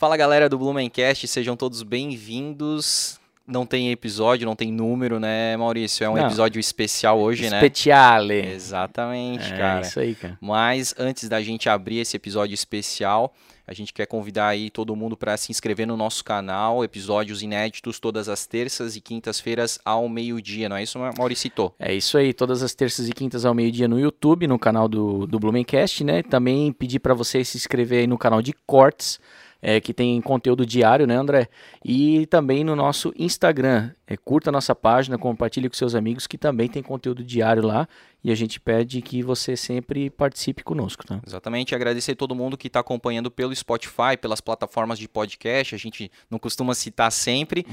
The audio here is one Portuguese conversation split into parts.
Fala galera do Blumencast, sejam todos bem-vindos. Não tem episódio, não tem número, né, Maurício? É um episódio especial hoje, né? Speciale. Exatamente, cara. É isso aí, cara. Mas antes da gente abrir esse episódio especial, a gente quer convidar aí todo mundo para se inscrever no nosso canal, episódios inéditos todas as terças e quintas-feiras ao meio-dia, não é isso, Maurício? É isso aí, todas as terças e quintas ao meio-dia no YouTube, no canal do Blumencast, né? Também pedir para vocês se inscrever aí no canal de Cortes, que tem conteúdo diário, né, André? E também no nosso Instagram. Curta a nossa página, compartilhe com seus amigos, que também tem conteúdo diário lá. E a gente pede que você sempre participe conosco, tá? Exatamente, agradecer a todo mundo que está acompanhando pelo Spotify, pelas plataformas de podcast. A gente não costuma citar sempre,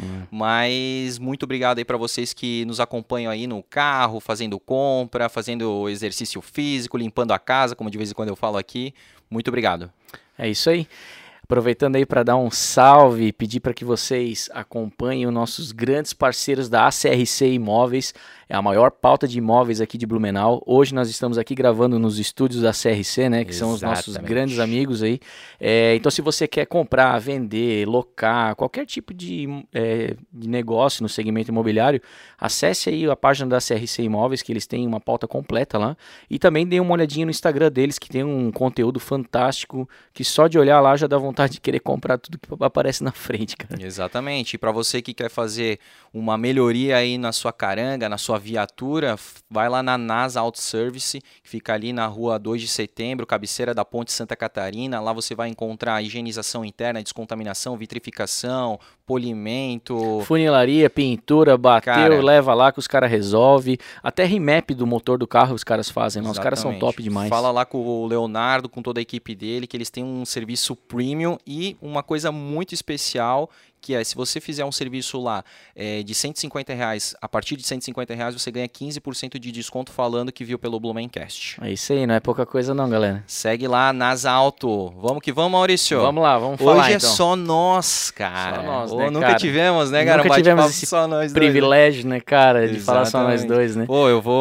mas muito obrigado aí para vocês que nos acompanham aí no carro, fazendo compra, fazendo exercício físico, limpando a casa, como de vez em quando eu falo aqui. Muito obrigado. É isso aí. Aproveitando aí para dar um salve e pedir para que vocês acompanhem os nossos grandes parceiros da ACRC Imóveis, é a maior pauta de imóveis aqui de Blumenau. Hoje nós estamos aqui gravando nos estúdios da CRC, né, que são os nossos grandes amigos aí. Então se você quer comprar, vender, locar, qualquer tipo de negócio no segmento imobiliário, acesse aí a página da CRC Imóveis, que eles têm uma pauta completa lá. E também dê uma olhadinha no Instagram deles, que tem um conteúdo fantástico, que só de olhar lá já dá vontade de querer comprar tudo que aparece na frente, cara. Exatamente. E para você que quer fazer uma melhoria aí na sua caranga, na sua viatura, vai lá na NASA Auto Service, que fica ali na rua 2 de setembro, cabeceira da Ponte Santa Catarina. Lá você vai encontrar higienização interna, descontaminação, vitrificação, polimento, funilaria, pintura, bateu, cara, leva lá que os caras resolvem. Até remap do motor do carro os caras fazem, os caras são top demais. Fala lá com o Leonardo, com toda a equipe dele, que eles têm um serviço premium e uma coisa muito especial, que é, se você fizer um serviço lá de R$150, a partir de R$150 você ganha 15% de desconto falando que viu pelo Blumencast. É isso aí, não é pouca coisa não, galera. Segue lá, NASA Auto. Vamos que vamos, Maurício? Vamos lá, vamos falar Hoje então. É só nós, cara. Só nós, nunca cara? tivemos, né, cara? Nunca tivemos esse só nós privilégio, dois, né, cara, de falar só nós dois, né? Pô, eu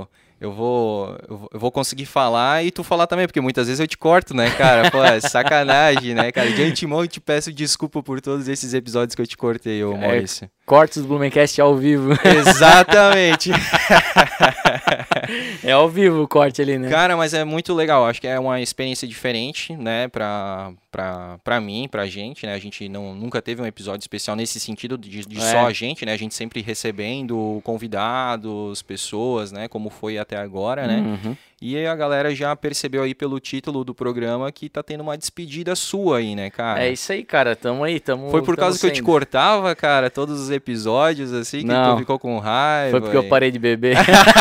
vou conseguir falar e tu falar também, porque muitas vezes eu te corto, né, cara? Pô, é sacanagem, né, cara? De antemão eu te peço desculpa por todos esses episódios que eu te cortei, ô Maurício. Cortes do Blumencast ao vivo. Exatamente. É ao vivo o corte ali, né? Cara, mas é muito legal. Acho que é uma experiência diferente, né, pra mim, pra gente, né? A gente nunca teve um episódio especial nesse sentido de só a gente, né? A gente sempre recebendo convidados, pessoas, né? Como foi até agora, né? Uhum. E a galera já percebeu aí pelo título do programa que tá tendo uma despedida sua aí, né, cara? É isso aí, cara. Tamo aí, Foi por causa que eu te cortava, cara, todos os episódios, assim, que tu ficou com raiva. Foi porque eu parei de beber.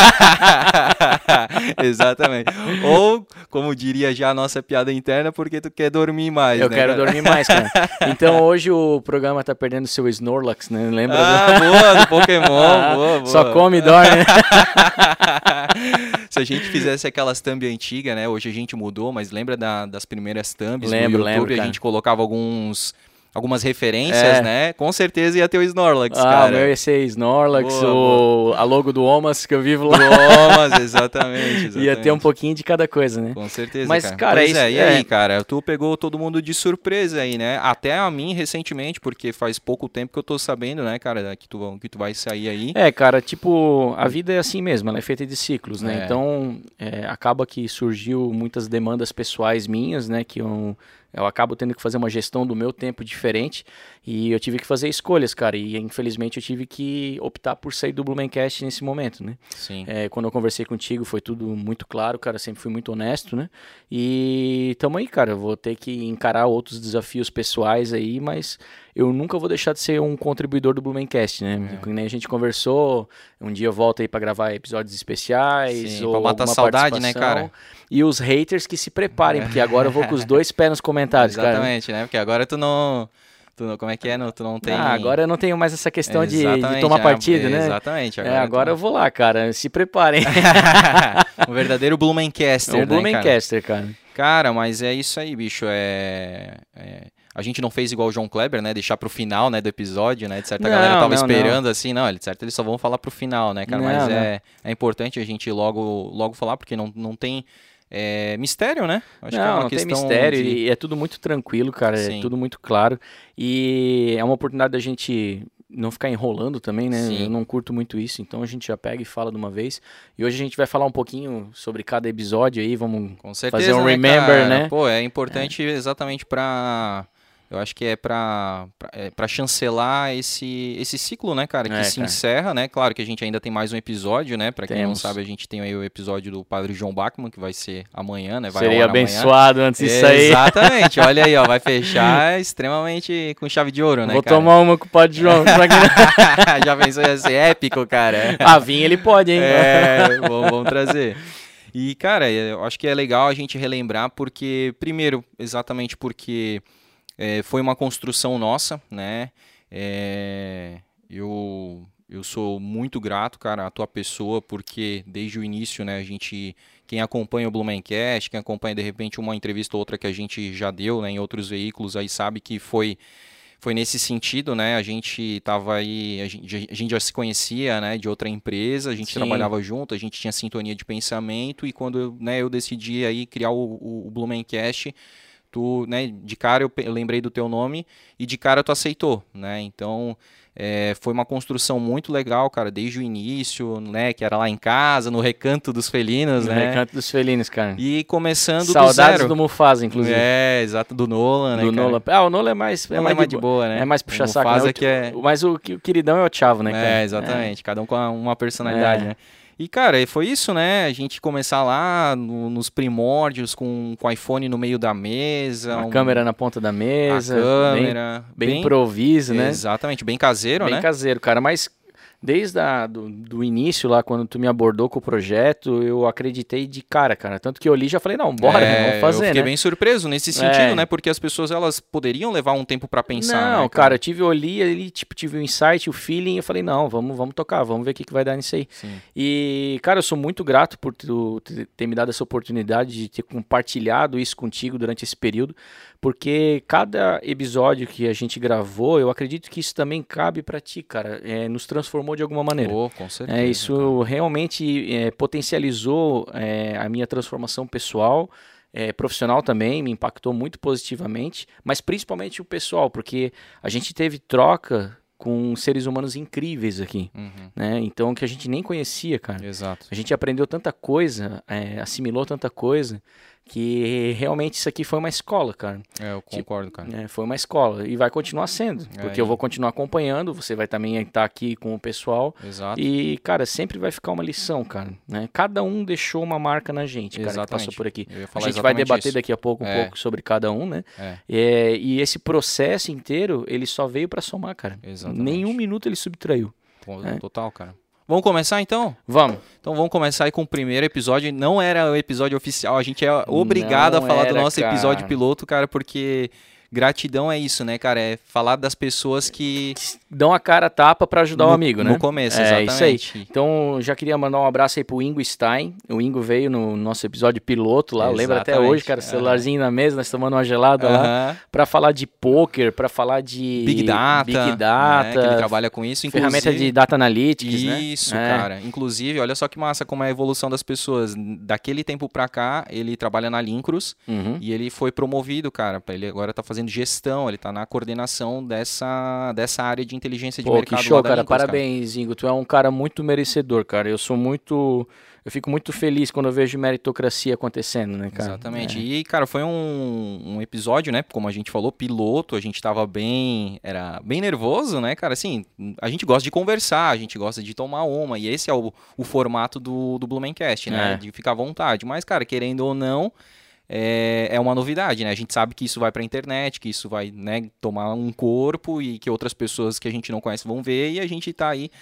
Exatamente. Ou, como diria já a nossa piada interna, porque tu quer dormir mais, eu né, quero cara? dormir mais, cara. Então hoje o programa tá perdendo seu Snorlax, né? Lembra? Boa, do Pokémon, boa. Só come e dorme. Se a gente fizesse aquelas thumb antigas, né? Hoje a gente mudou, mas lembra das primeiras thumbs no YouTube? Lembro, a gente colocava algumas referências, né? Com certeza ia ter o Snorlax, o cara. meu ia ser Snorlax, a logo do Omas, que eu vivo lá. Do Omas, exatamente. Ia ter um pouquinho de cada coisa, né? Com certeza, mas, cara, pois e aí, cara? Tu pegou todo mundo de surpresa aí, né? Até a mim, recentemente, porque faz pouco tempo que eu tô sabendo, né, cara, que tu vai sair aí. Cara, tipo, a vida é assim mesmo, ela é feita de ciclos, né? Então, acaba que surgiu muitas demandas pessoais minhas, né, que eu acabo tendo que fazer uma gestão do meu tempo diferente e eu tive que fazer escolhas, cara, e infelizmente eu tive que optar por sair do Blumencast nesse momento, né? Sim. Quando eu conversei contigo foi tudo muito claro, cara, sempre fui muito honesto, né? E tamo aí, cara, eu vou ter que encarar outros desafios pessoais aí, mas eu nunca vou deixar de ser um contribuidor do Blumencast, né? Que nem a gente conversou, um dia eu volto aí pra gravar episódios especiais. Sim, ou pra matar a saudade, né, cara? E os haters que se preparem, porque agora eu vou com os dois pés nos comentários, cara. Exatamente, né? Porque agora tu não... como é que é? Tu não tem... agora eu não tenho mais essa questão de tomar partido, né? Exatamente. Agora eu vou lá, cara. Se preparem. Um verdadeiro Blumencaster, né, Blumencaster, cara? Cara, mas é isso aí, bicho. A gente não fez igual o João Kleber, né? Deixar pro final, né, do episódio, né? De certa galera tava esperando, assim, não, de certo eles só vão falar pro final, né, cara? Mas é importante a gente logo falar, porque não tem... mistério, né? Acho que é Não, uma não tem questão mistério de... e é tudo muito tranquilo, cara, é Sim. tudo muito claro. E é uma oportunidade da gente não ficar enrolando também, né? Sim. Eu não curto muito isso, então a gente já pega e fala de uma vez. E hoje a gente vai falar um pouquinho sobre cada episódio aí, vamos Com certeza, fazer um né, remember, cara? né? Pô, é importante exatamente pra... Eu acho que é pra chancelar esse ciclo, né, cara? Que se Cara. encerra, né? Claro que a gente ainda tem mais um episódio, né? Pra quem não Temos. sabe, a gente tem aí o episódio do Padre João Bachmann, que vai ser amanhã, né? Vai Seria ao ar amanhã. abençoado antes disso aí. Exatamente, olha aí, ó. Vai fechar extremamente com chave de ouro, né, Vou cara? tomar uma com o Padre João. Já pensou, ia ser épico, cara. Vinho ele pode, hein? Vamos trazer. E, cara, eu acho que é legal a gente relembrar porque, primeiro, exatamente porque foi uma construção nossa, né? Eu sou muito grato, cara, à tua pessoa, porque desde o início, né, quem acompanha o Blumencast, quem acompanha de repente uma entrevista ou outra que a gente já deu, né, em outros veículos, aí sabe que foi nesse sentido, né? A gente tava aí, a gente já se conhecia, né, de outra empresa, a gente trabalhava junto, a gente tinha sintonia de pensamento e quando, né, eu decidi aí criar o Blumencast, tu, né, de cara eu lembrei do teu nome e de cara tu aceitou, né? Então foi uma construção muito legal, cara, desde o início, né, que era lá em casa, no Recanto dos Felinos, né? No Recanto dos Felinos, cara. E começando Saudades do zero. do Mufasa, inclusive. Exato, do Nolan, né, do cara? Nolan. O Nolan é mais de boa, né? É mais puxa-saco, né? Mas o queridão é o Thiago, né, cara? Exatamente, cada um com uma personalidade, né? E, cara, foi isso, né? A gente começar lá nos primórdios com o iPhone no meio da mesa. A câmera na ponta da mesa. A câmera. Bem improviso, né? Exatamente, bem caseiro, né? Bem caseiro, cara. Mas desde do início lá, quando tu me abordou com o projeto, eu acreditei de cara. Tanto que eu li e já falei, não, bora, vamos fazer, eu fiquei bem surpreso nesse sentido, né? Porque as pessoas, elas poderiam levar um tempo pra pensar, Não, né, cara, eu olhei ali, tive o insight, o feeling, eu falei, não, vamos tocar, vamos ver o que vai dar nisso aí. Sim. E, cara, eu sou muito grato por tu ter me dado essa oportunidade de ter compartilhado isso contigo durante esse período, porque cada episódio que a gente gravou, eu acredito que isso também cabe pra ti, cara, nos transformou de alguma maneira. Com certeza. Isso realmente potencializou a minha transformação pessoal, profissional também, me impactou muito positivamente, mas principalmente o pessoal, porque a gente teve troca com seres humanos incríveis aqui, né? Então, que a gente nem conhecia, cara. Exato. A gente aprendeu tanta coisa, assimilou tanta coisa, que realmente isso aqui foi uma escola, cara. Eu concordo, cara. Foi uma escola e vai continuar sendo, porque eu vou continuar acompanhando, você vai também estar aqui com o pessoal. Exato. E, cara, sempre vai ficar uma lição, cara, né? Cada um deixou uma marca na gente, cara, que passou por aqui. A gente vai debater daqui a pouco um pouco sobre cada um, né? E esse processo inteiro, ele só veio pra somar, cara. Exatamente. Nenhum minuto ele subtraiu. Total, cara. Vamos começar então? Vamos. Então vamos começar aí com o primeiro episódio. Não era o episódio oficial, a gente é obrigado a falar do nosso episódio piloto, cara, porque gratidão é isso, né, cara? É falar das pessoas que dão a cara a tapa pra ajudar o amigo, né? No começo, exatamente. Isso aí. Então, já queria mandar um abraço aí pro Ingo Stein. O Ingo veio no nosso episódio piloto lá, eu lembro até hoje, cara, celularzinho na mesa, nós tomando uma gelada lá, pra falar de poker, pra falar de Big Data, né, que ele trabalha com isso, ferramenta de Data Analytics, isso, né? cara. Inclusive, olha só que massa como é a evolução das pessoas. Daquele tempo pra cá, ele trabalha na Lincros e ele foi promovido, cara. Ele agora tá fazendo gestão, ele tá na coordenação dessa área de inteligência de mercado. Que show, lá da cara. Lincros, Parabéns, Ingo. Tu é um cara muito merecedor, cara. Eu fico muito feliz quando eu vejo meritocracia acontecendo, né, cara? Exatamente. E, cara, foi um episódio, né, como a gente falou, piloto, a gente tava era bem nervoso, né, cara, assim, a gente gosta de conversar, a gente gosta de tomar uma, e esse é o formato do Blumencast, né, de ficar à vontade, mas, cara, querendo ou não, é uma novidade, né, a gente sabe que isso vai pra internet, que isso vai, né, tomar um corpo e que outras pessoas que a gente não conhece vão ver, e a gente tá aí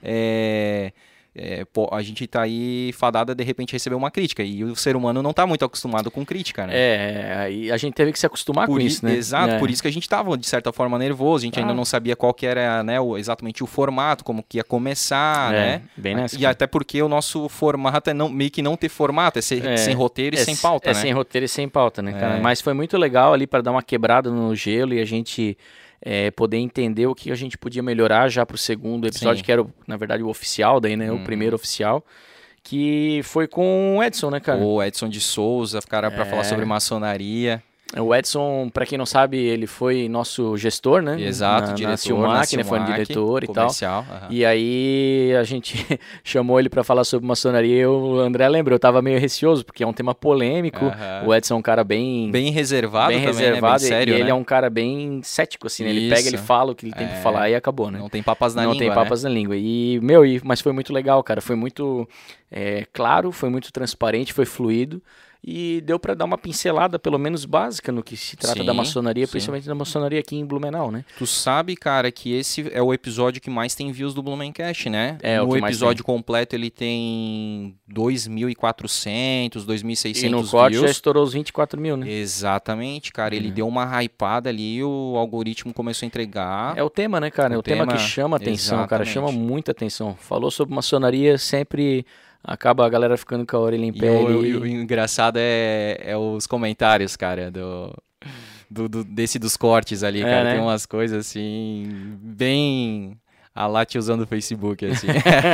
a gente tá aí fadada de repente a receber uma crítica, e o ser humano não tá muito acostumado com crítica, né? E a gente teve que se acostumar com isso, né? Exato, por isso que a gente tava de certa forma nervoso, a gente ainda não sabia qual que era, né, exatamente o formato, como que ia começar, né? Bem nessa, e até porque o nosso formato é meio que não ter formato, é ser sem roteiro e sem pauta, né? Sem roteiro e sem pauta, né, cara? Mas foi muito legal ali para dar uma quebrada no gelo e a gente poder entender o que a gente podia melhorar já pro segundo episódio, que era, na verdade, o oficial daí, né? O primeiro oficial. que foi com o Edson, né, cara? O Edson de Souza, cara, para falar sobre maçonaria. O Edson, para quem não sabe, ele foi nosso gestor, né? Exato, diretor na Silmac, né? Foi um diretor comercial, e tal. E aí a gente chamou ele para falar sobre maçonaria e o André lembra, eu tava meio receoso, porque é um tema polêmico. O Edson é um cara bem reservado também, né? Bem sério, e ele né? é um cara bem cético, assim, né? Ele pega, ele fala o que ele tem pra falar e acabou, né? Não tem papas na língua, Não tem papas na língua. Mas foi muito legal, cara. Foi muito claro, foi muito transparente, foi fluido. E deu para dar uma pincelada, pelo menos básica, no que se trata da maçonaria, principalmente da maçonaria aqui em Blumenau, né? Tu sabe, cara, que esse é o episódio que mais tem views do Blumencast, né? No episódio completo ele tem 2.400, 2.600 e no corte já estourou os 24 mil, né? Exatamente, cara. Ele deu uma hypada ali, o algoritmo começou a entregar. É o tema, né, cara? É o tema que chama atenção, cara. Chama muita atenção. Falou sobre maçonaria, sempre... acaba a galera ficando com a orelha em pé. E o engraçado é os comentários, cara, dos cortes ali, cara. Né? Tem umas coisas assim, bem a lá tiozão do Facebook, assim.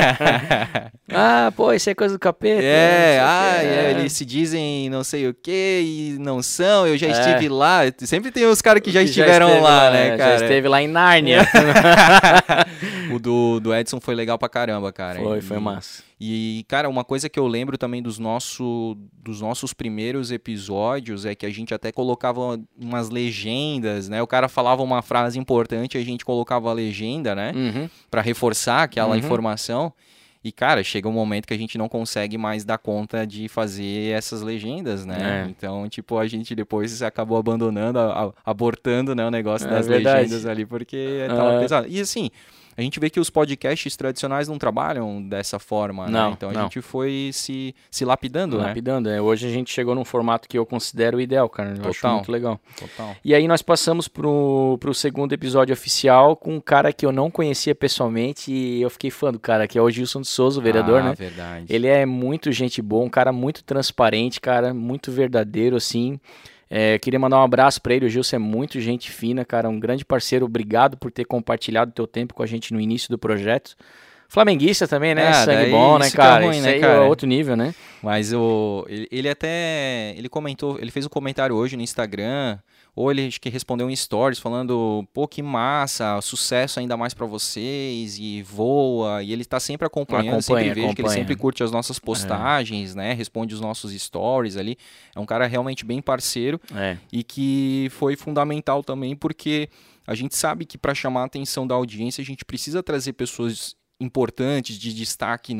Pô, isso é coisa do capeta. Eles se dizem não sei o que e não são, eu já estive lá. Sempre tem os caras que já estiveram lá, né, cara? Já esteve lá em Nárnia. O do Edson foi legal pra caramba, cara. Foi massa. E, cara, uma coisa que eu lembro também dos nossos primeiros episódios é que a gente até colocava umas legendas, né? O cara falava uma frase importante, a gente colocava a legenda, né? Pra reforçar aquela informação. E, cara, chega um momento que a gente não consegue mais dar conta de fazer essas legendas, né? Então, tipo, a gente depois acabou abandonando, abortando, né, o negócio das legendas ali, porque tava pesado. E, assim... a gente vê que os podcasts tradicionais não trabalham dessa forma, né? Então a gente foi se lapidando, né? Hoje a gente chegou num formato que eu considero ideal, cara. Eu acho muito legal. Total. E aí nós passamos pro segundo episódio oficial com um cara que eu não conhecia pessoalmente e eu fiquei fã do cara, que é o Gilson de Souza, o vereador, né? Verdade. Ele é muito gente boa, um cara muito transparente, cara, muito verdadeiro, assim... queria mandar um abraço para ele, o Gilson é muito gente fina, cara, um grande parceiro, obrigado por ter compartilhado o teu tempo com a gente no início do projeto. Flamenguista também, né? Sangue bom, né, cara? Ruim, isso né, aí cara? É outro nível, né? Mas ele comentou, ele fez um comentário hoje no Instagram, ou ele acho que respondeu em stories falando, pô, que massa, sucesso ainda mais pra vocês, e voa, e ele tá sempre acompanhando, sempre vejo que ele sempre curte as nossas postagens, né, responde os nossos stories ali, é um cara realmente bem parceiro, e que foi fundamental também, porque a gente sabe que para chamar a atenção da audiência, a gente precisa trazer pessoas importantes, de destaque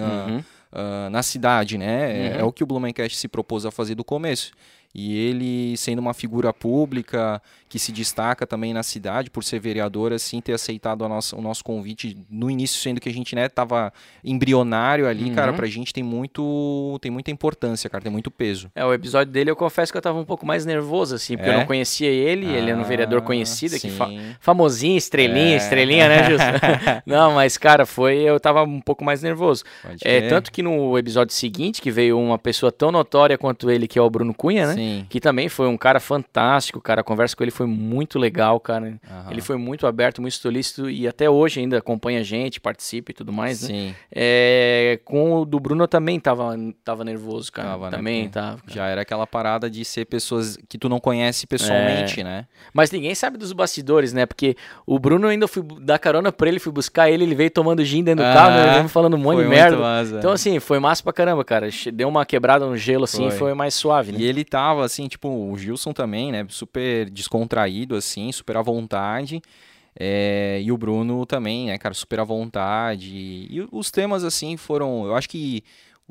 na cidade, né, é o que o Blumencast se propôs a fazer do começo. E ele, sendo uma figura pública que se destaca também na cidade, por ser vereador, assim, ter aceitado o nosso convite no início, sendo que a gente, né, tava embrionário ali, cara, pra gente tem muita importância, cara, tem muito peso. O episódio dele, eu confesso que eu tava um pouco mais nervoso, assim, porque eu não conhecia ele é um vereador conhecido aqui, famosinho, estrelinha, né, Gilson? Não, mas, cara, eu tava um pouco mais nervoso. Tanto que no episódio seguinte, que veio uma pessoa tão notória quanto ele, que é o Bruno Cunha, né? Sim. Que também foi um cara fantástico, cara. A conversa com ele foi muito legal, cara. Ele foi muito aberto, muito solícito e até hoje ainda acompanha a gente, participa e tudo mais, né? Sim. Com o do Bruno eu também tava nervoso, cara. Também tava. Já era aquela parada de ser pessoas que tu não conhece pessoalmente, né? Mas ninguém sabe dos bastidores, né? Porque o Bruno ainda fui dar carona pra ele, fui buscar ele veio tomando gin dentro do carro, né? Ele me falando um monte de merda. Então, assim, foi massa pra caramba, cara. Deu uma quebrada no gelo, assim, foi mais suave, né? E ele tava, assim, tipo, o Gilson também, né, super descontraído, assim, super à vontade, e o Bruno também, né, cara, super à vontade, e os temas, assim, foram, eu acho que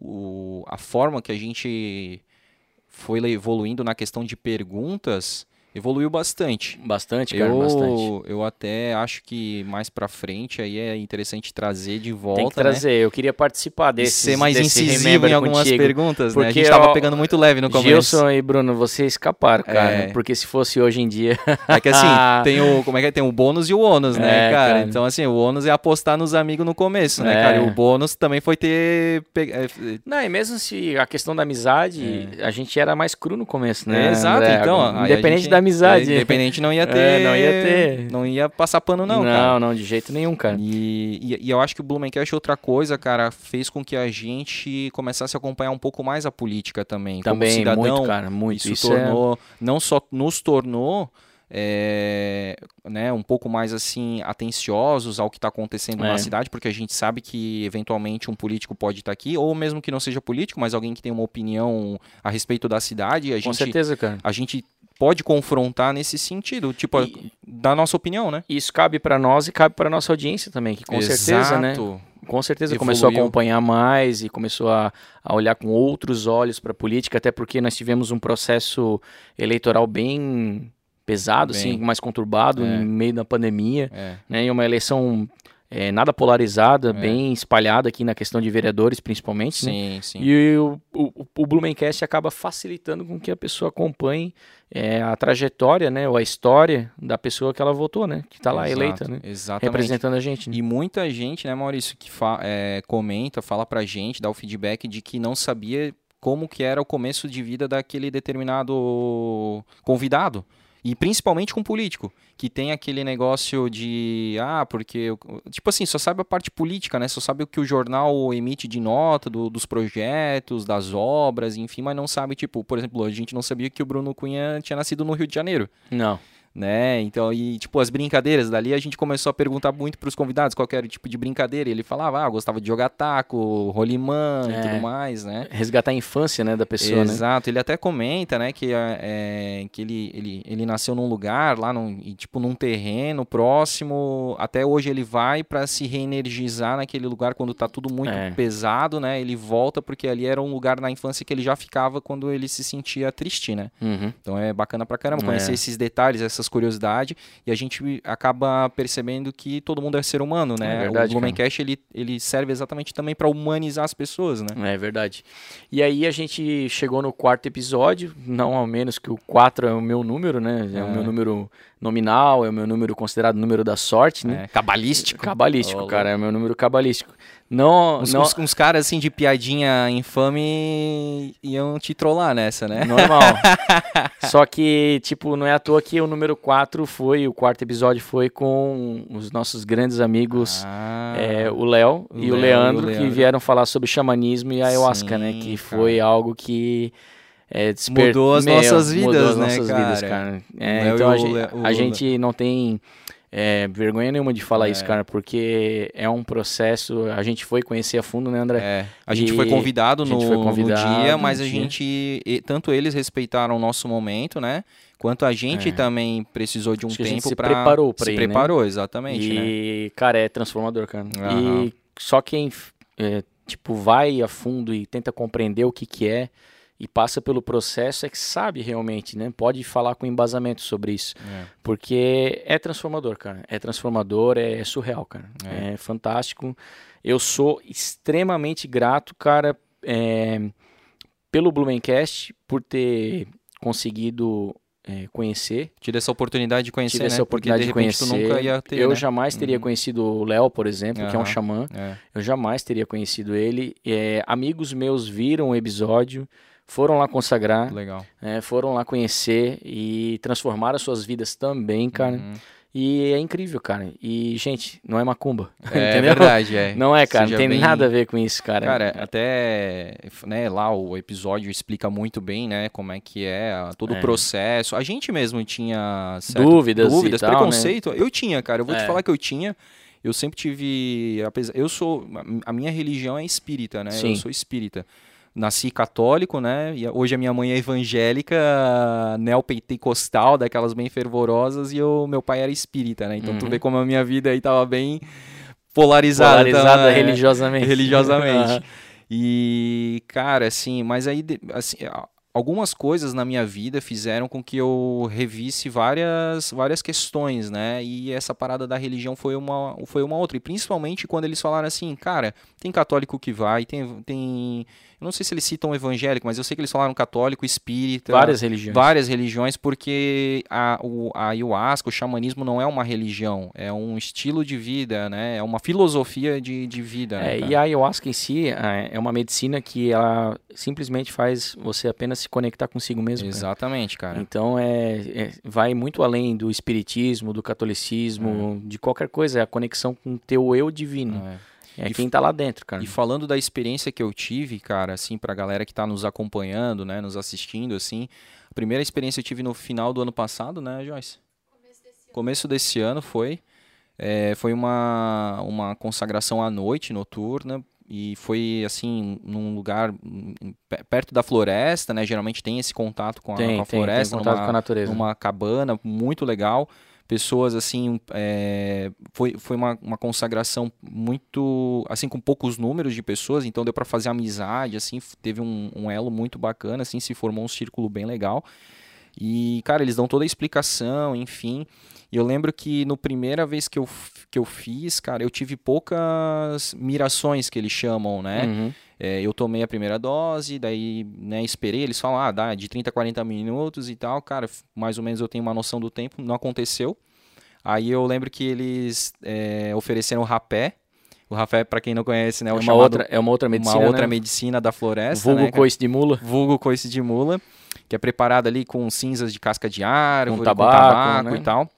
a forma que a gente foi evoluindo na questão de perguntas evoluiu bastante. Bastante, cara, bastante. Eu até acho que mais pra frente aí é interessante trazer de volta, Tem que trazer, né? Eu queria participar ser mais incisivo em algumas perguntas, porque né? A gente tava pegando muito leve no começo. Gilson e Bruno, vocês escaparam, cara, porque se fosse hoje em dia... É que assim, tem o bônus e o ônus, né, cara? Então assim, o ônus é apostar nos amigos no começo, né, cara? E o bônus também foi ter... Não, e mesmo se a questão da amizade, a gente era mais cru no começo, né? Exato, André? então... Independente da amizade. Independente não ia ter. Não ia ter. Não ia passar pano, não, cara. Não, de jeito nenhum, cara. E eu acho que o Blumencast, outra coisa, cara, fez com que a gente começasse a acompanhar um pouco mais a política também. Também, como cidadão, muito, cara, muito. Isso tornou, não só nos tornou né, um pouco mais assim atenciosos ao que está acontecendo na cidade, porque a gente sabe que eventualmente um político pode estar aqui, ou mesmo que não seja político, mas alguém que tem uma opinião a respeito da cidade, Com certeza, cara. A gente pode confrontar nesse sentido, tipo, da nossa opinião, né? Isso cabe para nós e cabe para nossa audiência também, que com certeza, né? Com certeza começou a acompanhar mais e começou a olhar com outros olhos para a política, até porque nós tivemos um processo eleitoral bem pesado, assim, mais conturbado em meio da pandemia, né? E uma eleição nada polarizada, bem espalhada aqui na questão de vereadores, principalmente. Sim, né? sim. E o Blumencast acaba facilitando com que a pessoa acompanhe a trajetória, né, ou a história da pessoa que ela votou, né, que está lá eleita, né, representando a gente. Né? E muita gente, né, Maurício, que comenta, fala pra gente, dá o feedback de que não sabia como que era o começo de vida daquele determinado convidado. E principalmente com político, que tem aquele negócio de, porque, tipo assim, só sabe a parte política, né? Só sabe o que o jornal emite de nota dos projetos, das obras, enfim, mas não sabe, tipo, por exemplo, a gente não sabia que o Bruno Cunha tinha nascido no Rio de Janeiro. Não. Né? Então, e tipo, as brincadeiras, dali a gente começou a perguntar muito para os convidados qual era o tipo de brincadeira, e ele falava, gostava de jogar taco, rolimã e tudo mais, né? Resgatar a infância, né, da pessoa, Exato, né? Ele até comenta, né, que ele nasceu num lugar lá, num terreno próximo, até hoje ele vai para se reenergizar naquele lugar quando tá tudo muito pesado, né? Ele volta porque ali era um lugar na infância que ele já ficava quando ele se sentia triste, né? Uhum. Então é bacana pra caramba conhecer esses detalhes, essas curiosidades, e a gente acaba percebendo que todo mundo é ser humano, né? É verdade, o Blumencast, ele serve exatamente também para humanizar as pessoas, né? É verdade. E aí a gente chegou no 4º episódio, não ao menos que o 4 é o meu número, né? É o meu número nominal, é o meu número considerado número da sorte, né? Cabalístico. Cabalístico, cara, é o meu número cabalístico. Não, uns caras assim de piadinha infame iam te trollar nessa, né? Normal. Só que, tipo, não é à toa que o número 4 o 4º episódio foi com os nossos grandes amigos, o Léo e o Leandro, que vieram falar sobre xamanismo e ayahuasca, né? Que foi algo que mudou as nossas vidas, né, cara? Então a gente não tem vergonha nenhuma de falar isso, cara, porque é um processo. A gente foi conhecer a fundo, né, André? A gente foi convidado no dia, mas tanto eles respeitaram o nosso momento, né? Quanto a gente também precisou de um tempo para se preparou, exatamente. E, né? Cara, é transformador, cara. E só quem vai a fundo e tenta compreender o que é e passa pelo processo é que sabe realmente, né? Pode falar com embasamento sobre isso. Porque é transformador, cara. É transformador, é surreal, cara. É fantástico. Eu sou extremamente grato, cara, pelo Blumencast, por ter conseguido conhecer. Tive essa oportunidade de conhecer, essa oportunidade de conhecer. Tu nunca ia ter, eu jamais teria conhecido o Léo, por exemplo, que é um xamã. Eu jamais teria conhecido ele. Amigos meus viram o episódio, foram lá consagrar, foram lá conhecer e transformaram as suas vidas também, cara. E é incrível, cara. E, gente, não é macumba. É verdade, Não é, cara. Não tem nada a ver com isso, cara. Cara, até lá o episódio explica muito bem, né, como é que todo o processo. A gente mesmo tinha dúvidas, preconceito. Né? Eu tinha, cara. Eu vou te falar que eu tinha. Eu sempre tive... A minha religião é espírita, né? Sim. Eu sou espírita. Nasci católico, né? E hoje a minha mãe é evangélica, neopentecostal, daquelas bem fervorosas, e meu pai era espírita, né? Então tu vê como a minha vida aí tava bem polarizada religiosamente. Religiosamente. E, cara, assim, mas aí, assim, algumas coisas na minha vida fizeram com que eu revisse várias questões, né? E essa parada da religião foi uma outra. E principalmente quando eles falaram assim, cara, tem católico que vai, tem eu não sei se eles citam evangélico, mas eu sei que eles falaram católico, espírita. Várias religiões, porque a ayahuasca, o xamanismo não é uma religião, é um estilo de vida, né? É uma filosofia de vida. Né, e a ayahuasca em si é uma medicina que ela simplesmente faz você apenas se conectar consigo mesmo. Exatamente, cara. Então vai muito além do espiritismo, do catolicismo, de qualquer coisa. É a conexão com o teu eu divino. É quem tá lá dentro, cara. E falando da experiência que eu tive, cara, assim, pra galera que tá nos acompanhando, né, nos assistindo, assim, a primeira experiência eu tive no final do ano passado, né, Joyce? Começo desse ano foi. Foi uma consagração à noite, noturna, e foi, assim, num lugar perto da floresta, né, geralmente tem esse contato com a floresta, tem contato com a natureza. numa cabana, muito legal. Pessoas, assim, foi uma consagração muito, assim, com poucos números de pessoas, então deu para fazer amizade, assim, teve um elo muito bacana, assim, se formou um círculo bem legal. E, cara, eles dão toda a explicação, enfim. E eu lembro que no primeira vez que eu fiz, cara, eu tive poucas mirações, que eles chamam, né? Eu tomei a primeira dose, daí, né, esperei, eles falam, dá de 30 a 40 minutos e tal, cara, mais ou menos eu tenho uma noção do tempo, não aconteceu. Aí eu lembro que eles ofereceram rapé. O rapé, para quem não conhece, né, é uma outra medicina, uma outra né? medicina da floresta, vulgo né, coice de mula. Vulgo coice de mula, que é preparado ali com cinzas de casca de árvore, com tabaco, né? E tal.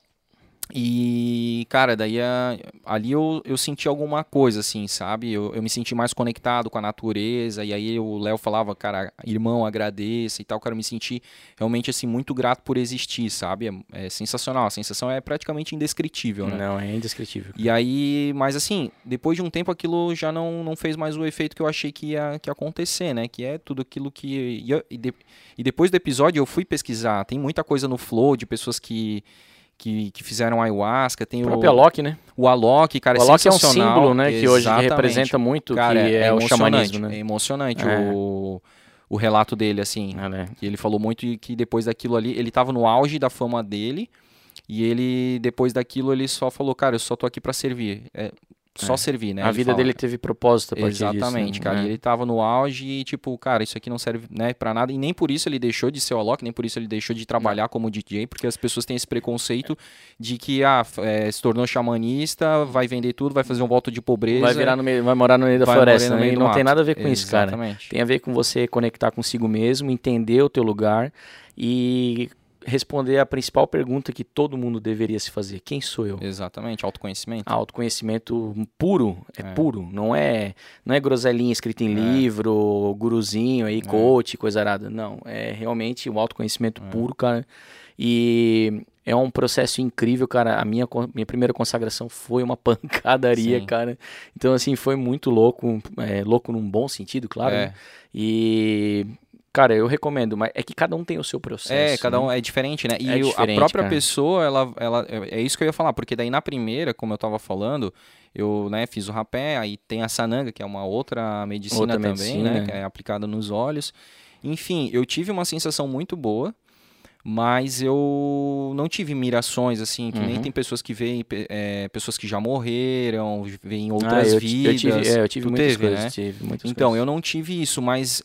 E, cara, daí ali eu senti alguma coisa, assim, sabe? Eu me senti mais conectado com a natureza, e aí o Léo falava, cara, irmão, agradeça e tal, cara, eu me senti realmente, assim, muito grato por existir, sabe? É sensacional, a sensação é praticamente indescritível, né? Não, é indescritível. E aí, mas assim, depois de um tempo aquilo já não fez mais o efeito que eu achei que ia acontecer, né? Que é tudo aquilo que... E depois do episódio eu fui pesquisar, tem muita coisa no Flow de pessoas que fizeram ayahuasca, tem o próprio Alok, né? O Alok, cara, o Alok é um sensacional. símbolo, né, que hoje representa muito, cara, que é o xamanismo, né? É emocionante o relato dele, assim. Que ele falou muito que depois daquilo ali, ele tava no auge da fama dele, e ele, depois daquilo, ele só falou, cara, eu só tô aqui pra servir. Só servir, né? A vida dele teve propósito a partir disso. Exatamente, cara. E ele tava no auge e, tipo, cara, isso aqui não serve, né, pra nada. E nem por isso ele deixou de ser o Alok, nem por isso ele deixou de trabalhar como DJ, porque as pessoas têm esse preconceito de que, se tornou xamanista, vai vender tudo, vai fazer um voto de pobreza. Vai morar no meio da floresta, né? E não tem nada a ver com isso, cara. Exatamente. Tem a ver com você conectar consigo mesmo, entender o teu lugar e responder a principal pergunta que todo mundo deveria se fazer. Quem sou eu? Exatamente, autoconhecimento. Autoconhecimento puro, puro. Não é groselinha escrita em livro, guruzinho aí, coach, coisa arada. Não, é realmente o autoconhecimento puro, cara. E é um processo incrível, cara. A minha primeira consagração foi uma pancadaria, Sim. cara. Então, assim, foi muito louco. Louco num bom sentido, claro, né? E... Cara, eu recomendo, mas é que cada um tem o seu processo. Cada um é diferente, né? E diferente, a própria cara. pessoa, ela é isso que eu ia falar, porque daí na primeira, como eu tava falando, eu, né, fiz o rapé, aí tem a sananga, que é uma outra medicina também, né? Que é aplicada nos olhos. Enfim, eu tive uma sensação muito boa, mas eu não tive mirações, assim, que nem tem pessoas que veem, pessoas que já morreram, veem outras vidas. Eu tive muitas coisas, né? Tive muitas então, coisas. eu não tive isso, mas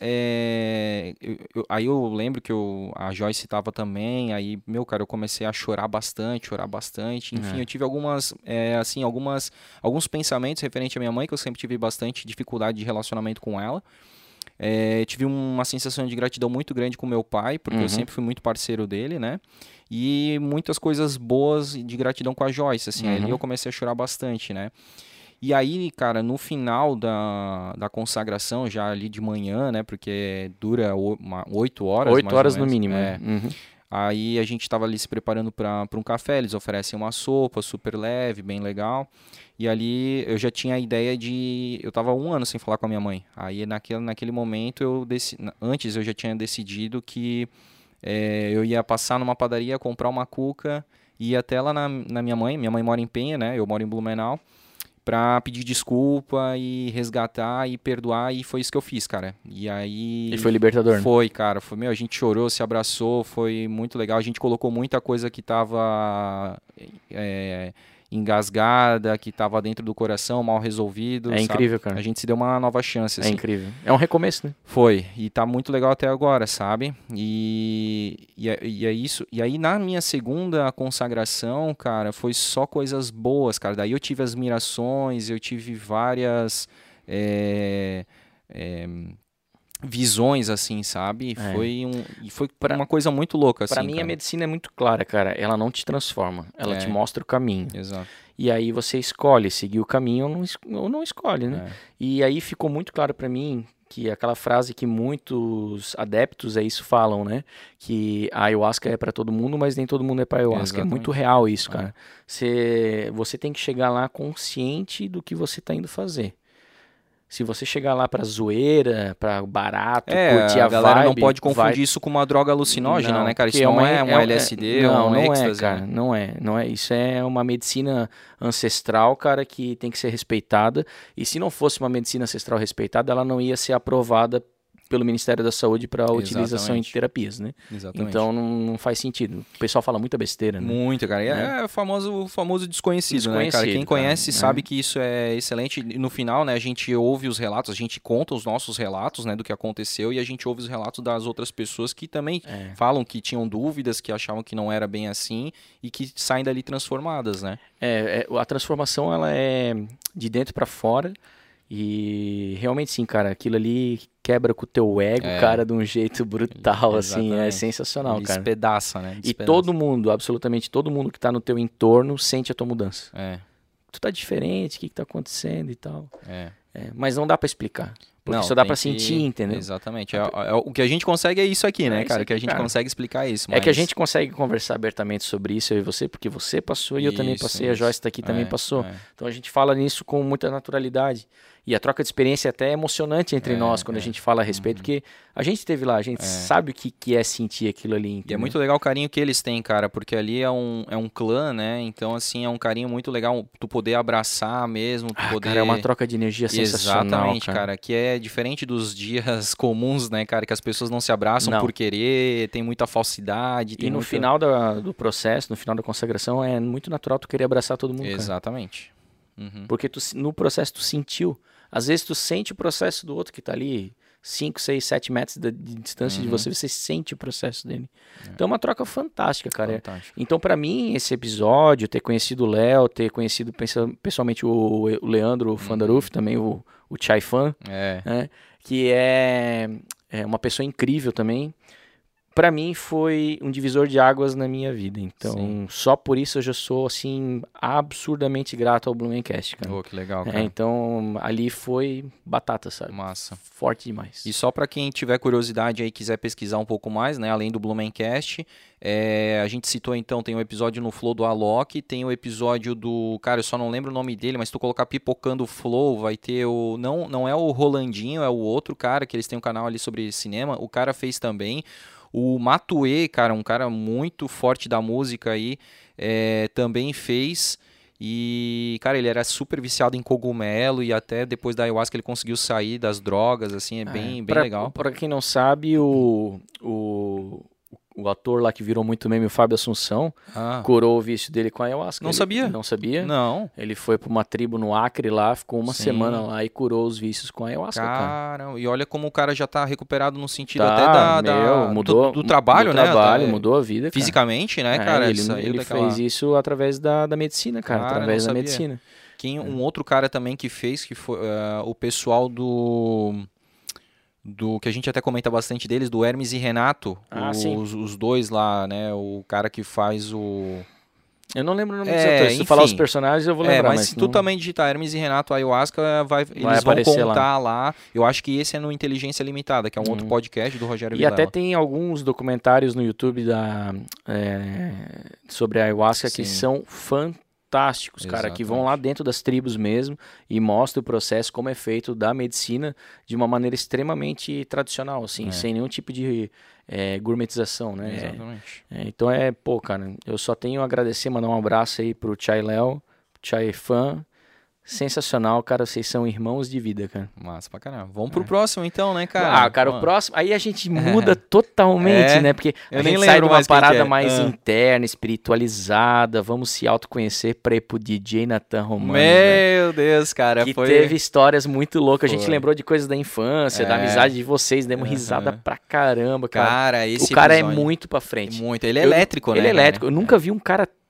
aí eu lembro que a Joyce estava também, aí, meu, cara, eu comecei a chorar bastante, enfim, eu tive alguns pensamentos referente à minha mãe, que eu sempre tive bastante dificuldade de relacionamento com ela. Tive uma sensação de gratidão muito grande com meu pai, porque eu sempre fui muito parceiro dele, né? E muitas coisas boas de gratidão com a Joyce, assim. Ali eu comecei a chorar bastante, né? E aí, cara, no final da consagração, já ali de manhã, né? Porque dura 8 horas, 8 mais horas ou no menos. mínimo. Aí a gente estava ali se preparando para um café, eles oferecem uma sopa super leve, bem legal. E ali eu já tinha a ideia de... Eu estava 1 ano sem falar com a minha mãe. Aí naquele momento, antes eu já tinha decidido que eu ia passar numa padaria, comprar uma cuca, e ir até lá na minha mãe. Minha mãe mora em Penha, né? Eu moro em Blumenau. Pra pedir desculpa e resgatar e perdoar, e foi isso que eu fiz, cara. E aí... E foi libertador, né? Foi, cara. A gente chorou, se abraçou, foi muito legal. A gente colocou muita coisa que tava engasgada, que tava dentro do coração, mal resolvido. É incrível, cara. A gente se deu uma nova chance, assim. É incrível. É um recomeço, né? Foi. E tá muito legal até agora, sabe? E é isso. E aí, na minha segunda consagração, cara, foi só coisas boas, cara. Daí eu tive as mirações, eu tive várias... visões, assim, sabe? Foi uma coisa muito louca, assim, Pra mim, cara. a medicina é muito clara, cara. Ela não te transforma, ela te mostra o caminho. Exato. E aí você escolhe seguir o caminho ou não escolhe, né? E aí ficou muito claro pra mim que aquela frase que muitos adeptos a isso falam, né? Que a ayahuasca é pra todo mundo, mas nem todo mundo é pra ayahuasca. Exatamente. É muito real isso, cara. Você tem que chegar lá consciente do que você tá indo fazer. Se você chegar lá pra zoeira, pra barato, curtir a galera vibe, não pode confundir isso com uma droga alucinógena, né, cara? Isso não é um LSD ou um êxtase. Cara, não é. Isso é uma medicina ancestral, cara, que tem que ser respeitada. E se não fosse uma medicina ancestral respeitada, ela não ia ser aprovada pelo Ministério da Saúde para utilização em terapias, né? Exatamente. Então não faz sentido. O pessoal fala muita besteira, né? Muito, cara. É o famoso desconhecido, né, cara? Quem conhece sabe que isso é excelente. E no final, né, a gente ouve os relatos, a gente conta os nossos relatos, né, do que aconteceu e a gente ouve os relatos das outras pessoas que também falam que tinham dúvidas, que achavam que não era bem assim e que saem dali transformadas, né? A transformação, ela é de dentro para fora. E realmente sim, cara, aquilo ali quebra com o teu ego, cara, de um jeito brutal, assim, é sensacional, cara. Despedaça, né? E todo mundo, absolutamente todo mundo que tá no teu entorno sente a tua mudança. Tu tá diferente, o que tá acontecendo e tal. Mas não dá pra explicar. Porque só dá pra sentir, entendeu? Exatamente. O que a gente consegue é isso aqui, né, cara? O que a gente consegue explicar é isso. É que a gente consegue conversar abertamente sobre isso, eu e você, porque você passou e eu também passei, a Joyce tá aqui também passou. Então a gente fala nisso com muita naturalidade. E a troca de experiência é até emocionante entre nós quando a gente fala a respeito, porque a gente esteve lá, a gente sabe o que é sentir aquilo ali. Entendeu? E é muito legal o carinho que eles têm, cara, porque ali é um clã, né? Então, assim, é um carinho muito legal tu poder abraçar mesmo, tu poder... Cara, é uma troca de energia sensacional, exatamente, cara, que é diferente dos dias comuns, né, cara, que as pessoas não se abraçam por querer, tem muita falsidade. E no final do processo, no final da consagração, é muito natural tu querer abraçar todo mundo, exatamente. Cara. Porque no processo tu sentiu. Às vezes tu sente o processo do outro que tá ali 5, 6, 7 metros de distância de você sente o processo dele. Então é uma troca fantástica, cara. Fantástico. Então pra mim, esse episódio, ter conhecido o Léo, ter conhecido pessoalmente o Leandro Fandaruf, também o Chai Fan, né, que é uma pessoa incrível também. Pra mim foi um divisor de águas na minha vida. Então, só por isso eu já sou, assim, absurdamente grato ao Blumencast, cara. Que legal, cara. Então, ali foi batata, sabe? Massa. Forte demais. E só pra quem tiver curiosidade aí, quiser pesquisar um pouco mais, né, além do Blumencast, a gente citou, então, tem o episódio no Flow do Alok, tem o episódio do... Cara, eu só não lembro o nome dele, mas se tu colocar Pipocando Flow, vai ter o... Não é o Rolandinho, é o outro cara, que eles têm um canal ali sobre cinema. O cara fez também... O Matue, cara, um cara muito forte da música aí, também fez. E, cara, ele era super viciado em cogumelo e até depois da ayahuasca ele conseguiu sair das drogas, assim, bem legal. Pra quem não sabe, o ator lá que virou muito meme, o Fábio Assunção, curou o vício dele com a ayahuasca. Não sabia? Não sabia? Não. Ele foi pra uma tribo no Acre lá, ficou uma semana lá e curou os vícios com a ayahuasca, cara. E olha como o cara já tá recuperado no sentido mudou, do trabalho, né? Mudou a vida, cara. Fisicamente, né, cara? Ele fez isso através da medicina, cara. Através da medicina. Um outro cara também que fez, que foi o pessoal do que a gente até comenta bastante deles, do Hermes e Renato, os dois lá, né, o cara que faz o... Eu não lembro o nome dos atores, se tu falar os personagens eu vou lembrar. Mas se tu também digitar Hermes e Renato Ayahuasca, eles vão contar lá. Eu acho que esse é no Inteligência Limitada, que é um outro podcast do Rogério Vilela. E até tem alguns documentários no YouTube sobre a Ayahuasca que são fantásticos, cara, que vão lá dentro das tribos mesmo e mostram o processo, como é feito da medicina de uma maneira extremamente tradicional, assim, sem nenhum tipo de gourmetização, né? Exatamente. Então cara, eu só tenho a agradecer, mandar um abraço aí pro Chai Léo, Chai Fan. Sensacional, cara, vocês são irmãos de vida, cara. Massa pra caramba. Vamos pro próximo então, né, cara? Cara, o próximo, aí a gente muda totalmente, né? Porque eu a gente sai de uma parada mais interna, espiritualizada, vamos se autoconhecer pra ir pro DJ Nathan Romano. Meu Deus, cara. Que teve histórias muito loucas. A gente lembrou de coisas da infância, da amizade de vocês, demos risada pra caramba, cara. Cara, esse o cara é muito pra frente. Muito. Ele é elétrico, né? Ele é elétrico. Eu nunca vi um cara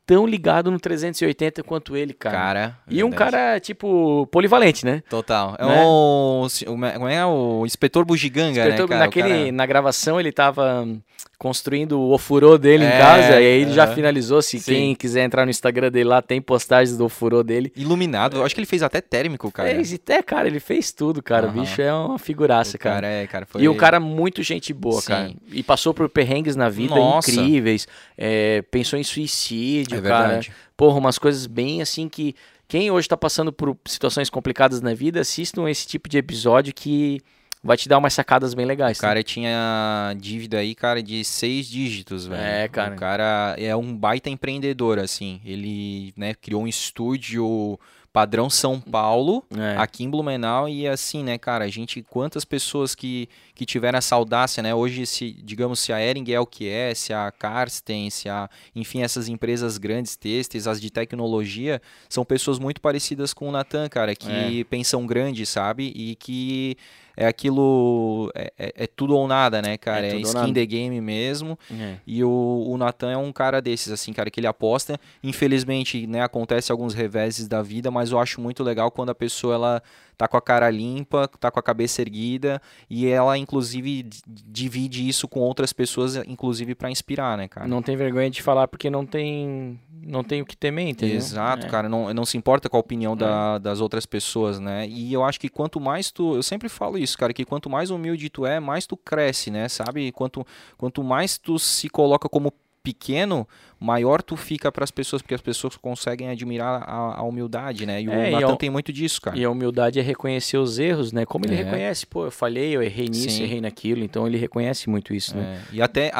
tão ligado no 380 quanto ele, cara. E um verdade. cara, tipo, polivalente, né? Total. É Né? como é o Inspetor Bugiganga, né, cara? Na gravação ele tava construindo o ofurô dele em É, casa, e aí ele já finalizou. Se sim. quem quiser entrar no Instagram dele lá, tem postagens do ofurô dele. Iluminado. Eu acho que ele fez até térmico, cara. Cara, ele fez tudo, cara. O bicho é uma figuraça, cara. Foi... E o cara muito gente boa, Sim. cara. E passou por perrengues na vida incríveis. Pensou em suicídio, cara. Verdade. Porra, umas coisas bem assim que... Quem hoje tá passando por situações complicadas na vida, assistam esse tipo de episódio que vai te dar umas sacadas bem legais. O cara tinha dívida aí, cara, de 6 dígitos, velho. É, cara. O cara é um baita empreendedor, assim. Ele, né, criou um estúdio padrão São Paulo, aqui em Blumenau, e assim, né, cara, quantas pessoas que tiveram essa audácia, né, hoje, digamos, se a Hering é o que é, se a Karsten, enfim, essas empresas grandes, têxteis, as de tecnologia, são pessoas muito parecidas com o Nathan, cara, que pensam grande, sabe, e que é aquilo, é tudo ou nada, né, cara, é skin the game mesmo, e o Nathan é um cara desses, assim, cara, que ele aposta, infelizmente, né, acontece alguns reveses da vida, mas eu acho muito legal quando a pessoa, ela tá com a cara limpa, tá com a cabeça erguida, e ela, inclusive, divide isso com outras pessoas, inclusive para inspirar, né, cara? Não tem vergonha de falar porque não tem o que temer, entendeu? Exato, cara, não se importa com a opinião das outras pessoas, né? E eu acho que quanto mais eu sempre falo isso, cara, que quanto mais humilde tu é, mais tu cresce, né, sabe? Quanto mais tu se coloca como pequeno, maior tu fica para as pessoas, porque as pessoas conseguem admirar a humildade, né? E o Nathan tem muito disso, cara. E a humildade é reconhecer os erros, né? Como ele reconhece, pô, eu falhei, eu errei nisso, errei naquilo, então ele reconhece muito isso, né? E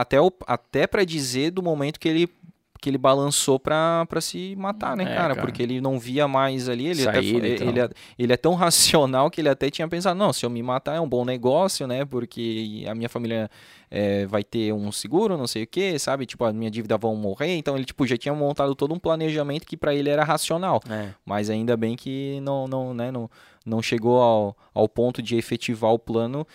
até para dizer do momento que ele balançou pra se matar, né, cara? Porque ele não via mais ali, ele é tão racional que ele até tinha pensado, não, se eu me matar é um bom negócio, né, porque a minha família vai ter um seguro, não sei o que, sabe, tipo, a minha dívida vão morrer, então ele, tipo, já tinha montado todo um planejamento que pra ele era racional, mas ainda bem que não chegou ao ponto de efetivar o plano.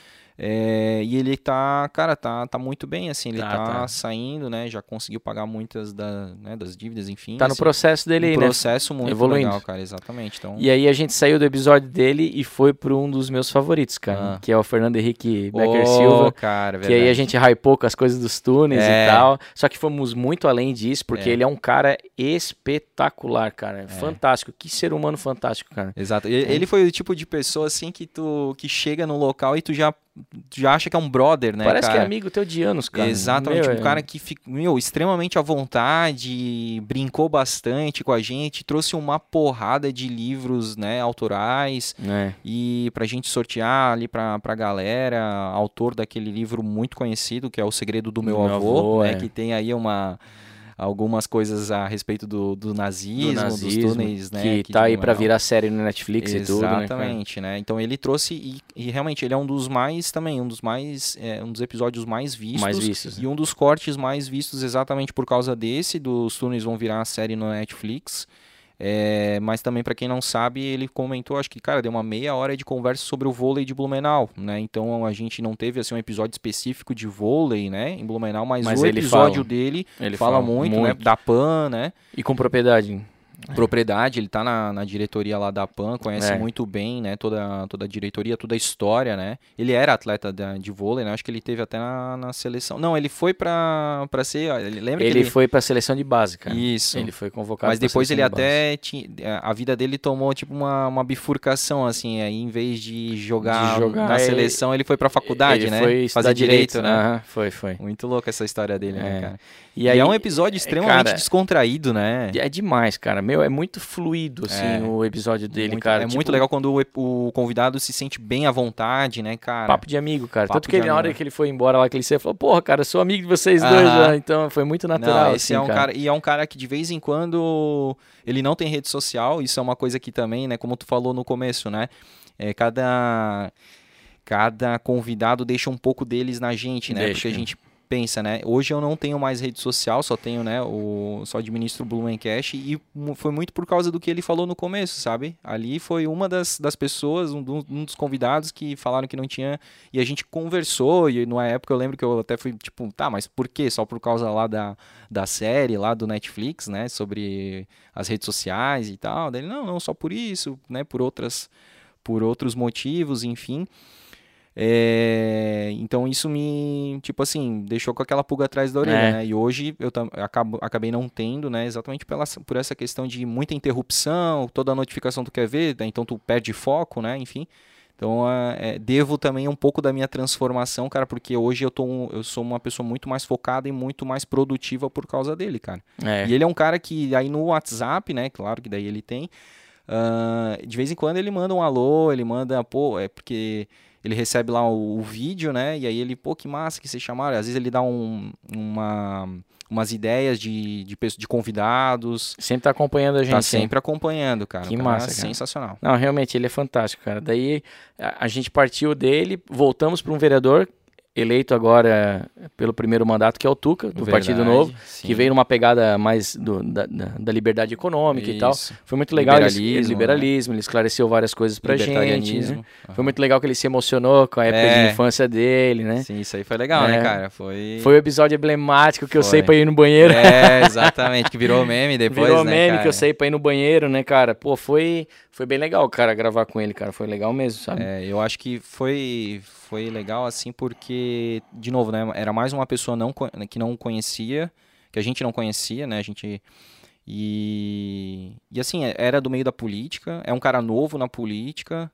E ele tá muito bem, assim, ele tá saindo, né, já conseguiu pagar muitas das dívidas, enfim. Tá no processo dele, né? Processo muito evoluindo. Legal, cara, exatamente. Então... E aí a gente saiu do episódio dele e foi para um dos meus favoritos, cara, que é o Fernando Henrique Becker Silva, cara, que aí a gente hypou com as coisas dos túneis e tal, só que fomos muito além disso, porque ele é um cara espetacular, cara, fantástico, que ser humano fantástico, cara. Exato, ele foi o tipo de pessoa, assim, que chega no local e tu já acha que é um brother, né, Parece cara? que é amigo teu de anos, cara. Exatamente, um cara que fica, extremamente à vontade, brincou bastante com a gente, trouxe uma porrada de livros, né, autorais, e pra gente sortear ali pra galera, autor daquele livro muito conhecido, que é O Segredo do Meu Avô, né, que tem aí algumas coisas a respeito do nazismo, dos túneis, né? Que tá aí pra virar série no Netflix e tudo, né? Exatamente, né? Então ele trouxe e realmente ele é um dos episódios mais vistos. E um dos cortes mais vistos exatamente por causa dos túneis vão virar série no Netflix. Mas também, para quem não sabe, ele comentou, acho que, cara, deu uma meia hora de conversa sobre o vôlei de Blumenau, né? Então a gente não teve assim um episódio específico de vôlei, né, em Blumenau, mas o episódio dele fala muito, né, da PAN, né? E com propriedade. Propriedade, ele tá na diretoria lá da PAN, conhece muito bem, né, toda a diretoria, toda a história, né? Ele era atleta de vôlei, né? Acho que ele teve até na seleção. Não, ele foi pra ser, lembra que ele foi pra seleção de base, cara. Isso. Ele foi convocado. Mas depois ele até a vida dele tomou tipo uma bifurcação, assim, aí em vez de jogar na seleção, ele foi pra faculdade, ele né? Foi fazer direito, né? Foi. Muito louca essa história dele, né, cara? E aí, é um episódio extremamente descontraído, né? É demais, cara. É muito fluido, assim, o episódio dele, cara. Muito legal quando o convidado se sente bem à vontade, né, cara? Papo de amigo, cara. Tanto que na hora que ele foi embora lá, que ele falou, porra, cara, eu sou amigo de vocês dois já. Então foi muito natural, esse assim, cara. E é um cara que de vez em quando ele não tem rede social, isso é uma coisa que também, né, como tu falou no começo, né? Cada convidado deixa um pouco deles na gente, né? Porque a gente pensa, né? Hoje eu não tenho mais rede social, só tenho, né, só administro o Blumencast, e foi muito por causa do que ele falou no começo, sabe? Ali foi uma das pessoas, um dos convidados que falaram que não tinha, e a gente conversou, e numa época eu lembro que eu até fui tipo, tá, mas por quê? Só por causa lá da série lá do Netflix, né, sobre as redes sociais e tal. Daí ele, não, só por isso, né, por outros motivos, enfim. Então isso me, tipo assim, deixou com aquela pulga atrás da orelha, né? E hoje eu acabei não tendo, né? Exatamente por essa questão de muita interrupção, toda a notificação tu quer ver, né? Então tu perde foco, né? Enfim. Então devo também um pouco da minha transformação, cara, porque hoje eu sou uma pessoa muito mais focada e muito mais produtiva por causa dele, cara. E ele é um cara que aí no WhatsApp, né? Claro que daí ele tem. De vez em quando ele manda um alô, ele manda, porque ele recebe lá o vídeo, né? E aí ele, que massa que vocês chamaram. Às vezes ele dá umas ideias de convidados. Sempre tá acompanhando a gente. Tá sempre acompanhando, cara. Que massa, cara. Sensacional. Não, realmente, ele é fantástico, cara. Daí a gente partiu dele, voltamos para um vereador eleito agora pelo primeiro mandato, que é o Tuca, do Partido Novo, sim. Que veio numa pegada mais da liberdade econômica e tal. Foi muito legal. Liberalismo, ele esclareceu várias coisas pra gente. Né? Foi muito legal que ele se emocionou com a época de infância dele, né? Sim, isso aí foi legal, né, cara? Foi o episódio emblemático que eu sei pra ir no banheiro. Exatamente, que virou meme depois, virou né, meme, cara? que eu sei pra ir no banheiro, né, cara? Foi bem legal, cara, gravar com ele, cara. Foi legal mesmo, sabe? Eu acho que foi legal, assim, porque, de novo, né, era mais uma pessoa que não conhecia, que a gente não conhecia, né, e assim, era do meio da política, é um cara novo na política,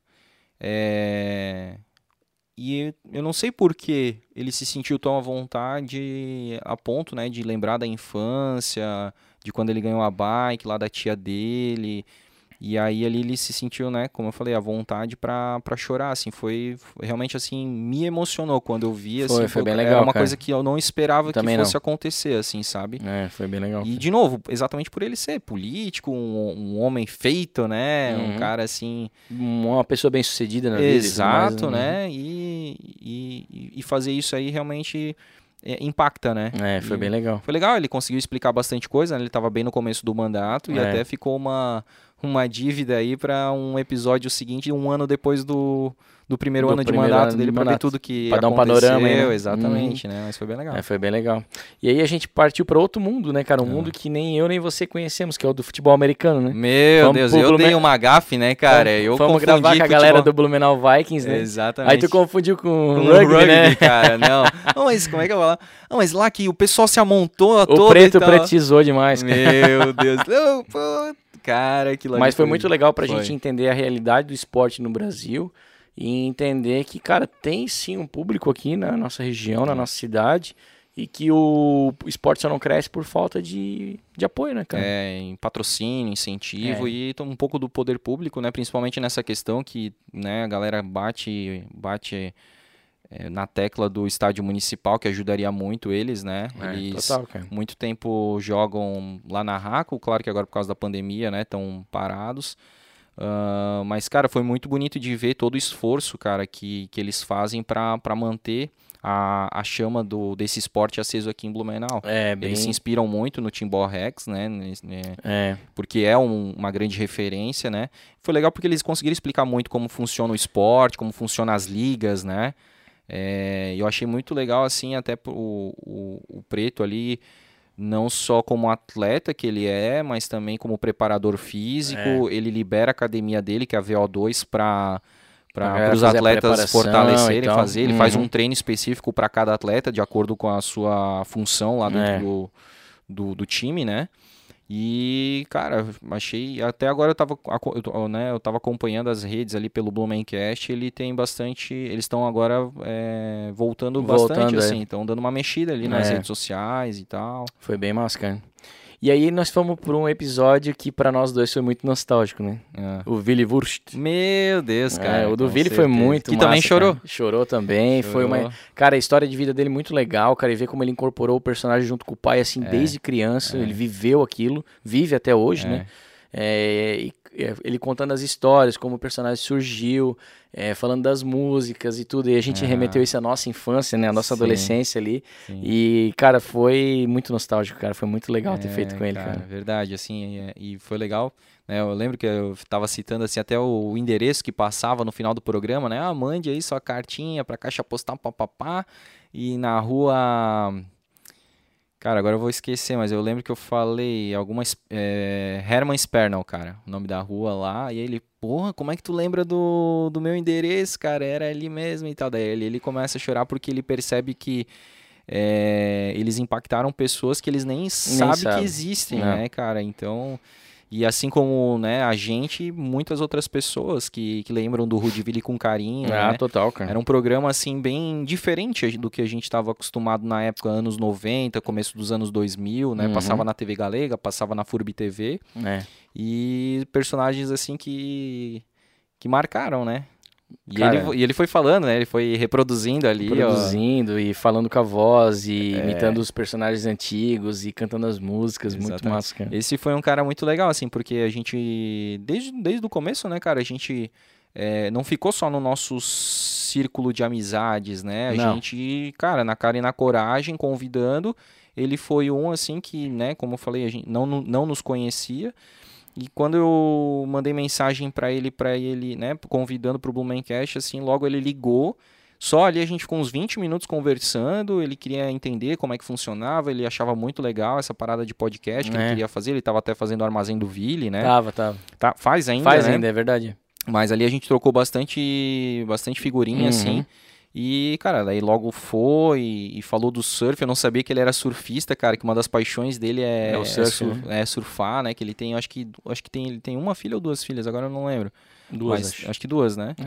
e eu não sei por que ele se sentiu tão à vontade a ponto, né, de lembrar da infância, de quando ele ganhou a bike lá da tia dele. E aí ali ele se sentiu, né, como eu falei, à vontade pra chorar, assim, foi realmente, assim, me emocionou quando eu vi, assim, foi bem legal, era uma cara. coisa que eu não esperava que fosse não. acontecer, assim, sabe? Foi bem legal. E, de novo, exatamente por ele ser político, um homem feito, né, um cara, assim... Uma pessoa bem sucedida na vida. Exato, né, e fazer isso aí realmente... impacta, né? Foi bem legal. Foi legal, ele conseguiu explicar bastante coisa, né? Ele estava bem no começo do mandato e até ficou uma dívida aí para um episódio seguinte, um ano depois do primeiro ano de mandato dele, para ver tudo que pra aconteceu. Dar um panorama aí, né? Exatamente, né? Mas foi bem legal. Foi bem legal. E aí a gente partiu para outro mundo, né, cara? Um mundo que nem eu nem você conhecemos, que é o do futebol americano, né? Meu Deus, eu dei uma gafe, né, cara? Fomos gravar com a galera do Blumenau Vikings, né? Exatamente. Aí tu confundiu com rugby, né? Cara, não. Mas como é que eu vou falar? Não, mas lá que o pessoal se amontou todo. O preto pretizou demais, cara. Meu Deus. Não, pô, cara, aquilo ali. Mas foi muito legal pra gente entender a realidade do esporte no Brasil e entender que, cara, tem sim um público aqui na nossa região, na nossa cidade, e que o esporte só não cresce por falta de apoio, né, cara? Em patrocínio, incentivo e um pouco do poder público, né, principalmente nessa questão que, né, a galera bate na tecla do estádio municipal, que ajudaria muito eles, né? Eles total, cara. Muito tempo jogam lá na Raco, claro que agora por causa da pandemia, né, estão parados. Mas, cara, foi muito bonito de ver todo o esforço, cara, que eles fazem para manter a chama desse esporte aceso aqui em Blumenau. Eles se inspiram muito no Timbó Rex, né? Porque é uma grande referência, né? Foi legal porque eles conseguiram explicar muito como funciona o esporte, como funcionam as ligas, né? Eu achei muito legal, assim, até o Preto ali, não só como atleta que ele mas também como preparador físico. Ele libera a academia dele, que é a VO2, para os atletas fortalecerem, fazer. Ele faz um treino específico para cada atleta, de acordo com a sua função lá dentro do time, né? E, cara, achei... Até agora eu tava acompanhando as redes ali pelo Blumencast, ele tem bastante... Eles estão agora voltando bastante, assim. Estão dando uma mexida ali nas redes sociais e tal. Foi bem massa, cara. E aí nós fomos por um episódio que pra nós dois foi muito nostálgico, né? O Willy Wurst. Meu Deus, cara. O do Willy foi muito massa. Que também chorou. Cara. Chorou também. Foi uma... Cara, a história de vida dele muito legal, cara. E ver como ele incorporou o personagem junto com o pai, assim, desde criança. Ele viveu aquilo. Vive até hoje, né? ele contando as histórias, como o personagem surgiu, falando das músicas e tudo. E a gente remeteu isso à nossa infância, né? A nossa adolescência ali. Sim. E, cara, foi muito nostálgico, cara. Foi muito legal ter feito com ele, cara. Verdade, assim, e foi legal. Eu lembro que eu estava citando assim, até o endereço que passava no final do programa, né? Mande aí sua cartinha pra caixa postal, papapá. E na rua... Cara, agora eu vou esquecer, mas eu lembro que eu falei Hermann Spernau, cara, o nome da rua lá. E ele, porra, como é que tu lembra do meu endereço, cara? Era ali mesmo e tal. Daí ele começa a chorar porque ele percebe que eles impactaram pessoas que eles nem sabem que existem, né, cara? Então... E assim como, né, a gente, muitas outras pessoas que lembram do Rudiville com carinho, né? Total, cara. Era um programa, assim, bem diferente do que a gente estava acostumado na época, anos 90, começo dos anos 2000, né? Passava na TV Galega, passava na FURB TV. E personagens, assim, que marcaram, né? E ele foi falando, né? Ele foi reproduzindo ali. E falando com a voz, e imitando os personagens antigos, e cantando as músicas. Exatamente. Muito massa, cara. Esse foi um cara muito legal, assim, porque a gente, desde o começo, né, cara, a gente não ficou só no nosso círculo de amizades, né? A gente, cara, na cara e na coragem, convidando. Ele foi um, assim, que, né, como eu falei, a gente não nos conhecia. E quando eu mandei mensagem pra ele, né, convidando pro Blumencast, assim, logo ele ligou. Só ali a gente ficou uns 20 minutos conversando, ele queria entender como é que funcionava, ele achava muito legal essa parada de podcast que ele queria fazer, ele tava até fazendo o Armazém do Ville, né? Tava. Faz ainda, Faz ainda, é verdade. Mas ali a gente trocou bastante figurinha, assim. E, cara, daí logo foi e falou do surf. Eu não sabia que ele era surfista, cara, que uma das paixões dele o surf, surfar, né? Que ele tem, acho que ele tem uma filha ou duas filhas, agora eu não lembro. Duas, acho que duas, né?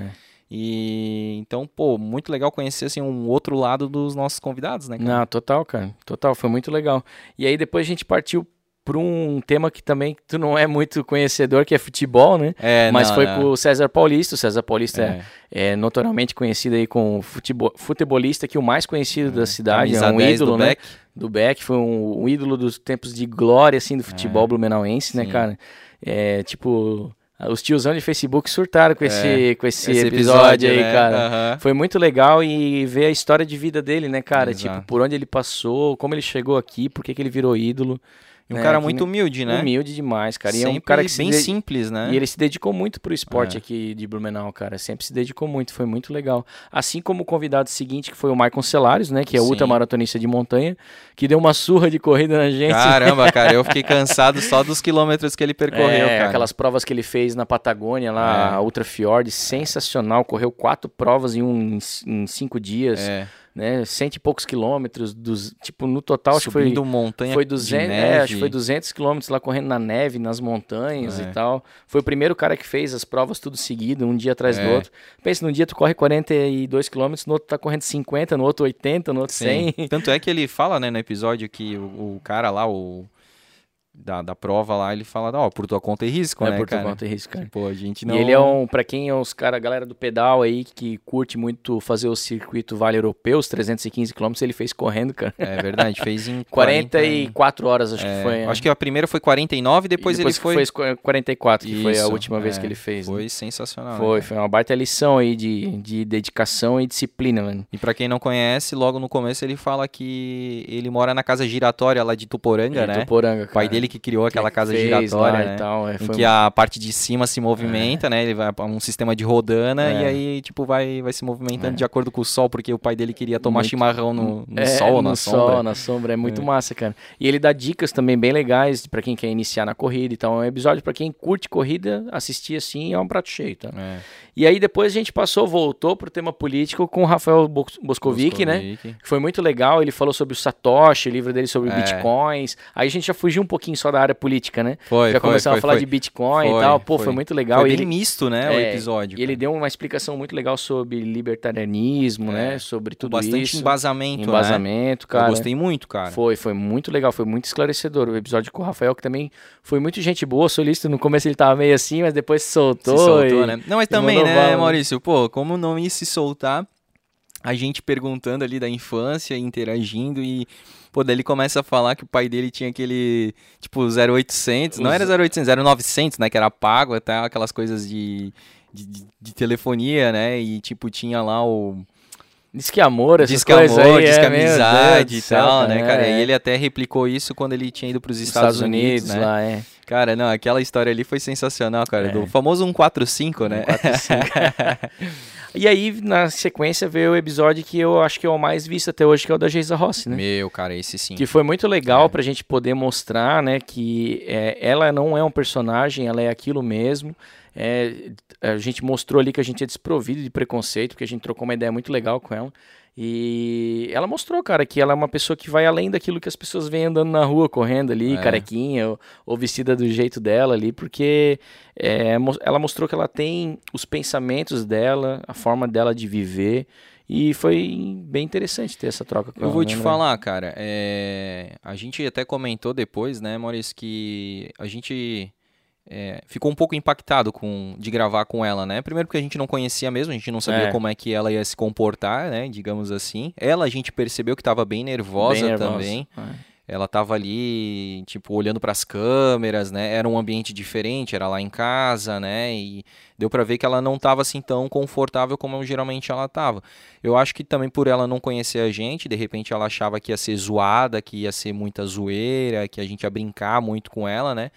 E então, pô, muito legal conhecer assim um outro lado dos nossos convidados, né, cara? Não, total, cara. Total, foi muito legal. E aí depois a gente partiu para um tema que também tu não é muito conhecedor, que é futebol, né? Mas foi com o César Paulista. O César Paulista é notoriamente conhecido aí como futebolista, que o mais conhecido da cidade, é um ídolo, né? Do Beck, foi um ídolo dos tempos de glória, assim, do futebol blumenauense, né, cara? Tipo... Os tiozão de Facebook surtaram com esse episódio aí, né, cara? Foi muito legal e ver a história de vida dele, né, cara? Exato. Tipo, por onde ele passou, como ele chegou aqui, por que ele virou ídolo. E um cara muito humilde, né? Humilde demais, cara. Sempre e é um cara que bem simples, né? E ele se dedicou muito pro esporte aqui de Blumenau, cara. Sempre se dedicou muito, foi muito legal. Assim como o convidado seguinte, que foi o Maicon Celares, né? Que é ultramaratonista de montanha, que deu uma surra de corrida na gente. Caramba, cara, eu fiquei cansado só dos quilômetros que ele percorreu, cara. Aquelas provas que ele fez na Patagônia, lá, a Ultra Fjord, sensacional. Correu 4 provas em 5 dias. Né, 100 e poucos quilômetros, tipo, no total acho que foi montanha foi 200, acho que foi 200 quilômetros lá correndo na neve, nas montanhas e tal. Foi o primeiro cara que fez as provas tudo seguido, um dia atrás do outro. Pensa, num dia tu corre 42 quilômetros, no outro tá correndo 50, no outro 80, no outro 100. Tanto é que ele fala, né, no episódio que o cara lá, da prova lá, ele fala, por tua conta e risco, né, por cara? Tua conta e risco, cara. Tipo, a gente não... E ele pra quem é a galera do pedal aí, que curte muito fazer o circuito Vale Europeu, os 315 km, ele fez correndo, cara. É verdade, fez em 44 horas, acho que foi. Acho que a primeira foi 49, depois ele fez 44, que foi a última vez que ele fez. Foi, né? sensacional. Foi uma baita lição aí de dedicação e disciplina, mano. E pra quem não conhece, logo no começo ele fala que ele mora na casa giratória lá de Tuporanga, né? Tuporanga, cara. O pai dele que criou aquela casa giratória, né? E tal, em que a parte de cima se movimenta, né? Ele vai para um sistema de rodana e aí tipo vai se movimentando de acordo com o sol, porque o pai dele queria tomar chimarrão no sol ou na sombra. Sol, na sombra, é muito massa, cara. E ele dá dicas também bem legais para quem quer iniciar na corrida. Então é um episódio para quem curte corrida, assistir assim é um prato cheio, tá? E aí depois a gente voltou pro tema político com o Rafael Boscovic, né? Que foi muito legal. Ele falou sobre o Satoshi, o livro dele sobre bitcoins. Aí a gente já fugiu um pouquinho só da área política, né? Já começamos a falar de Bitcoin e tal. Foi muito legal. Foi bem misto, né, o episódio. E ele deu uma explicação muito legal sobre libertarianismo, né? Sobre tudo bastante isso. Embasamento, cara. Eu gostei muito, cara. Foi muito legal, foi muito esclarecedor. O episódio com o Rafael, que também foi muito gente boa, solista. No começo ele tava meio assim, mas depois se soltou, né? Não, mas também, né, Maurício? Pô, como não ia se soltar... a gente perguntando ali da infância, interagindo e... Pô, daí ele começa a falar que o pai dele tinha aquele, tipo, 0800, não era 0800, era 900, né, que era pago, até aquelas coisas de telefonia, né, e tipo, tinha lá o... Diz que amor, essas Disque coisas amor, aí, disque meu Deus amizade do e céu, tal, né, cara? é. E ele até replicou isso quando ele tinha ido pros Estados Unidos, né? Lá, é. Cara, não, aquela história ali foi sensacional, cara, do famoso 145, né? 145. E aí, na sequência, veio o episódio que eu acho que é o mais visto até hoje, que é o da Geisa Rossi, né? Meu, cara, esse sim. Que foi muito legal pra gente poder mostrar, né, que ela não é um personagem, ela é aquilo mesmo. A gente mostrou ali que a gente é desprovido de preconceito, porque a gente trocou uma ideia muito legal com ela. E ela mostrou, cara, que ela é uma pessoa que vai além daquilo que as pessoas vêm andando na rua, correndo ali, carequinha, ou vestida do jeito dela ali, porque ela mostrou que ela tem os pensamentos dela, a forma dela de viver, e foi bem interessante ter essa troca com ela. Eu vou te né, falar, cara, a gente até comentou depois, né, Maurício, que a gente... ficou um pouco impactado de gravar com ela, né? Primeiro porque a gente não conhecia mesmo, a gente não sabia como é que ela ia se comportar, né? Digamos assim. Ela, a gente percebeu que estava bem nervosa também. Ela estava ali, tipo, olhando para as câmeras, né? Era um ambiente diferente, era lá em casa, né? E deu para ver que ela não estava assim tão confortável como geralmente ela estava. Eu acho que também por ela não conhecer a gente, de repente ela achava que ia ser zoada, que ia ser muita zoeira, que a gente ia brincar muito com ela, né?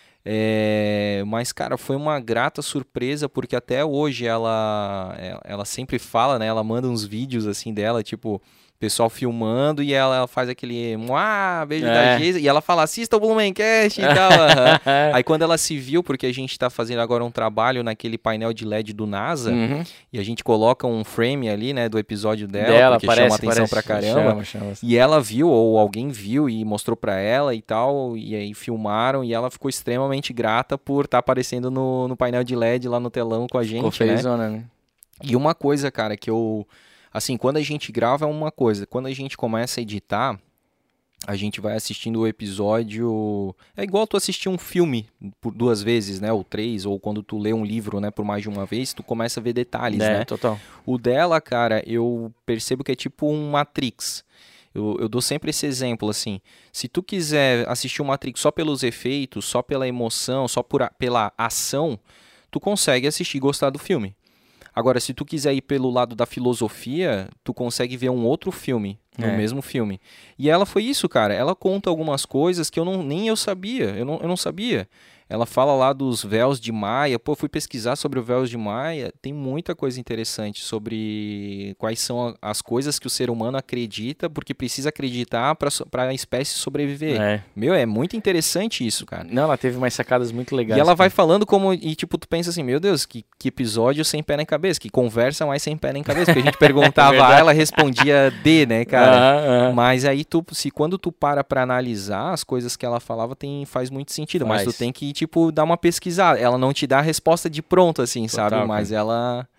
Mas, cara, foi uma grata surpresa, porque até hoje ela sempre fala, né? Ela manda uns vídeos assim dela, tipo, pessoal filmando e ela faz aquele beijo da Geisa, e ela fala, assista o Blumencast e tal. Aí quando ela se viu, porque a gente tá fazendo agora um trabalho naquele painel de LED do NASA, e a gente coloca um frame ali, né, do episódio dela porque chama atenção pra caramba. Chama. E ela viu, ou alguém viu e mostrou pra ela e tal, e aí filmaram, e ela ficou extremamente grata por estar aparecendo no painel de LED lá no telão com a gente, ficou felizona, né? E uma coisa, cara, que eu... Assim, quando a gente grava é uma coisa, quando a gente começa a editar, a gente vai assistindo o episódio... É igual tu assistir um filme por 2 vezes, né? Ou 3, ou quando tu lê um livro, né? Por mais de uma vez, tu começa a ver detalhes, né? Total. O dela, cara, eu percebo que é tipo um Matrix. Eu dou sempre esse exemplo, assim. Se tu quiser assistir o Matrix só pelos efeitos, só pela emoção, só pela ação, tu consegue assistir e gostar do filme. Agora, se tu quiser ir pelo lado da filosofia, tu consegue ver um outro filme no mesmo filme. E ela foi isso, cara. Ela conta algumas coisas que nem eu sabia. Eu não sabia. Ela fala lá dos véus de Maia. Pô, fui pesquisar sobre os véus de Maia. Tem muita coisa interessante sobre quais são as coisas que o ser humano acredita, porque precisa acreditar para a espécie sobreviver. Meu, é muito interessante isso, cara. Não, ela teve umas sacadas muito legais. E ela vai falando como... E tipo, tu pensa assim, meu Deus, que episódio sem pé nem cabeça. Que conversa mais sem pé nem cabeça. Porque a gente perguntava A, ela respondia D, né, cara? Mas aí, quando tu para analisar as coisas que ela falava, faz muito sentido. Mas tu tem que tipo, dar uma pesquisada. Ela não te dá a resposta de pronto, assim, total, sabe? Mas cara.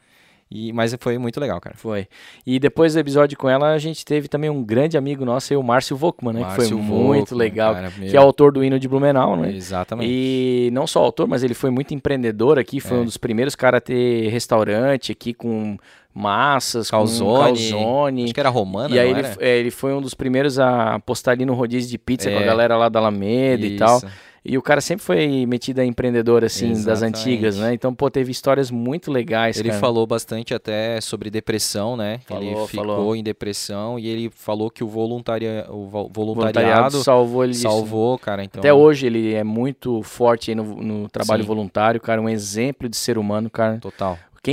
Mas foi muito legal, cara. Foi. E depois do episódio com ela, a gente teve também um grande amigo nosso, o Márcio Volkmann, né? Que foi muito legal. Cara, que é autor do hino de Blumenau, né? Exatamente. E não só autor, mas ele foi muito empreendedor aqui. Foi um dos primeiros caras a ter restaurante aqui com massas, calzone. Acho que era romana, e aí ele foi um dos primeiros a apostar ali no rodízio de pizza com a galera lá da Alameda e tal. E o cara sempre foi metido a empreendedor, assim, das antigas, né? Então, pô, teve histórias muito legais, Ele falou bastante até sobre depressão, né? Ele ficou em depressão e ele falou que o voluntariado salvou ele disso, cara. Então... Até hoje ele é muito forte aí no trabalho voluntário, cara. Um exemplo de ser humano, cara. Total.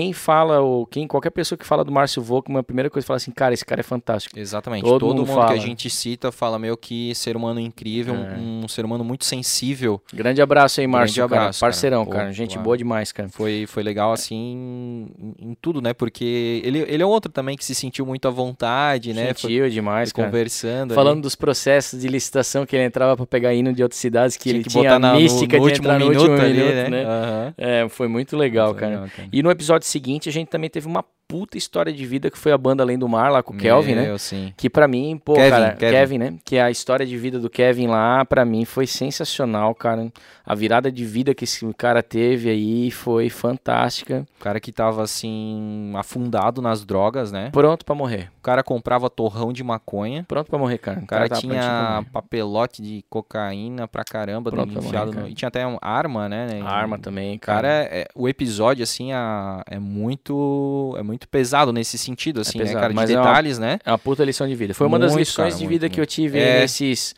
Qualquer pessoa que fala do Márcio Volkmann, a primeira coisa que fala assim, cara, esse cara é fantástico. Exatamente. Todo mundo fala. Que a gente cita fala, meu, que ser humano incrível, um ser humano muito sensível. Grande abraço aí, Márcio. Grande abraço, parceirão, cara. Gente boa demais, cara. Foi legal, assim, em tudo, né? Porque ele é outro também que se sentiu muito à vontade, né? Sentiu demais, cara. Conversando. Falando dos processos de licitação que ele entrava pra pegar hino de outras cidades, que ele tinha a mística de entrar no último minuto, né? Foi muito legal, cara. E no episódio episódio seguinte, a gente também teve uma puta história de vida que foi a banda Além do Mar lá com o Kelvin, né? Sim. Que pra mim, pô, Kevin, né? Que a história de vida do Kevin lá, pra mim, foi sensacional, cara. A virada de vida que esse cara teve aí foi fantástica. O cara que tava, assim, afundado nas drogas, né? Pronto pra morrer. O cara comprava torrão de maconha. Pronto pra morrer, cara. O cara tinha papelote de cocaína pra caramba. Pronto enfiado morrer, e tinha até uma arma, né? Arma também, cara. O episódio, assim, é muito pesado nesse sentido, assim, né, cara? De detalhes, né? É uma puta lição de vida. Foi uma das lições de vida que eu tive nesses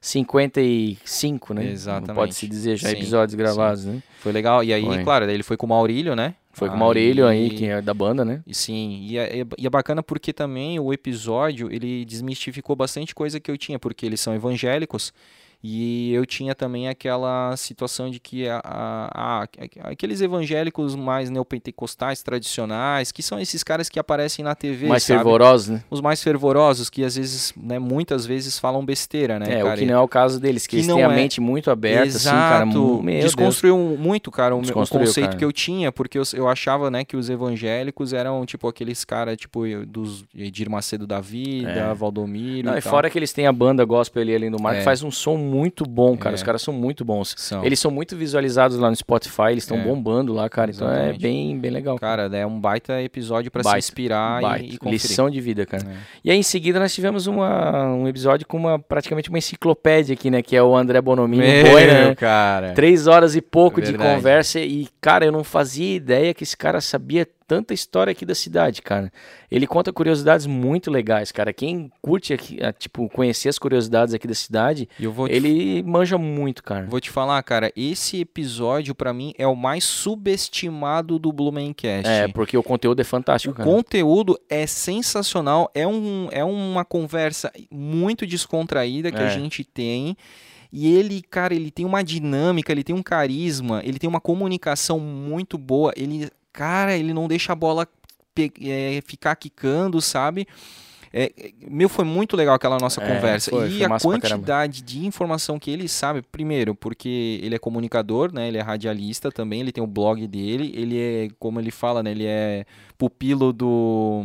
55, né? Exatamente. Pode-se dizer já episódios gravados, né? Foi legal. E aí, claro, daí ele foi com o Maurílio, né? Foi com o Maurílio aí, que é da banda, né? Sim, e é bacana porque também o episódio, ele desmistificou bastante coisa que eu tinha, porque eles são evangélicos. E eu tinha também aquela situação de que aqueles evangélicos mais neopentecostais, tradicionais, que são esses caras que aparecem na TV, mais fervorosos, né? Os mais fervorosos, que às vezes, né, muitas vezes falam besteira, né, cara? O que não é o caso deles, que eles têm a mente muito aberta, exato, assim, cara. Desconstruiu muito, cara, o conceito que eu tinha, porque eu achava, né, que os evangélicos eram, tipo, aqueles caras, tipo, dos Edir Macedo da vida, Valdomiro e tal. Fora que eles têm a banda gospel ali Além do Mar, que faz um som muito bom, cara. Os caras são muito bons. Eles são muito visualizados lá no Spotify, eles estão bombando lá, cara. Exatamente. Então é bem legal. Cara, é um baita episódio pra se inspirar e conferir. Lição de vida, cara. E aí em seguida nós tivemos um episódio com praticamente uma enciclopédia aqui, né? Que é o André Bonomini, né? Cara. 3 horas e pouco de conversa e, cara, eu não fazia ideia que esse cara sabia tanta história aqui da cidade, cara. Ele conta curiosidades muito legais, cara. Quem curte aqui, tipo, conhecer as curiosidades aqui da cidade, ele manja muito, cara. Vou te falar, cara, esse episódio pra mim é o mais subestimado do Blumencast. Porque o conteúdo é fantástico, cara. O conteúdo é sensacional, é uma conversa muito descontraída que a gente tem. E ele, cara, ele tem uma dinâmica, ele tem um carisma, ele tem uma comunicação muito boa. Ele não deixa a bola ficar quicando, sabe? Foi muito legal aquela nossa conversa. Foi a quantidade de informação que ele sabe, primeiro, porque ele é comunicador, né? Ele é radialista também, ele tem o blog dele, ele é, como ele fala, né? Ele é pupilo do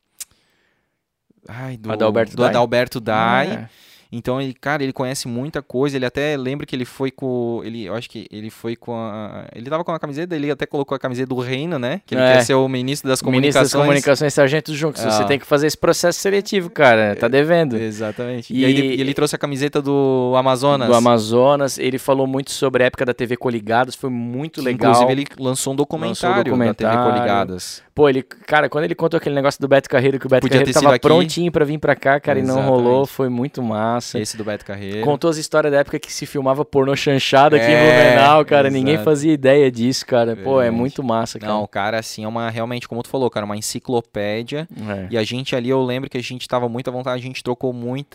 Adalberto Dai. Então, ele conhece muita coisa, ele até lembra que ele foi com... eu acho que ele foi com ele tava com a camiseta, ele até colocou a camiseta do Reino, né? Que ele quer ser o ministro das comunicações. Ministro das comunicações, Sargento Junco. Você tem que fazer esse processo seletivo, cara. Tá devendo. Exatamente. E ele trouxe a camiseta do Amazonas. Do Amazonas. Ele falou muito sobre a época da TV Coligadas, foi muito legal. Inclusive, ele lançou um documentário da TV Coligadas. Pô, cara, quando ele contou aquele negócio do Beto Carreiro, que o Beto Carreiro tava prontinho pra vir pra cá, cara, e não rolou, foi muito massa. Esse do Beto Carreiro. Contou as histórias da época que se filmava pornô chanchado aqui em Blumenau, cara, ninguém fazia ideia disso, cara. Verdade. Pô, é muito massa, cara. Não, o cara, assim, realmente, como tu falou, cara, uma enciclopédia. E a gente ali, eu lembro que a gente tava muito à vontade, a gente trocou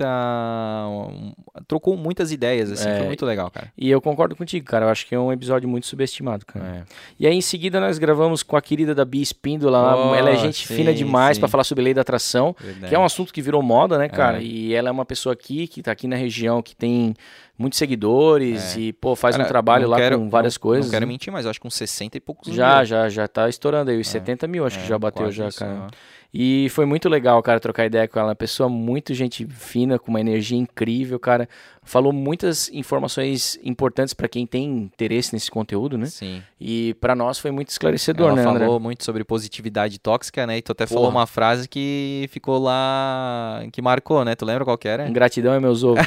muitas ideias, assim, foi muito legal, cara. E eu concordo contigo, cara, eu acho que é um episódio muito subestimado, cara. E aí, em seguida, nós gravamos com a querida da Bia Espíndola, ela é gente fina demais pra falar sobre lei da atração, que é um assunto que virou moda, né, cara? E ela é uma pessoa aqui, que tá aqui na região, que tem muitos seguidores e, pô, faz um trabalho lá com várias coisas. Não quero mentir, mas eu acho que uns 60 e poucos mil. Já tá estourando aí, os 70 mil, acho que já bateu já, cara. E foi muito legal, cara, trocar ideia com ela. Uma pessoa muito gente fina, com uma energia incrível, cara. Falou muitas informações importantes para quem tem interesse nesse conteúdo, né? Sim. E para nós foi muito esclarecedor, né, Ela André? falou muito sobre positividade tóxica, né? E tu até falou uma frase que ficou lá, que marcou, né? Tu lembra qual que era? Ingratidão é meus ovos.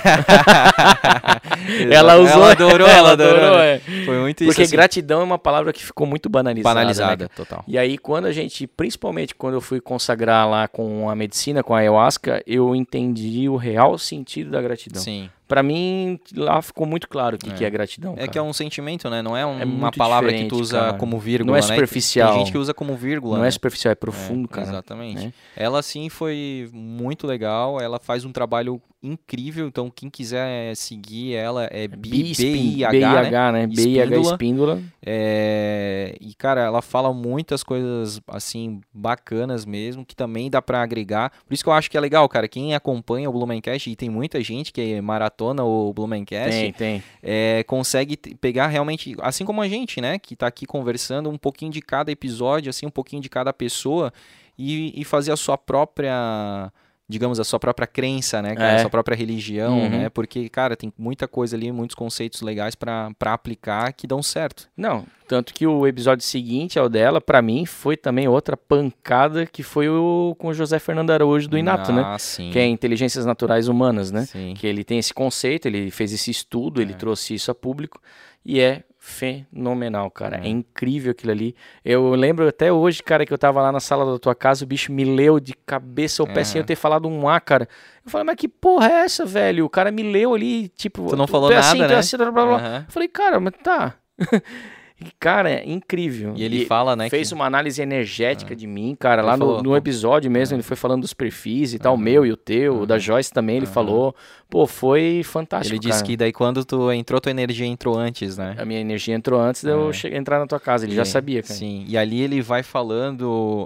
Ela usou. Ela adorou. Foi muito isso. Porque assim. Gratidão é uma palavra que ficou muito banalizada. Né? Total. E aí, principalmente quando eu fui consagrar lá com a medicina, com a ayahuasca, eu entendi o real sentido da gratidão. Sim. Pra mim, lá ficou muito claro o que é gratidão. Cara. Que é um sentimento, né? Não é uma palavra que tu usa como vírgula, não é superficial. Tem gente que usa como vírgula. Não é superficial, é profundo, cara. Exatamente. Ela, sim, foi muito legal. Ela faz um trabalho incrível. Então, quem quiser seguir ela é BIH, né? BIH Espíndola. E, cara, ela fala muitas coisas, assim, bacanas mesmo, que também dá pra agregar. Por isso que eu acho que é legal, cara. Quem acompanha o Blumencast, e tem muita gente que é maratona maratona o Blumencast, Tem. consegue pegar realmente, assim como a gente, né, que tá aqui conversando, um pouquinho de cada episódio, assim, um pouquinho de cada pessoa e fazer a sua própria, digamos, a sua própria crença, né, cara, a sua própria religião, né, porque, cara, tem muita coisa ali, muitos conceitos legais pra aplicar que dão certo. Não, tanto que o episódio seguinte ao dela, pra mim, foi também outra pancada, que foi com o José Fernando Araújo do Inato, né? Sim. Que é Inteligências Naturais Humanas, né? Sim. Que ele tem esse conceito, ele fez esse estudo, ele trouxe isso a público e é fenomenal, cara. É incrível aquilo ali. Eu lembro até hoje, cara, que eu tava lá na sala da tua casa, o bicho me leu de cabeça ao pé sem eu ter falado um A, cara. Eu falei, mas que porra é essa, velho? O cara me leu ali, tipo... Tu não falou nada, assim, né? Assim, blá, blá, blá. Eu falei, cara, mas tá... Cara, é incrível. E ele fala, né? Fez uma análise energética de mim, cara. Ele Lá falou, no episódio mesmo, ele foi falando dos perfis e tal, o meu e o teu, o da Joyce também, ele falou. Pô, foi fantástico, Ele disse que daí quando tu entrou, tua energia entrou antes, né? A minha energia entrou antes de eu entrar na tua casa, ele já sabia, cara. Sim, e ali ele vai falando,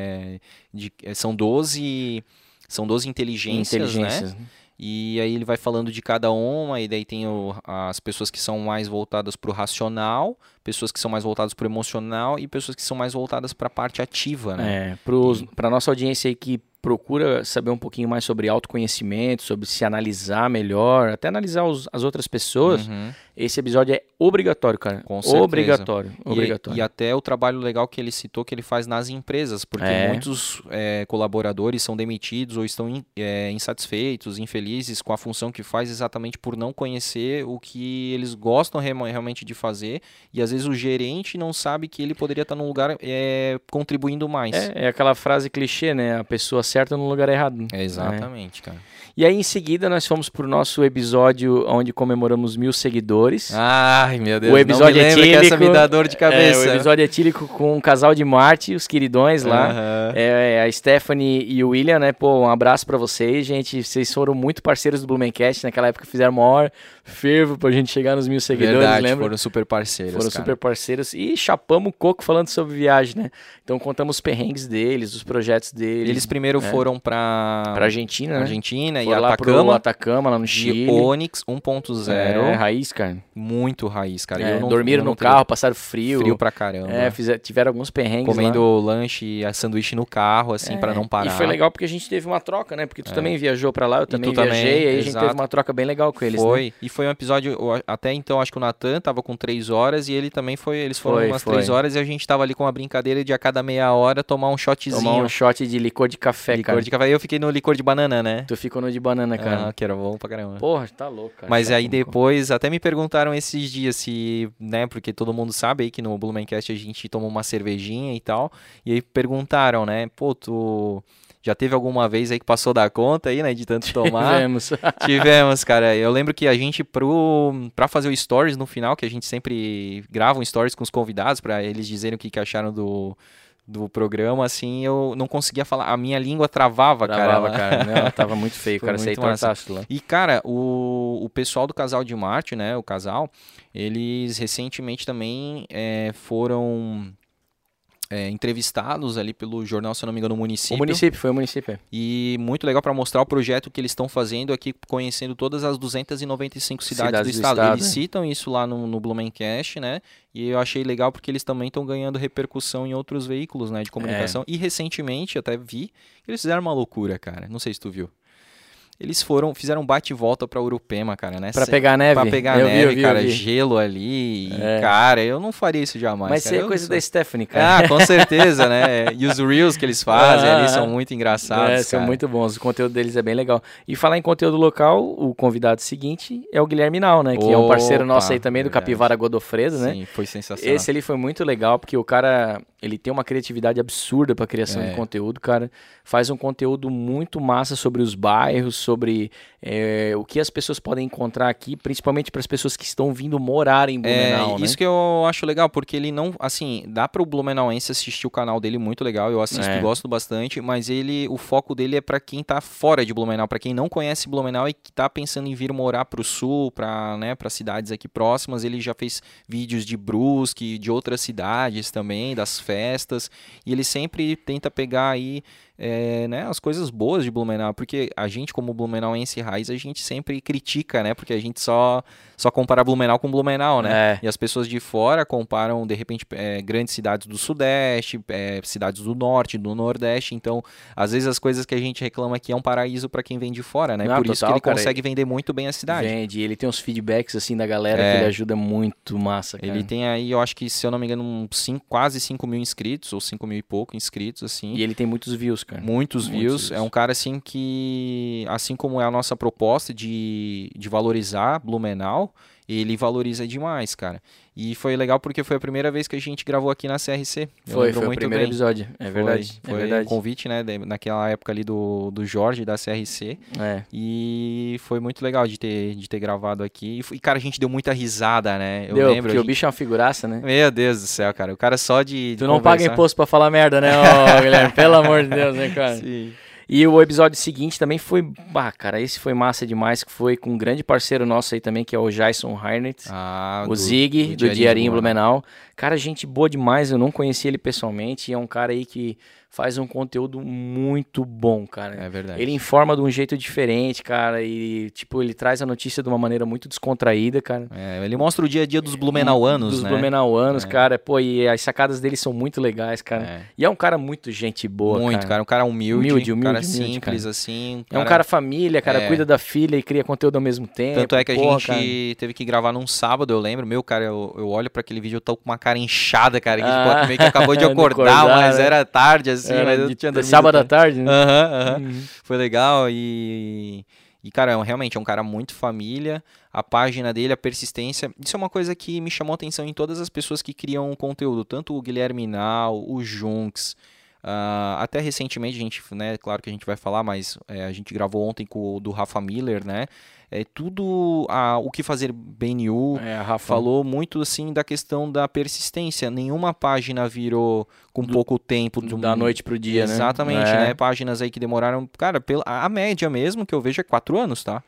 são 12 inteligências, né? E aí ele vai falando de cada uma, e daí tem as pessoas que são mais voltadas para o racional, pessoas que são mais voltadas para o emocional e pessoas que são mais voltadas para a parte ativa, né? Para nossa audiência aí que procura saber um pouquinho mais sobre autoconhecimento, sobre se analisar melhor, até analisar as outras pessoas, esse episódio é obrigatório, cara. Com certeza. Obrigatório. E até o trabalho legal que ele citou, que ele faz nas empresas, porque muitos colaboradores são demitidos ou estão insatisfeitos, infelizes com a função que faz exatamente por não conhecer o que eles gostam realmente de fazer, e às vezes o gerente não sabe que ele poderia estar num lugar contribuindo mais. É aquela frase clichê, né? A pessoa certa no lugar errado. Exatamente, cara. E aí, em seguida, nós fomos pro nosso episódio onde comemoramos 1000 seguidores. Ai, meu Deus, o episódio não me lembra que essa me dá dor de cabeça. O episódio etílico com um casal de Marte, os queridões lá. A Stephanie e o William, né? Pô, um abraço pra vocês, gente. Vocês foram muito parceiros do Blumencast. Naquela época fizeram o maior fervo pra gente chegar nos 1000 seguidores, verdade, lembra? Foram super parceiros, Foram super parceiros. E chapamos o coco falando sobre viagem, né? Então contamos os perrengues deles, os projetos deles. Eles primeiro foram pra Argentina, né? Argentina foram e lá Atacama. Atacama, lá no Chile. De Onix 1.0. Raiz, cara. Muito raiz, cara. Dormiram no carro, passaram frio. Frio pra caramba. Tiveram alguns perrengues comendo lanche e sanduíche no carro, assim, pra não parar. E foi legal porque a gente teve uma troca, né? Porque tu também viajou pra lá, eu também viajei, aí a gente teve uma troca bem legal com eles, Foi, né? E foi um episódio, até então, acho que o Natan tava com 3 horas e ele também eles foram umas 3 horas e a gente tava ali com uma brincadeira de a cada meia hora tomar um shotzinho. Tomar um shot de licor de café, cara. Licor de café. Eu fiquei no licor de banana, né? Tu ficou no de banana, cara. Que era bom pra caramba. Porra, tá louco, cara. Mas aí depois, até me perguntaram esses dias se, né, porque todo mundo sabe aí que no Blumencast a gente toma uma cervejinha e tal, e aí perguntaram, né, pô, tu já teve alguma vez aí que passou da conta aí, né, de tanto tomar? Tivemos, cara. Eu lembro que a gente, pra fazer o stories no final, que a gente sempre grava um stories com os convidados, pra eles dizerem o que acharam do programa, assim, eu não conseguia falar. A minha língua travava, cara. Não, tava muito feio, cara. Isso aí fantástico lá. E, cara, o pessoal do Casal de Marte, né, o casal, eles recentemente também foram entrevistados ali pelo jornal, se eu não me engano, Foi o Município. E muito legal para mostrar o projeto que eles estão fazendo aqui, conhecendo todas as 295 cidades do estado. Eles citam isso lá no Blumencast, né? E eu achei legal porque eles também estão ganhando repercussão em outros veículos, né, de comunicação. E recentemente, até vi, eles fizeram uma loucura, cara. Não sei se tu viu. Eles fizeram um bate e volta pra Urupema, cara, né? Pra pegar neve? Pra pegar neve, cara, gelo ali. Cara, eu não faria isso jamais. Mas cara. isso é coisa da Stephanie, cara. Ah, com certeza, né? E os Reels que eles fazem ali são muito engraçados, são muito bons. O conteúdo deles é bem legal. E falar em conteúdo local, o convidado seguinte é o Guilherme Nau, né? Que é um parceiro nosso aí também, do Capivara Godofredo, né? Sim, foi sensacional. Esse ali foi muito legal, porque o cara, ele tem uma criatividade absurda pra criação de conteúdo, cara. Faz um conteúdo muito massa sobre os bairros, sobre o que as pessoas podem encontrar aqui, principalmente para as pessoas que estão vindo morar em Blumenau, né? Isso que eu acho legal, porque ele não, assim, dá para o blumenauense assistir o canal dele, muito legal, eu assisto e gosto bastante, mas o foco dele é para quem tá fora de Blumenau, para quem não conhece Blumenau e que tá pensando em vir morar pro sul, para cidades aqui próximas. Ele já fez vídeos de Brusque, de outras cidades também, das festas, e ele sempre tenta pegar aí né, as coisas boas de Blumenau, porque a gente, como blumenauense raiz, a gente sempre critica, né, porque a gente só compara Blumenau com Blumenau, né, e as pessoas de fora comparam, de repente, grandes cidades do Sudeste, cidades do Norte, do Nordeste, então, às vezes as coisas que a gente reclama aqui é um paraíso para quem vem de fora, né, por isso que ele consegue vender muito bem a cidade. Vende, ele tem uns feedbacks, assim, da galera que ele ajuda muito massa, cara. Ele tem aí, eu acho que, se eu não me engano, quase 5 mil inscritos, ou 5 mil e pouco inscritos, assim. E ele tem muitos views, cara. Muitos views. É um cara, assim, que, assim como é a nossa proposta de valorizar Blumenau, ele valoriza demais, cara. E foi legal porque foi a primeira vez que a gente gravou aqui na CRC. Foi o primeiro episódio, é verdade. Foi um convite, né, naquela época ali do Jorge, da CRC. E foi muito legal de ter gravado aqui. E, cara, a gente deu muita risada, né? Eu lembro. Porque o bicho é uma figuraça, né? Meu Deus do céu, cara. O cara só de Tu não paga imposto pra falar merda, né, ô, Guilherme? Pelo amor de Deus, né, cara? Sim. E o episódio seguinte também foi... cara, esse foi massa demais, que foi com um grande parceiro nosso aí também, que é o Jason Harnett. O Zig, do Diarinho Blumenau. Cara, gente boa demais, eu não conhecia ele pessoalmente, e é um cara aí que faz um conteúdo muito bom, cara. É verdade. Ele informa de um jeito diferente, cara, e, tipo, ele traz a notícia de uma maneira muito descontraída, cara. Ele mostra o dia a dia dos blumenauanos, né? Dos blumenauanos, cara. Pô, e as sacadas dele são muito legais, cara. E é um cara muito gente boa, muito, cara. Um cara humilde, um cara simples, cara. Assim. É um cara família, cara, cuida da filha e cria conteúdo ao mesmo tempo. Tanto é que a gente teve que gravar num sábado, eu lembro. Cara, eu olho pra aquele vídeo, eu tô com uma cara inchada, cara, que meio que acabou de acordar, mas era tarde, assim, mas eu tinha dormido. Sábado à tarde, né? Foi legal e, cara, realmente é um cara muito família. A página dele, a persistência, isso é uma coisa que me chamou a atenção em todas as pessoas que criam conteúdo, tanto o Guilherme Nau, o Junks, até recentemente a gente, né, claro que a gente vai falar, mas a gente gravou ontem com o do Rafa Miller, né? Tudo o que fazer BNU falou muito assim da questão da persistência. Nenhuma página virou com pouco tempo da noite pro dia, exatamente, né? Páginas aí que demoraram, cara, a média mesmo que eu vejo é 4 anos, tá?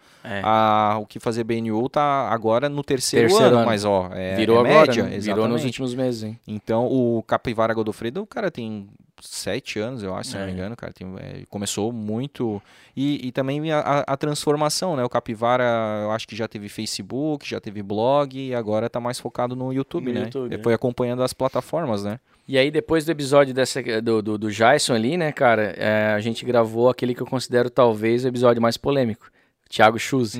O que fazer BNU tá agora no terceiro ano, mas virou agora, média, né? Virou nos últimos meses, hein? Então o Capivara Godofredo, o cara tem 7 anos, eu acho, se não me engano, cara. Começou muito. E também a transformação, né? O Capivara, eu acho que já teve Facebook, já teve blog, e agora tá mais focado no YouTube, né? Foi acompanhando as plataformas, né? E aí, depois do episódio do Jason ali, né, cara, a gente gravou aquele que eu considero talvez o episódio mais polêmico. Thiago Schuzzi.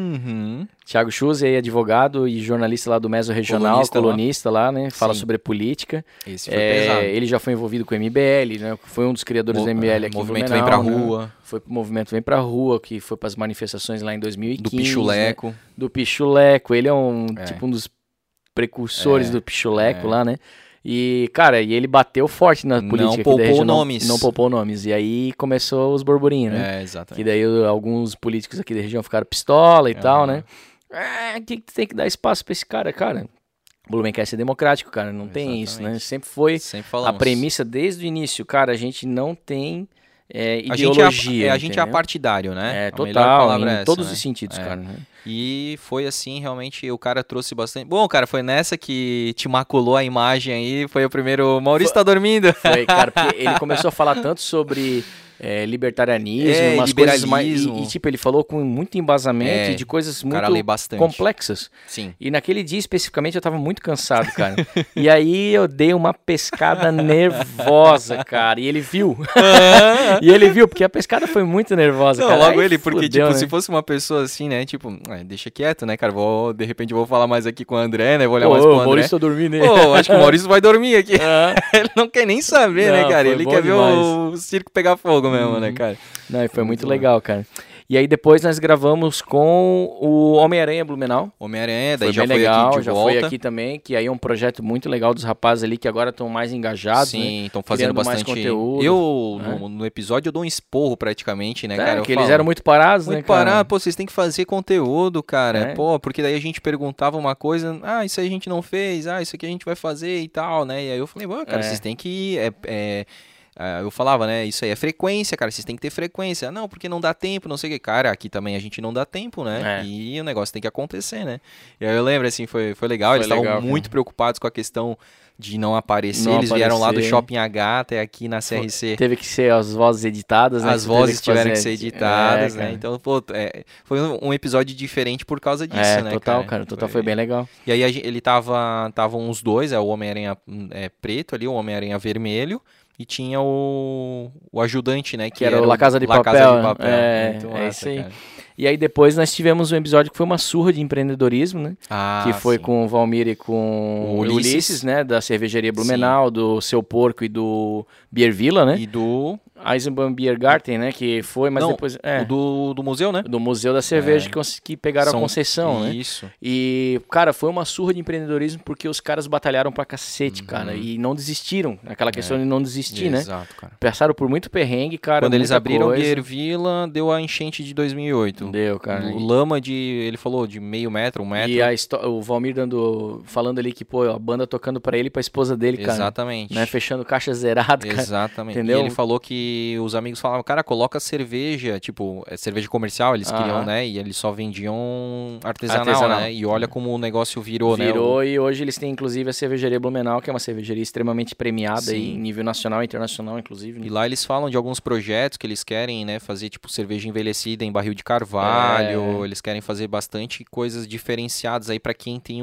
Thiago Schuzzi é advogado e jornalista lá do Meso Regional, colunista lá, né? Fala sobre política. Esse foi pesado. Ele já foi envolvido com o MBL, né? Foi um dos criadores do MBL aqui no Movimento Vem Pra Rua. Né? Foi pro Movimento Vem Pra Rua, que foi pras manifestações lá em 2015. Do Pichuleco. Né? Do Pichuleco. Ele é um dos precursores do Pichuleco lá, né? E, cara, ele bateu forte na política aqui da região. Não poupou nomes. E aí começou os burburinhos, né? Exatamente. Que daí alguns políticos aqui da região ficaram pistola e tal, né? Tem que dar espaço pra esse cara, cara. O Blumencast é democrático, cara. Não tem isso, né? Sempre foi a premissa desde o início. Cara, a gente não tem ideologia. A gente é apartidário, né? Total, em todos os sentidos, cara. Né? E foi assim, realmente, o cara trouxe bastante... Bom, cara, foi nessa que te maculou a imagem aí, foi o primeiro... Maurício tá dormindo. Foi, cara, porque ele começou a falar tanto sobre libertarianismo, umas coisas mais... E, tipo, ele falou com muito embasamento de coisas muito complexas. Sim. E naquele dia, especificamente, eu tava muito cansado, cara. E aí, eu dei uma pescada nervosa, cara, e ele viu. E ele viu, porque a pescada foi muito nervosa, cara. Logo aí ele, porque, fudeu, tipo, né? se fosse uma pessoa assim, né, tipo, deixa quieto, né, cara, de repente eu vou falar mais aqui com o André, né, vou olhar mais pro André. O Maurício tá dormindo aí. Acho que o Maurício vai dormir aqui. Ele não quer nem saber, né, cara, ele quer ver o circo pegar fogo mesmo, né, cara. Não, e foi muito legal, cara. E aí depois nós gravamos com o Homem-Aranha Blumenau. Homem-Aranha, daí já foi legal, aqui de já volta. foi aqui também, que aí é um projeto muito legal dos rapazes ali que agora estão mais engajados. Sim, estão fazendo bastante conteúdo. No episódio eu dou um esporro praticamente, né, cara? Que eles eram muito parados, né, cara? Muito parados, vocês têm que fazer conteúdo, cara. Porque daí a gente perguntava uma coisa, isso aí a gente não fez, isso aqui a gente vai fazer e tal, né? E aí eu falei, cara, vocês têm que eu falava, né, isso aí é frequência, cara, vocês têm que ter frequência. Não, porque não dá tempo, não sei o que. Cara, aqui também a gente não dá tempo, né? E o negócio tem que acontecer, né? E aí eu lembro, assim, foi legal, eles estavam muito preocupados com a questão de não aparecer, eles vieram lá do Shopping H até aqui na CRC. Teve que ser as vozes editadas, né? As vozes tiveram que ser editadas, né? Então, pô, foi um episódio diferente por causa disso, né, total, cara? Total, foi bem legal. E aí ele estavam os dois, o Homem-Aranha preto ali, o Homem-Aranha vermelho, e tinha o ajudante, né? Que era o La Casa de Papel. Isso aí. Cara. E aí depois nós tivemos um episódio que foi uma surra de empreendedorismo, né? Que foi com o Valmir e com o Ulisses, né? Da cervejaria Blumenau, do Seu Porco e do Beer Villa, né? E do Eisenbahn Biergarten, né? Que foi, mas depois... O do museu, né? Do Museu da Cerveja, que pegaram a concessão, né? Isso. E, cara, foi uma surra de empreendedorismo porque os caras batalharam pra cacete, cara. E não desistiram. Aquela questão de não desistir, né? Exato, cara. Passaram por muito perrengue, cara. Quando eles abriram o Beer Villa, deu a enchente de 2008. Deu, cara. O lama ele falou, de meio metro, 1 metro. E o Valmir falando ali que, pô, a banda tocando pra ele e pra esposa dele, cara. Exatamente. Né? Fechando caixa zerada, cara. Exatamente. Entendeu? E ele falou que os amigos falavam, cara, coloca cerveja, tipo, cerveja comercial, eles queriam, né? E eles só vendiam artesanal, né? E olha como o negócio virou, né? E hoje eles têm, inclusive, a cervejaria Blumenau, que é uma cervejaria extremamente premiada aí, em nível nacional e internacional, inclusive. Né? E lá eles falam de alguns projetos que eles querem, né? Fazer, tipo, cerveja envelhecida em barril de carvalho. Eles querem fazer bastante coisas diferenciadas aí para quem tem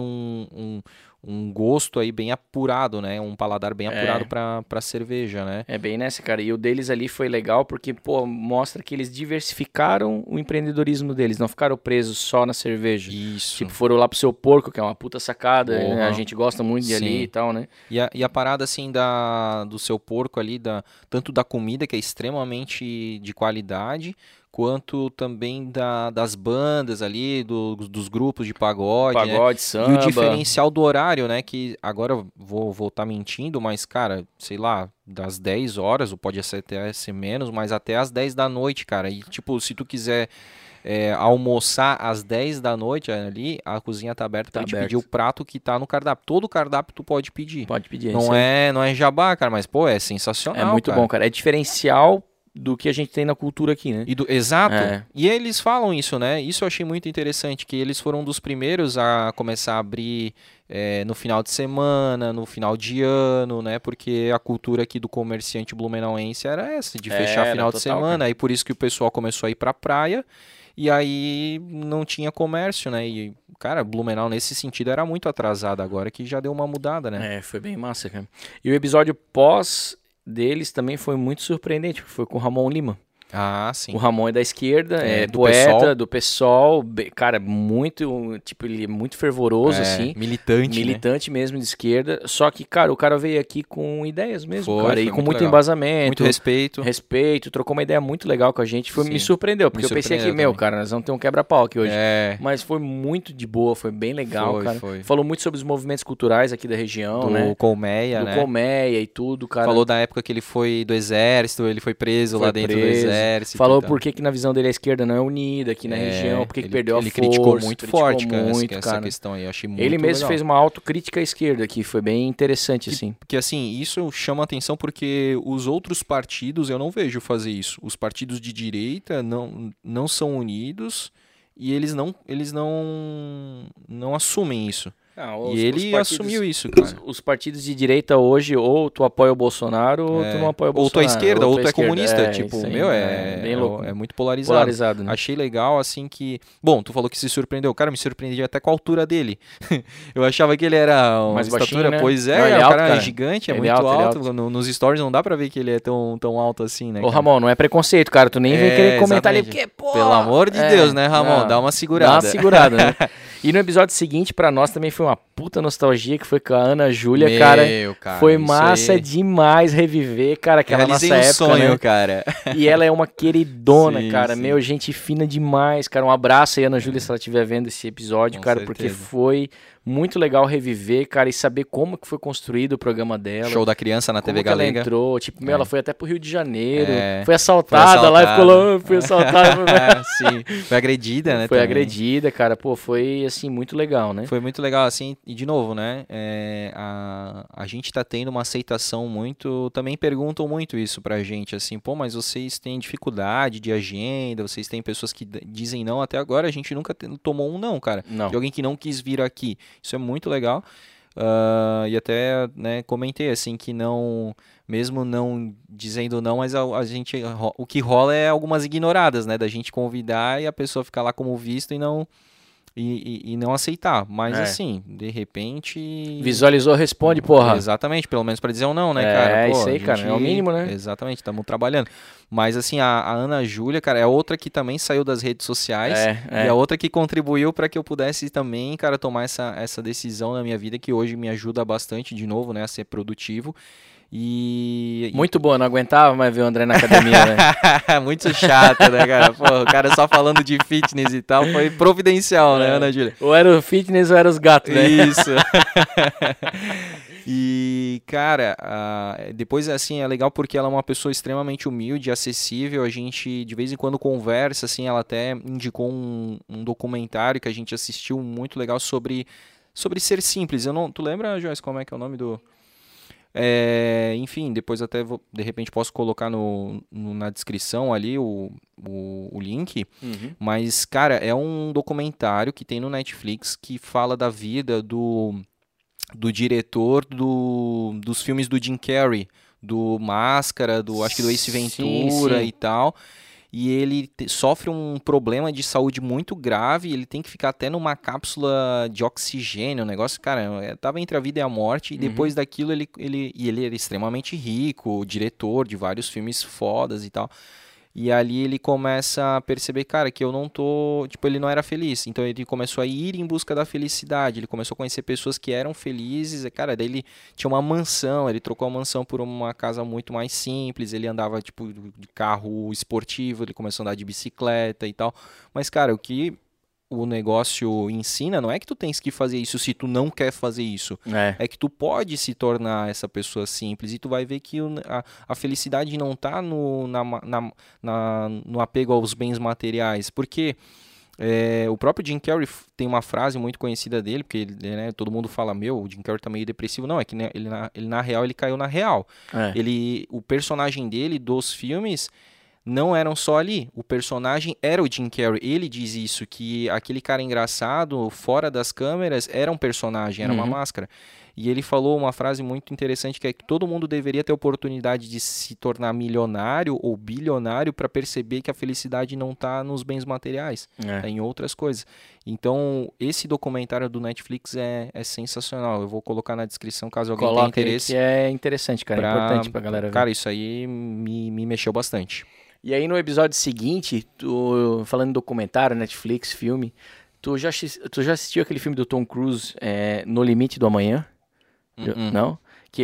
um gosto aí bem apurado, né? Um paladar bem apurado pra cerveja, né? É bem nessa, cara. E o deles ali foi legal porque, pô, mostra que eles diversificaram o empreendedorismo deles. Não ficaram presos só na cerveja. Isso. Tipo, foram lá pro Seu Porco, que é uma puta sacada. Né? A gente gosta muito de ali e tal, né? E a parada, assim, do Seu Porco ali, tanto da comida, que é extremamente de qualidade, quanto também das bandas ali, dos grupos de pagode, né? Samba. E o diferencial do horário, né? Que agora vou estar mentindo, mas, cara, sei lá, das 10 horas, ou pode até ser menos, mas até as 10 da noite, cara. E, tipo, se tu quiser almoçar às 10 da noite ali, a cozinha tá aberta pra te pedir o prato que tá no cardápio. Todo o cardápio tu pode pedir. Pode pedir. Não é jabá, cara, mas, pô, é sensacional, É muito bom, cara. É diferencial do que a gente tem na cultura aqui, né? Exato. E eles falam isso, né? Isso eu achei muito interessante, que eles foram um dos primeiros a começar a abrir no final de semana, no final de ano, né? Porque a cultura aqui do comerciante blumenauense era essa, de fechar final de semana. Aí por isso que o pessoal começou a ir pra praia. E aí não tinha comércio, né? E, cara, Blumenau nesse sentido era muito atrasado, agora que já deu uma mudada, né? Foi bem massa, cara. E o episódio pós deles também foi muito surpreendente, porque foi com o Ramon Lima. Ah, sim. O Ramon é da esquerda, do poeta, do PSOL, cara, muito, tipo, ele é muito fervoroso, assim. Militante mesmo, de esquerda. Só que, cara, o cara veio aqui com ideias mesmo, cara, e com muito embasamento. Muito respeito. Trocou uma ideia muito legal com a gente, me surpreendeu, porque eu pensei que, cara, nós vamos ter um quebra-pau aqui hoje. Mas foi muito de boa, foi bem legal, cara. Falou muito sobre os movimentos culturais aqui da região, né? Do Colmeia, né? Do Colmeia e tudo, cara. Falou da época que ele foi do exército, ele foi preso lá dentro do exército. Falou por que na visão dele a esquerda não é unida aqui na região, por que perdeu a força. Ele criticou muito forte, cara, essa questão aí, eu achei muito legal. Ele mesmo fez uma autocrítica à esquerda aqui, foi bem interessante, assim. Porque, assim, isso chama atenção porque os outros partidos, eu não vejo fazer isso. Os partidos de direita não são unidos e eles não assumem isso. E ele assumiu isso, cara. Os partidos de direita hoje, ou tu apoia o Bolsonaro, ou tu não apoia o Bolsonaro. Ou tu é esquerda, ou tu é comunista. Tipo, bem louco. É muito polarizado. Né? Achei legal, assim, que... Bom, tu falou que se surpreendeu. Cara, me surpreendi até com a altura dele. Eu achava que ele era uma estatura... Né? Pois é, não, o alto, cara é gigante, é muito alto. Nos stories não dá pra ver que ele é tão alto assim, né? Ô, Ramon, não é preconceito, cara. Tu nem vem querer comentar ali, porque, pô... Pelo amor de Deus, né, Ramon? Dá uma segurada. Dá uma segurada, né? E no episódio seguinte, pra nós também foi uma puta nostalgia, que foi com a Ana Júlia, cara. Foi massa demais reviver, cara, aquela nossa época, sonho, né? Cara. E ela é uma queridona, cara. Meu, gente fina demais, cara. Um abraço aí, Ana Júlia, se ela estiver vendo esse episódio, cara, porque foi muito legal reviver, cara, e saber como que foi construído o programa dela. Show da criança na TV como que ela Galega. entrou, tipo, ela foi até pro Rio de Janeiro, foi Foi assaltada lá e ficou lá, fui assaltada. Sim, foi agredida, né? Foi também. agredida, cara, pô, foi, assim, muito legal, né? Foi muito legal, assim, e de novo, né, a gente tá tendo uma aceitação muito, também perguntam muito isso pra gente, assim, pô, mas vocês têm dificuldade de agenda, vocês têm pessoas que dizem não, até agora a gente nunca tomou um não, cara, Não. de alguém que não quis vir aqui, isso é muito legal, e até, né, comentei, assim, que não, mesmo não dizendo não, mas a gente, o que rola é algumas ignoradas, né, da gente convidar e a pessoa ficar lá como visto e não... E não aceitar, mas assim, de repente... Visualizou, responde, porra. Exatamente, pelo menos para dizer um não, né, cara? É, Pô, isso aí, cara, é o mínimo, né? Exatamente, estamos trabalhando. Mas assim, a Ana Júlia, cara, é outra que também saiu das redes sociais e a outra que contribuiu para que eu pudesse também, cara, tomar essa decisão na minha vida, que hoje me ajuda bastante, de novo, né, a ser produtivo. Muito bom, não aguentava mais ver o André na academia, né? Muito chato, né, cara? Pô, o cara só falando de fitness e tal, foi providencial, né, Ana Júlia? Ou era o fitness ou era os gatos, né? Isso. E, cara, depois, assim, é legal porque ela é uma pessoa extremamente humilde, acessível, a gente, de vez em quando, conversa, assim, ela até indicou um documentário que a gente assistiu muito legal sobre ser simples. Tu lembra, Joyce, como é que é o nome do... enfim, depois até de repente posso colocar na descrição ali o link, mas, cara, é um documentário que tem no Netflix que fala da vida do diretor dos filmes do Jim Carrey, do Máscara, acho que do Ace Ventura e tal. E ele sofre um problema de saúde muito grave, ele tem que ficar até numa cápsula de oxigênio, o negócio, cara, tava entre a vida e a morte, e depois daquilo ele era extremamente rico, diretor de vários filmes fodas e tal. E ali ele começa a perceber, cara, que eu não tô... Tipo, ele não era feliz. Então ele começou a ir em busca da felicidade. Ele começou a conhecer pessoas que eram felizes. E, cara, daí ele tinha uma mansão. Ele trocou a mansão por uma casa muito mais simples. Ele andava, tipo, de carro esportivo. Ele começou a andar de bicicleta e tal. Mas, cara, o que o negócio ensina não é que tu tens que fazer isso se tu não quer fazer isso. É que tu pode se tornar essa pessoa simples e tu vai ver que a felicidade não tá no apego aos bens materiais. Porque o próprio Jim Carrey tem uma frase muito conhecida dele, porque né, todo mundo fala, o Jim Carrey tá meio depressivo. Não, é que ele na real, ele caiu na real. O personagem dele dos filmes... não eram só ali, o personagem era o Jim Carrey, ele diz isso, que aquele cara engraçado, fora das câmeras, era um personagem, era uma máscara. E ele falou uma frase muito interessante, que é que todo mundo deveria ter a oportunidade de se tornar milionário ou bilionário para perceber que a felicidade não está nos bens materiais, tá em outras coisas. Então, esse documentário do Netflix é sensacional, eu vou colocar na descrição caso alguém tenha interesse. Que é interessante, cara, é importante pra galera ver. Cara, isso aí me mexeu bastante. E aí no episódio seguinte, falando em documentário, Netflix, filme, tu já assistiu aquele filme do Tom Cruise, No Limite do Amanhã? Não? Que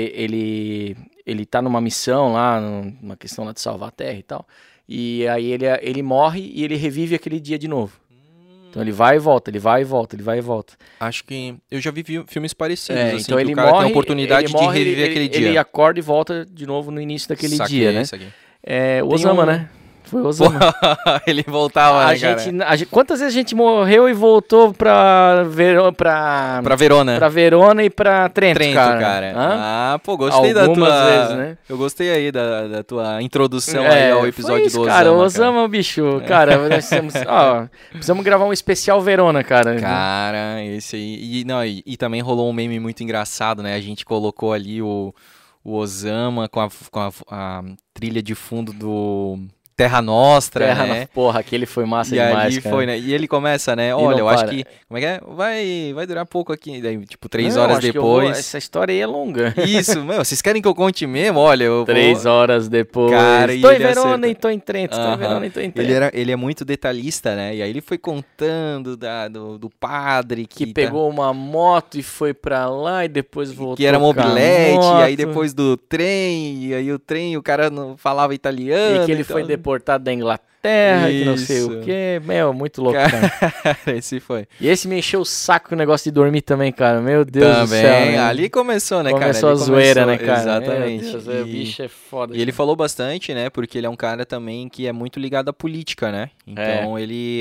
ele tá numa missão lá, numa questão lá de salvar a Terra e tal, e aí ele morre e ele revive aquele dia de novo. Então ele vai e volta, ele vai e volta, ele vai e volta. Acho que eu já vi filmes parecidos, assim, então que ele o cara morre, tem a oportunidade de reviver aquele dia. Ele acorda e volta de novo no início daquele dia, né? Saquei. O Osama, né? Foi o Osama. Ele voltava, né, cara? Quantas vezes a gente morreu e voltou pra Verona? Pra Verona e pra Trento, cara. Pô, gostei Algumas da tua... vezes, né? Eu gostei aí da tua introdução aí ao episódio isso, do Osama. Cara, o Osama, bicho. Cara, nós precisamos gravar um especial Verona, cara. Cara, esse aí... E também rolou um meme muito engraçado, né? A gente colocou ali o Osama com a trilha de fundo do Terra Nostra, né? Porra, aquele foi massa demais, ali cara. foi, né? E ele começa, né? Olha, eu acho que... Como é que é? Vai durar pouco aqui. Daí, tipo, 3 horas depois... Essa história aí é longa. Isso, vocês querem que eu conte mesmo? Olha, eu 3 horas depois. Cara, tô em Verona e tô em Trento. Tô em Verona e tô em Trento. Ele é muito detalhista, né? E aí ele foi contando do padre que pegou uma moto e foi pra lá e depois voltou. Que era mobilete, e aí depois do trem, e aí o cara não falava italiano. E que ele foi deportado da Inglaterra. terra, que não sei o Isso. quê. Meu, muito louco, cara. Esse foi. E esse me encheu o saco com o negócio de dormir também, cara. Meu Deus do Também, céu. Né? ali começou, né, cara? Começou a Ali zoeira, né, começou, cara? exatamente. Meu Deus, o bicho é foda. E ele falou bastante, né? Porque ele é um cara também que é muito ligado à política, né? Então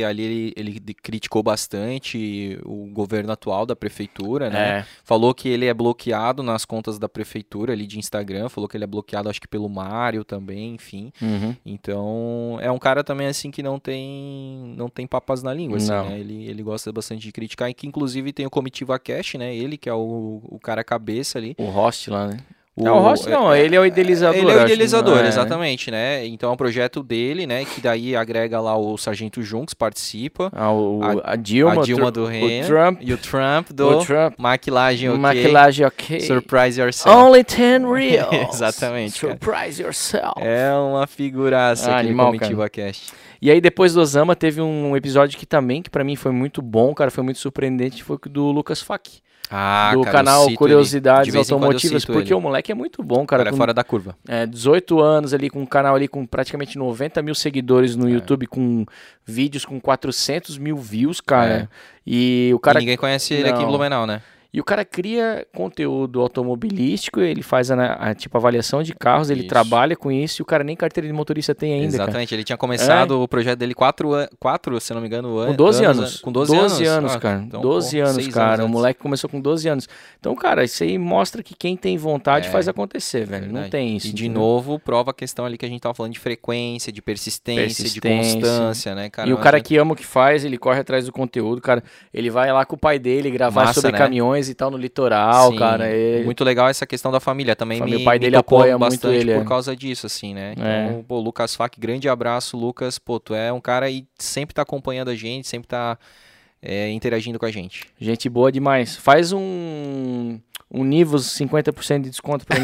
ele criticou bastante o governo atual da prefeitura, né? Falou que ele é bloqueado nas contas da prefeitura ali de Instagram, falou que ele é bloqueado acho que pelo Mário também, enfim. Então é um cara também assim que não tem papas na língua, assim, né? Ele gosta bastante de criticar e que inclusive tem o Comitiva Cash, né? Ele que é o cara cabeça ali. O host lá, né? Não, o host não, ele é o idealizador. Ele é o idealizador, exatamente, né? Então é um projeto dele, né? Que daí agrega lá o Sargento Junks, participa. A Dilma do Reino. O Trump. E o Trump do Maquilagem OK. Maquilagem OK. Surprise Yourself. Only 10 reals. Exatamente. Surprise Yourself. É uma figuraça aquele Comitiva Cast. E aí depois do Osama teve um episódio que também, que pra mim foi muito bom, cara, foi muito surpreendente, foi o do Lucas Fak. Do cara, canal Curiosidades Automotivas, porque ele. O moleque é muito bom, cara. É fora da curva. 18 anos ali, com um canal ali com praticamente 90 mil seguidores no YouTube, com vídeos com 400 mil views, cara. E o cara... E ninguém conhece ele aqui em Blumenau, né? E o cara cria conteúdo automobilístico, ele faz a avaliação de carros, ele trabalha com isso e o cara nem carteira de motorista tem ainda. Exatamente, cara. Ele tinha começado o projeto dele 4, se não me engano, com 12 anos. Com 12 anos, cara. Então, 12 anos, cara. O moleque começou com 12 anos. Então, cara, isso aí mostra que quem tem vontade faz acontecer, velho. Não tem isso. E de novo, prova a questão ali que a gente tava falando de frequência, de persistência. De constância, né, cara? E o cara que ama o que faz, ele corre atrás do conteúdo, cara. Ele vai lá com o pai dele gravar sobre caminhões e tal no litoral, cara. Muito legal essa questão da família. Também o pai dele apoia bastante muito ele, por causa disso, assim, né? Então, pô, Lucas Fak, grande abraço, Lucas. Pô, tu é um cara e sempre tá acompanhando a gente, sempre tá interagindo com a gente. Gente boa demais. Faz um Nivus 50% de desconto pra mim.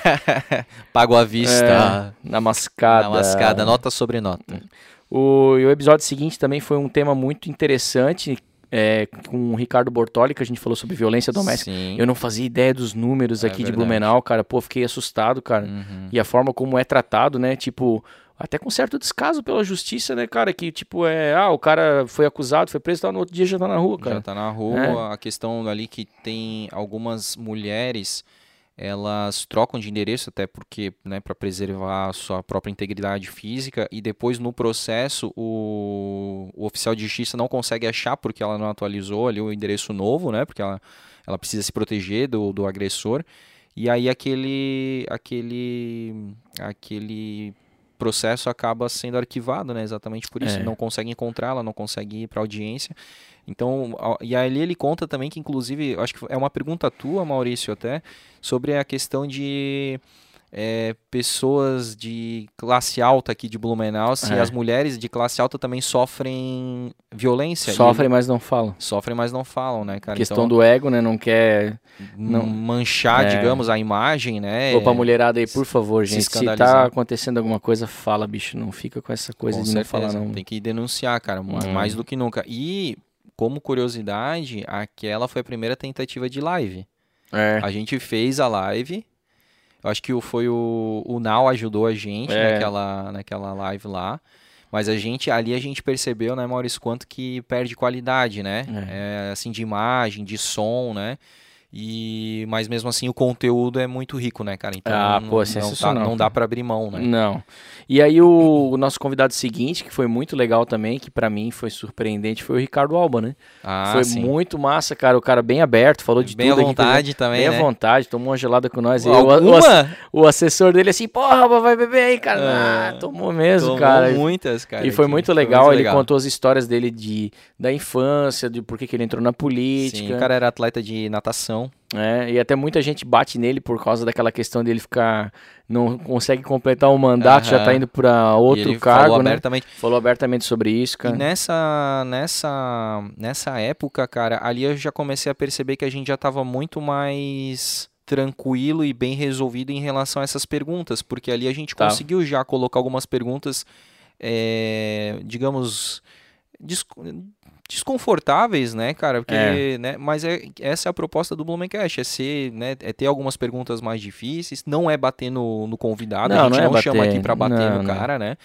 Pago à vista. Na mascada. Na mascada, nota sobre nota. O episódio seguinte também foi um tema muito interessante, com o Ricardo Bortoli, que a gente falou sobre violência doméstica. Sim. Eu não fazia ideia dos números aqui de Blumenau, cara. Pô, fiquei assustado, cara. E a forma como é tratado, né? Tipo, até com certo descaso pela justiça, né, cara? Que, tipo, o cara foi acusado, foi preso, no outro dia já tá na rua, cara. Já tá na rua. A questão ali que tem algumas mulheres... Elas trocam de endereço até porque, né, para preservar a sua própria integridade física e depois no processo o oficial de justiça não consegue achar porque ela não atualizou ali o endereço novo, né, porque ela precisa se proteger do agressor e aí aquele processo acaba sendo arquivado, né, exatamente por isso, não consegue encontrá-la, não consegue ir para audiência. Então, e ali ele conta também que, inclusive, acho que é uma pergunta tua, Maurício, até, sobre a questão de pessoas de classe alta aqui de Blumenau, se as mulheres de classe alta também sofrem violência. Sofrem, mas não falam. Sofrem, mas não falam, né, cara? Questão do ego, né, não quer... manchar, digamos, a imagem, né? Opa, mulherada aí, por favor, gente, se tá acontecendo alguma coisa, fala, bicho, não fica com essa coisa de não falar, não. Tem que denunciar, cara, mais do que nunca. E... Como curiosidade, aquela foi a primeira tentativa de live. A gente fez a live. Eu acho que foi o Nau ajudou a gente naquela live lá. Mas ali a gente percebeu, né, Maurício, quanto que perde qualidade, né? Assim, de imagem, de som, né? Mas mesmo assim o conteúdo é muito rico, né, cara? Então não dá pra abrir mão, né? Não. E aí o nosso convidado seguinte, que foi muito legal também, que pra mim foi surpreendente, foi o Ricardo Alba, né? Foi muito massa, cara. O cara bem aberto, falou de bem tudo. Bem à vontade também, bem né? à vontade, tomou uma gelada com nós. O assessor dele assim, porra, vai beber aí, cara. Tomou mesmo, cara. Tomou muitas, cara. E foi muito legal. Ele contou as histórias dele da infância, de por que ele entrou na política. Sim, o cara era atleta de natação. E até muita gente bate nele por causa daquela questão dele não consegue completar o mandato, já tá indo para outro cargo, falou abertamente sobre isso, cara. E nessa época, cara, ali eu já comecei a perceber que a gente já tava muito mais tranquilo e bem resolvido em relação a essas perguntas, porque ali a gente conseguiu já colocar algumas perguntas, digamos, desconfortáveis, né, cara? Porque, né, mas essa é a proposta do Blumencast, é ter algumas perguntas mais difíceis, não é bater no convidado, a gente não chama aqui pra bater no cara, né?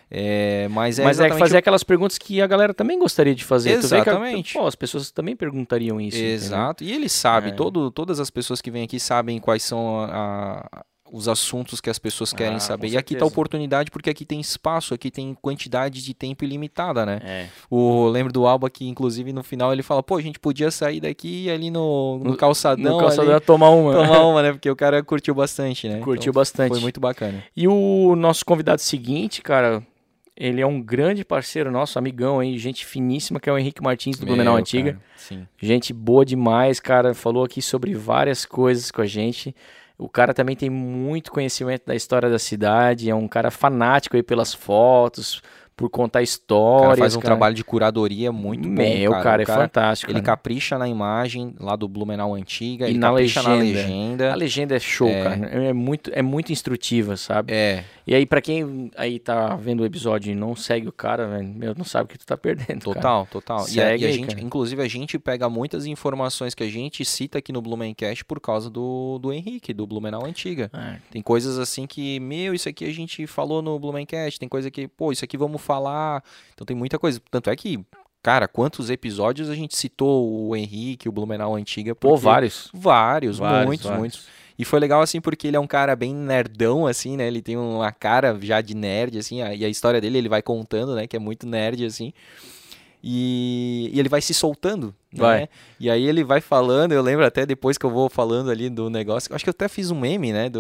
Mas é que fazer aquelas perguntas que a galera também gostaria de fazer. Exatamente. As pessoas também perguntariam isso. Exato. Entendeu? E ele sabe, todas as pessoas que vêm aqui sabem quais são os assuntos que as pessoas querem saber. E aqui tá a oportunidade, porque aqui tem espaço, aqui tem quantidade de tempo ilimitada, né? Lembro do Alba que, inclusive, no final ele fala, pô, a gente podia sair daqui e ir ali no calçadão. No calçadão ali, tomar uma. Né? Porque o cara curtiu bastante, né? Curtiu bastante. Foi muito bacana. E o nosso convidado seguinte, cara, ele é um grande parceiro nosso, amigão aí, gente finíssima, que é o Henrique Martins do Blumenau Antiga. Cara, sim. Gente boa demais, cara. Falou aqui sobre várias coisas com a gente. O cara também tem muito conhecimento da história da cidade, é um cara fanático aí pelas fotos, por contar histórias. O cara faz um trabalho de curadoria muito bom, cara. O cara é fantástico. Ele capricha na imagem lá do Blumenau Antiga, e ele capricha na legenda. A legenda é show, cara. É muito instrutiva, sabe? E aí, pra quem aí tá vendo o episódio e não segue o cara, velho, não sabe o que tu tá perdendo, Total. Segue e a gente, inclusive, a gente pega muitas informações que a gente cita aqui no Blumencast por causa do Henrique, do Blumenau Antiga. Tem coisas assim que, isso aqui a gente falou no Blumencast, tem coisa que, isso aqui vamos falar. Então tem muita coisa. Tanto é que, cara, quantos episódios a gente citou o Henrique, o Blumenau Antiga? Vários. Muitos. E foi legal, assim, porque ele é um cara bem nerdão, assim, né? Ele tem uma cara já de nerd, assim, e a história dele ele vai contando, né? Que é muito nerd, assim. E ele vai se soltando, né? E aí ele vai falando, eu lembro até depois que eu vou falando ali do negócio, acho que eu até fiz um meme, né?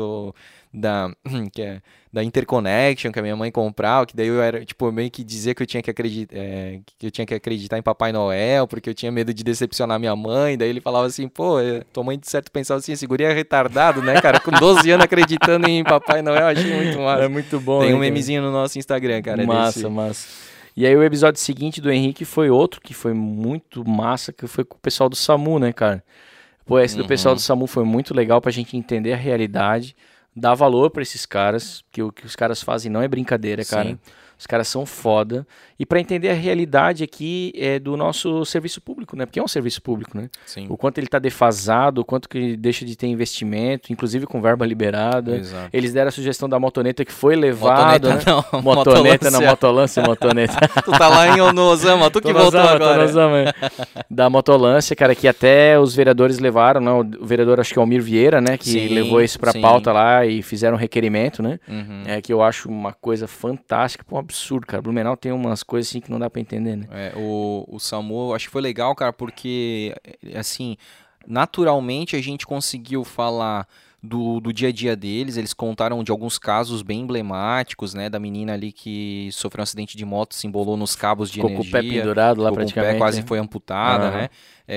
Da Interconnection que a minha mãe comprava, que daí eu era, tipo, meio que dizer que eu tinha que acreditar em Papai Noel, porque eu tinha medo de decepcionar minha mãe. Daí ele falava assim, tua mãe de certo pensava assim, esse guri é retardado, né, cara? Com 12 anos acreditando em Papai Noel, achei muito massa. É muito bom. Tem um memezinho no nosso Instagram, cara. Massa. E aí o episódio seguinte do Henrique foi outro que foi muito massa, que foi com o pessoal do SAMU, né, cara? Esse do pessoal do SAMU foi muito legal pra gente entender a realidade, dar valor pra esses caras, que o que os caras fazem não é brincadeira, cara. Sim. Os caras são foda. E para entender a realidade aqui do nosso serviço público, né? Porque é um serviço público, né? Sim. O quanto ele está defasado, o quanto que deixa de ter investimento, inclusive com verba liberada. Exato. Eles deram a sugestão da motoneta que foi levada. Motoneta não, motolância. Tu tá lá no Osama, tu que voltou agora. Da motolância, cara, que até os vereadores levaram, né? O vereador, acho que é o Almir Vieira, né? Que levou isso pra pauta lá e fizeram um requerimento, né? Que eu acho uma coisa fantástica, um absurdo, cara. Blumenau tem umas coisas assim que não dá pra entender, né? O SAMU, acho que foi legal, cara, porque, assim, naturalmente a gente conseguiu falar do dia a dia deles. Eles contaram de alguns casos bem emblemáticos, né? Da menina ali que sofreu um acidente de moto, se embolou nos cabos de energia. Ficou com o pé pendurado lá praticamente. O pé quase foi amputada, né?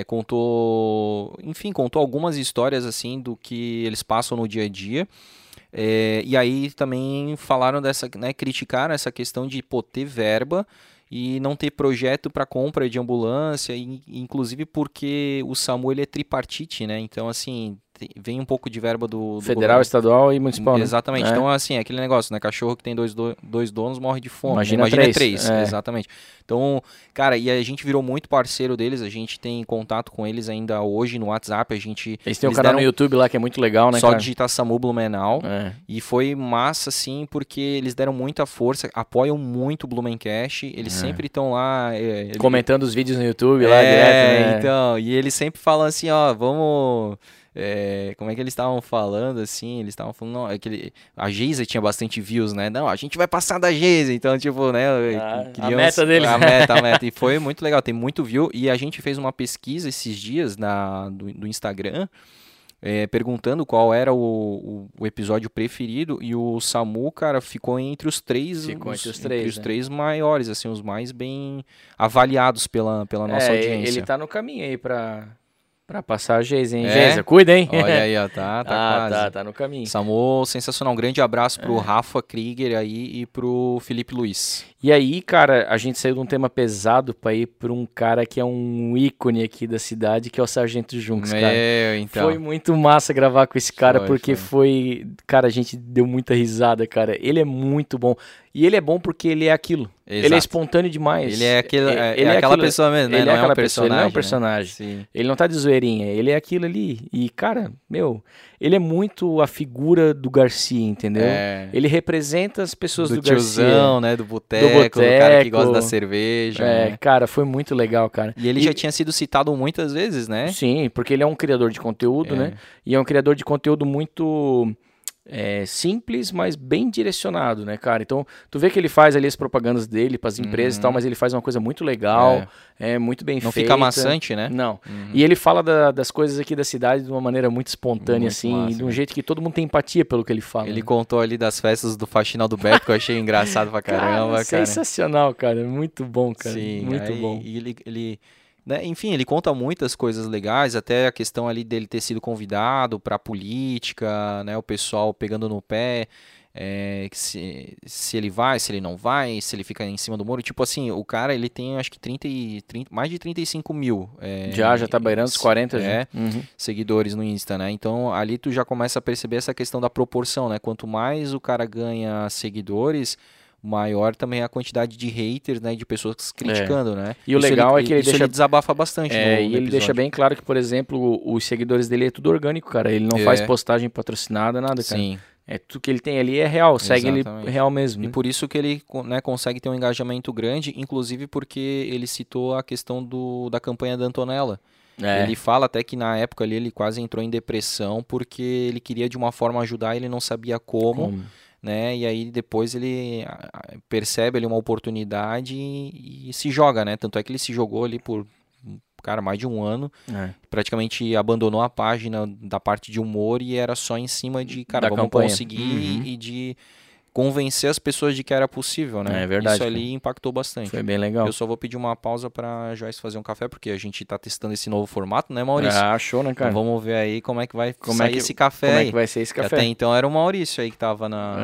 Contou algumas histórias, assim, do que eles passam no dia a dia. E aí também falaram criticaram essa questão de ter verba e não ter projeto para compra de ambulância, inclusive porque o SAMU ele é tripartite, né? Então, assim, vem um pouco de verba do federal, estadual e municipal, né? Exatamente. Então, assim, é aquele negócio, né? Cachorro que tem dois donos morre de fome. Imagina três. Exatamente. Então, cara, e a gente virou muito parceiro deles, a gente tem contato com eles ainda hoje no WhatsApp, Eles têm um canal no YouTube lá que é muito legal, né, cara? Só digitar SAMU Blumenau. E foi massa, assim, porque eles deram muita força, apoiam muito o Blumencast, eles sempre estão lá... comentando os vídeos no YouTube lá direto, né? Então, e eles sempre falam assim, vamos... como é que eles estavam falando, assim, eles estavam falando, não, a Geisa tinha bastante views, né, não, a gente vai passar da Geisa, então, tipo, né, a meta deles. A meta, e foi muito legal, tem muito view, e a gente fez uma pesquisa esses dias do Instagram, perguntando qual era o episódio preferido, e o SAMU, cara, ficou entre os três, os três maiores, assim, os mais bem avaliados pela nossa audiência. Ele tá no caminho aí pra passar a Geisa, hein? Geisa, cuida, hein? Olha aí, ó, tá quase. Tá no caminho. SAMU, sensacional. Um grande abraço pro Rafa Krieger aí e pro Felipe Luiz. E aí, cara, a gente saiu de um tema pesado pra ir pra um cara que é um ícone aqui da cidade, que é o Sargento Junks, cara. Então. Foi muito massa gravar com esse cara, porque foi... Cara, a gente deu muita risada, cara. Ele é muito bom. E ele é bom porque ele é aquilo. Ele é espontâneo demais. Ele é, aquela pessoa mesmo, né? Ele não é aquela um pessoa, ele não é um personagem. personagem. Sim. Ele não tá de zoeirinha, ele é aquilo ali. E, cara, ele é muito a figura do Garcia, entendeu? Ele representa as pessoas do tiozão, Garcia. né? Do boteco, do cara que gosta da cerveja. Né? Cara, foi muito legal, cara. E ele já tinha sido citado muitas vezes, né? Sim, porque ele é um criador de conteúdo, né? E é um criador de conteúdo muito... simples, mas bem direcionado, né, cara? Então, tu vê que ele faz ali as propagandas dele para as empresas e tal, mas ele faz uma coisa muito legal, muito bem feita. Não fica maçante, né? Não. E ele fala das coisas aqui da cidade de uma maneira muito espontânea, muito assim, massa, e de um jeito que todo mundo tem empatia pelo que ele fala. Ele contou ali das festas do Faxinal do Beto, que eu achei engraçado pra caramba, cara. Sensacional, cara. Muito bom, cara. Sim, muito bom. E ele né? Enfim, ele conta muitas coisas legais, até a questão ali dele ter sido convidado para política, né? O pessoal pegando no pé, se ele vai, se ele não vai, se ele fica em cima do muro. Tipo assim, o cara, ele tem acho que mais de 35 mil. Já tá beirando os 40 já. Seguidores no Insta, né? Então ali tu já começa a perceber essa questão da proporção, né? Quanto mais o cara ganha seguidores, maior também a quantidade de haters, né, de pessoas criticando, né? E o legal é que ele desabafa bastante e ele deixa bem claro que, por exemplo, os seguidores dele é tudo orgânico, cara. Ele não faz postagem patrocinada, nada, cara. Sim. Tudo que ele tem ali é real, segue ele real mesmo. E por isso que ele, né, consegue ter um engajamento grande, inclusive porque ele citou a questão da campanha da Antonella. Ele fala até que na época ali ele quase entrou em depressão porque ele queria de uma forma ajudar e ele não sabia como. Né? E aí depois ele percebe ali uma oportunidade e se joga, né? Tanto é que ele se jogou ali por, cara, mais de um ano, praticamente abandonou a página da parte de humor e era só em cima de, cara, vamos conseguir e de convencer as pessoas de que era possível, né? É verdade. Isso ali impactou bastante. Foi bem legal. Eu só vou pedir uma pausa pra Joyce fazer um café, porque a gente tá testando esse novo formato, né, Maurício? Show, né, cara? Então vamos ver aí como é que vai sair esse café aí. Como é que vai ser esse café? Até então era o Maurício aí que tava na...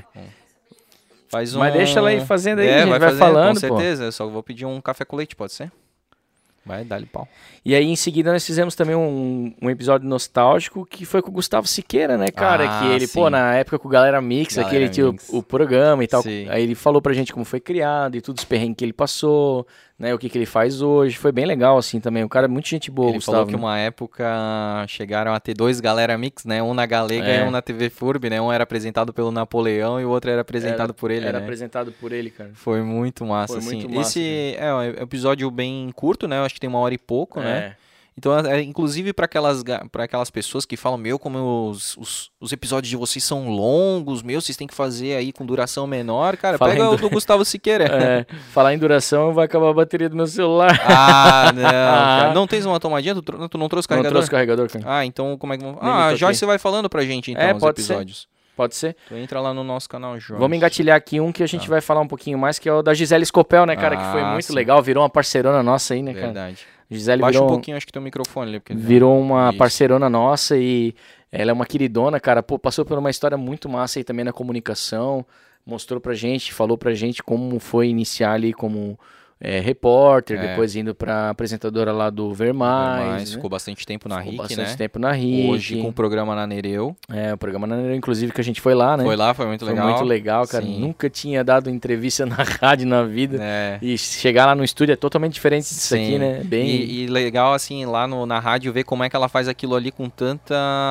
Mas deixa ela aí fazendo aí, a gente vai falando, com certeza. Eu só vou pedir um café com leite, pode ser? Vai, dá-lhe pau. E aí, em seguida, nós fizemos também um episódio nostálgico que foi com o Gustavo Siqueira, né, cara? Que ele, na época com o Galera Mix, aqui ele tinha o programa e tal. Sim. Aí ele falou pra gente como foi criado e tudo, os perrengues que ele passou, né, o que ele faz hoje. Foi bem legal, assim, também. O cara é muito gente boa, ele Gustavo. Ele falou que uma época chegaram a ter 2 Galera Mix, né? Um na Galega e um na TV FURB, né? Um era apresentado pelo Napoleão e o outro era apresentado por ele, Era apresentado por ele, cara. Foi muito massa, foi assim. Muito massa, esse é um episódio bem curto, né? Eu acho que tem 1 hora e pouco, né? Então, inclusive para aquelas pessoas que falam, como os episódios de vocês são longos, vocês têm que fazer aí com duração menor, cara, pega o do Gustavo Siqueira. Falar em duração, vai acabar a bateria do meu celular. Não, cara. Não tens uma tomadinha? Tu não trouxe carregador? Não trouxe carregador, cara. Então como é que vamos... Joyce vai falando pra gente, então, os episódios. Pode ser. Tu entra lá no nosso canal, Joyce. Vamos engatilhar aqui um que a gente vai falar um pouquinho mais, que é o da Gisele Scopel, né, cara, que foi muito legal, virou uma parceirona nossa aí, né, cara? Verdade. Gisele Baixa um pouquinho, acho que tem o microfone ali. Virou uma parceirona nossa e ela é uma queridona, cara. Passou por uma história muito massa aí também na comunicação. Mostrou pra gente, falou pra gente como foi iniciar ali como repórter, depois indo pra apresentadora lá do Ver Mais, né? Ficou bastante tempo na RIC, né? Bastante tempo na RIC. Hoje com o programa na Nereu. O programa na Nereu, inclusive, que a gente foi lá, né? Foi lá, foi muito legal. Foi muito legal, cara. Sim. Nunca tinha dado entrevista na rádio na vida. E chegar lá no estúdio é totalmente diferente disso aqui, né? E legal, assim, lá na rádio, ver como é que ela faz aquilo ali com tanta...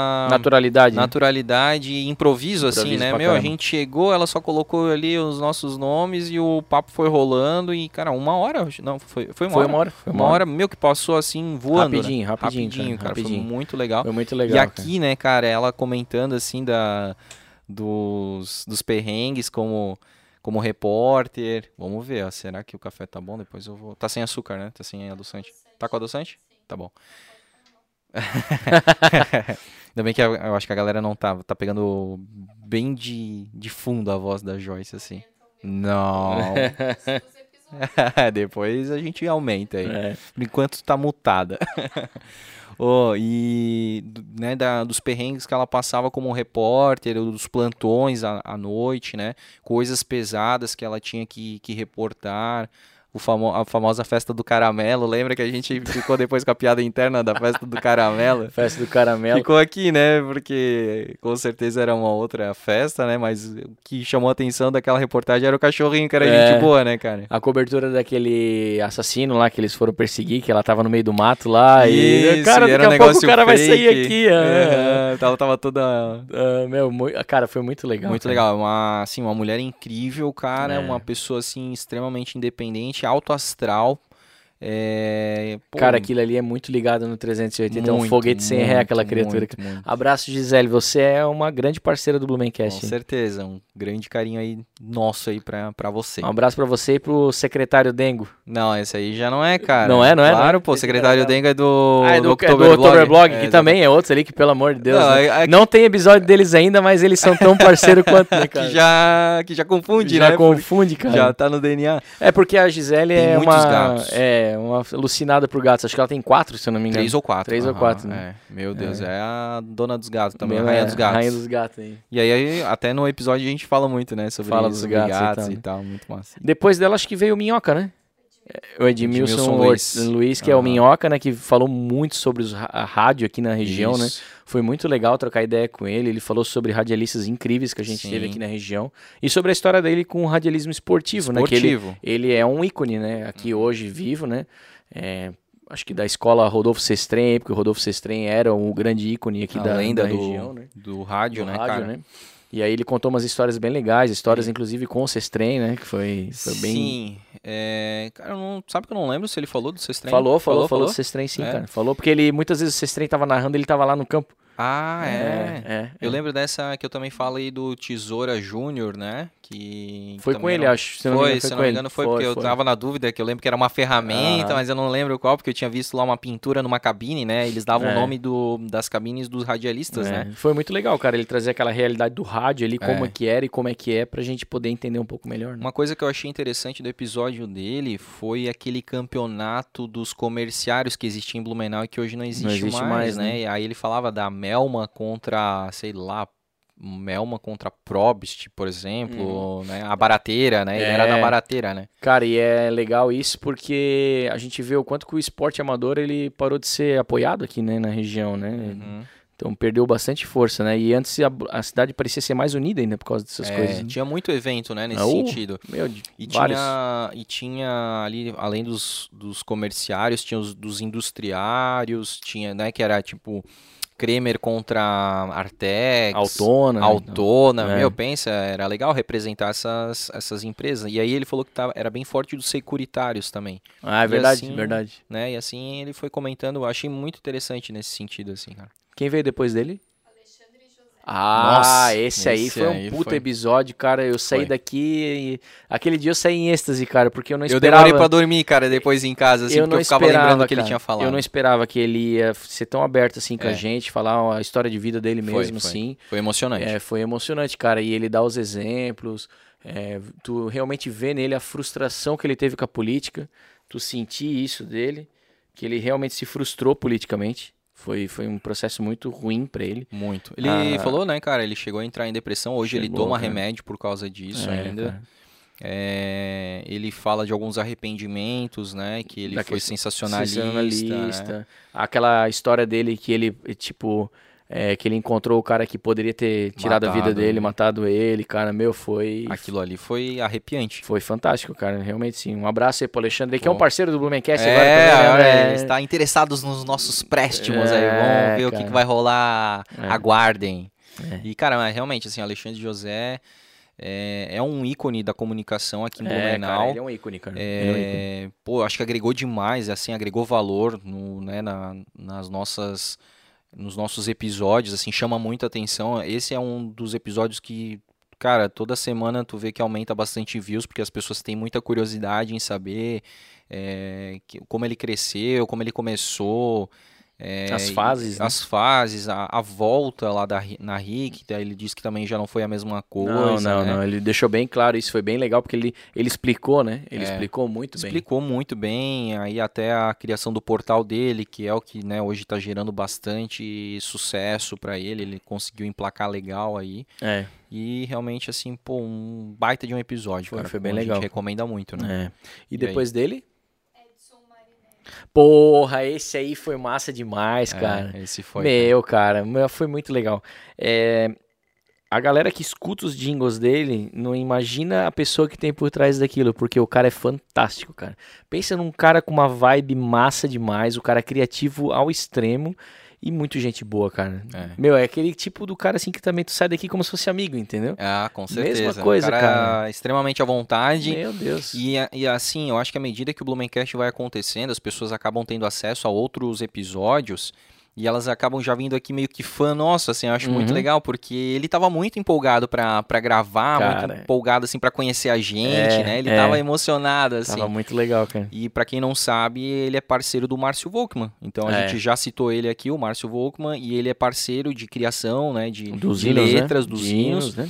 Naturalidade e improviso, assim, né? A gente chegou, ela só colocou ali os nossos nomes e o papo foi rolando e, cara, uma hora, não, foi uma hora. Foi uma hora, que passou assim, voando. Rapidinho, cara. Foi muito legal. Foi muito legal. E aqui, né, cara, ela comentando assim dos perrengues como repórter. Vamos ver, ó, será que o café tá bom? Depois eu vou... Tá sem açúcar, né? Tá sem adoçante. Tá com adoçante? Tá bom. Ainda bem que eu acho que a galera não tá pegando bem de fundo a voz da Joyce, assim. Não. Depois a gente aumenta aí. Por enquanto tá mutada. E né, dos perrengues que ela passava como repórter, dos plantões à noite, né? Coisas pesadas que ela tinha que reportar. a famosa festa do caramelo. Lembra que a gente ficou depois com a piada interna da festa do caramelo? Festa do caramelo. Ficou aqui, né? Porque com certeza era uma outra festa, né? Mas o que chamou a atenção daquela reportagem era o cachorrinho, que era gente boa, né, cara? A cobertura daquele assassino lá que eles foram perseguir, que ela tava no meio do mato lá. E, cara, era daqui a pouco o cara vai sair aqui. Ela tava toda... Cara, foi muito legal. Muito legal. Uma mulher incrível, cara. Uma pessoa, assim, extremamente independente, alto astral. Cara, aquilo ali é muito ligado no 380, é um foguete sem ré aquela criatura. Muito. Abraço, Gisele, você é uma grande parceira do Blumencast. Com certeza, um grande carinho aí nosso aí pra você. Um abraço pra você e pro secretário Dengo. Não, esse aí já não é, cara. Não é? Claro, pô, o secretário Dengo é do Octoberblog, que também é outro ali que, pelo amor de Deus, não tem episódio deles ainda, mas eles são tão parceiros quanto, né, cara? Que já confunde, né? Já confunde, cara. Já tá no DNA. É porque a Gisele tem muitos gatos. Uma alucinada por gatos. Acho que ela tem 4, se eu não me engano. 3 ou 4. 3 ou 4, né? Meu Deus, é a dona dos gatos também, a rainha dos gatos. Rainha dos gatos aí. E aí, até no episódio a gente fala muito, né? Sobre gatos e tal, muito massa. Depois dela, acho que veio o Minhoca, né? O Edmilson Luiz, que é o Minhoca, né? Que falou muito sobre a rádio aqui na região, né? Foi muito legal trocar ideia com ele. Ele falou sobre radialistas incríveis que a gente teve aqui na região. E sobre a história dele com o radialismo esportivo, né? Que ele é um ícone, né? Aqui hoje vivo, né? Acho que da escola Rodolfo Sestrem, porque o Rodolfo Sestrem era um grande ícone aqui da região, né? Do rádio, né, cara? Né? E aí ele contou umas histórias bem legais, histórias inclusive com o Sestrem, né? Que foi bem... Sim, cara, sabe que eu não lembro se ele falou do Sestrem? Falou do Sestrem, sim, cara. Falou porque muitas vezes o Sestrem tava narrando, ele tava lá no campo. Eu lembro dessa que eu também falei do Tesoura Júnior, né? Que foi com ele, acho. Se não me engano, foi porque eu tava na dúvida, que eu lembro que era uma ferramenta, mas eu não lembro qual, porque eu tinha visto lá uma pintura numa cabine, né? Eles davam o nome das cabines dos radialistas, né? Foi muito legal, cara, ele trazer aquela realidade do rádio ali, como é que era e como é que é, pra gente poder entender um pouco melhor, né? Uma coisa que eu achei interessante do episódio dele foi aquele campeonato dos comerciários que existia em Blumenau e que hoje não existe mais, né? E aí ele falava da Melma contra, sei lá, Melma contra Probst, por exemplo, né? A Barateira, né? Ele era da Barateira, né? Cara, e é legal isso porque a gente vê o quanto que o esporte amador ele parou de ser apoiado aqui, né, na região, né? Então perdeu bastante força, né? E antes a cidade parecia ser mais unida ainda por causa dessas coisas. Né? Tinha muito evento, né, nesse sentido. Vários. Tinha ali, além dos comerciários, tinha os dos industriários, tinha, né, que era tipo Kremer contra Artex, Altona, pensa, era legal representar essas empresas. E aí ele falou que era bem forte dos securitários também. É verdade, assim, verdade. Né, e assim ele foi comentando, eu achei muito interessante nesse sentido, assim, cara. Quem veio depois dele? Nossa, esse aí foi um puta episódio, cara. Eu saí daqui e... Aquele dia eu saí em êxtase, cara, porque eu não esperava... Eu demorei pra dormir, cara, depois em casa, assim, porque eu ficava lembrando o que ele tinha falado. Eu não esperava que ele ia ser tão aberto, assim, com a gente, falar a história de vida dele mesmo, assim. Foi emocionante. Foi emocionante, cara, e ele dá os exemplos, tu realmente vê nele a frustração que ele teve com a política, tu sentir isso dele, que ele realmente se frustrou politicamente. Foi um processo muito ruim pra ele. Muito. Ele falou, né, cara, ele chegou a entrar em depressão. Hoje ele toma remédio por causa disso ainda. Ele fala de alguns arrependimentos, né, que ele foi sensacionalista. Né? Aquela história dele que ele, tipo... que ele encontrou o cara que poderia ter tirado a vida dele, matado ele, cara, foi... Aquilo ali foi arrepiante. Foi fantástico, cara, realmente sim. Um abraço aí pro Alexandre, que é um parceiro do Blumencast agora. Está interessados nos nossos préstimos aí, vamos ver o que vai rolar, aguardem. E, cara, realmente, assim, Alexandre José... É um ícone da comunicação aqui em Blumenau. Cara, ele é um ícone, cara. Pô, acho que agregou demais, assim, agregou valor nos nossos episódios, assim, chama muita atenção. Esse é um dos episódios que, cara, toda semana tu vê que aumenta bastante views, porque as pessoas têm muita curiosidade em saber como ele cresceu, como ele começou. As fases, né? As fases, a volta lá na Rick, daí ele disse que também já não foi a mesma coisa, Não, ele deixou bem claro, isso foi bem legal, porque ele explicou, né? Ele explicou muito bem. Explicou muito bem, aí até a criação do portal dele, que é o que, né, hoje está gerando bastante sucesso para ele conseguiu emplacar legal aí. E realmente, assim, pô, um baita de um episódio, cara. Foi bem legal. A gente recomenda muito, né? E depois dele? Porra, esse aí foi massa demais, cara. Esse foi. Cara, foi muito legal. A galera que escuta os jingles dele não imagina a pessoa que tem por trás daquilo, porque o cara é fantástico, cara. Pensa num cara com uma vibe massa demais, o cara é criativo ao extremo e muito gente boa, cara. É aquele tipo do cara assim que também tu sai daqui como se fosse amigo, entendeu? Com certeza. Mesma coisa, cara. Extremamente à vontade. Meu Deus. E assim, eu acho que à medida que o Blumencast vai acontecendo, as pessoas acabam tendo acesso a outros episódios e elas acabam já vindo aqui meio que fã nosso, assim, eu acho muito legal, porque ele tava muito empolgado pra gravar, cara, muito empolgado, assim, pra conhecer a gente, né? Ele tava emocionado, assim. Tava muito legal, cara. E pra quem não sabe, ele é parceiro do Márcio Volkmann. Então a gente já citou ele aqui, o Márcio Volkmann, e ele é parceiro de criação, né? De letras, dos hinos, né?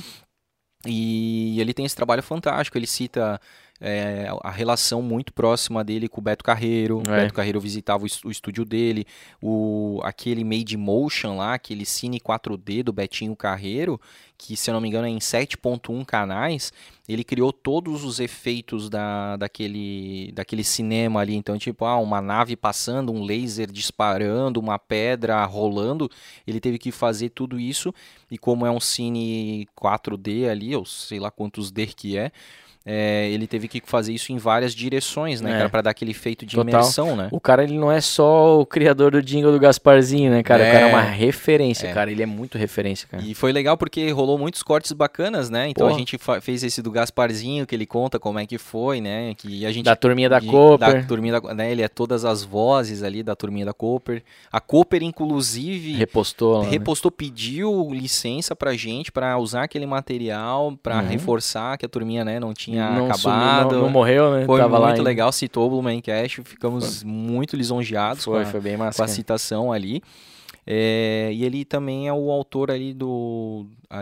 E ele tem esse trabalho fantástico, ele cita a relação muito próxima dele com o Beto Carreiro. O Beto Carreiro visitava o estúdio dele, aquele Made Motion lá, aquele Cine 4D do Betinho Carreiro, que se eu não me engano é em 7.1 canais, ele criou todos os efeitos daquele cinema ali, então tipo, uma nave passando, um laser disparando, uma pedra rolando, ele teve que fazer tudo isso, e como é um Cine 4D ali, ou sei lá quantos D que ele teve que fazer isso em várias direções, né, cara, pra dar aquele efeito de imersão, né? O cara, ele não é só o criador do jingle do Gasparzinho, né, cara? O cara é uma referência, cara. Ele é muito referência, cara. E foi legal porque rolou muitos cortes bacanas, né? Então a gente fez esse do Gasparzinho, que ele conta como é que foi, né? Que a gente, da turminha da Cooper. Né? Ele é todas as vozes ali da turminha da Cooper. A Cooper, inclusive... Repostou, pediu licença pra gente pra usar aquele material, pra reforçar que a turminha, né, não tinha acabado. Não morreu, né? Foi muito legal, citou o Blumencast, ficamos muito lisonjeados foi bem massa, com a citação ali. E ele também é o autor ali do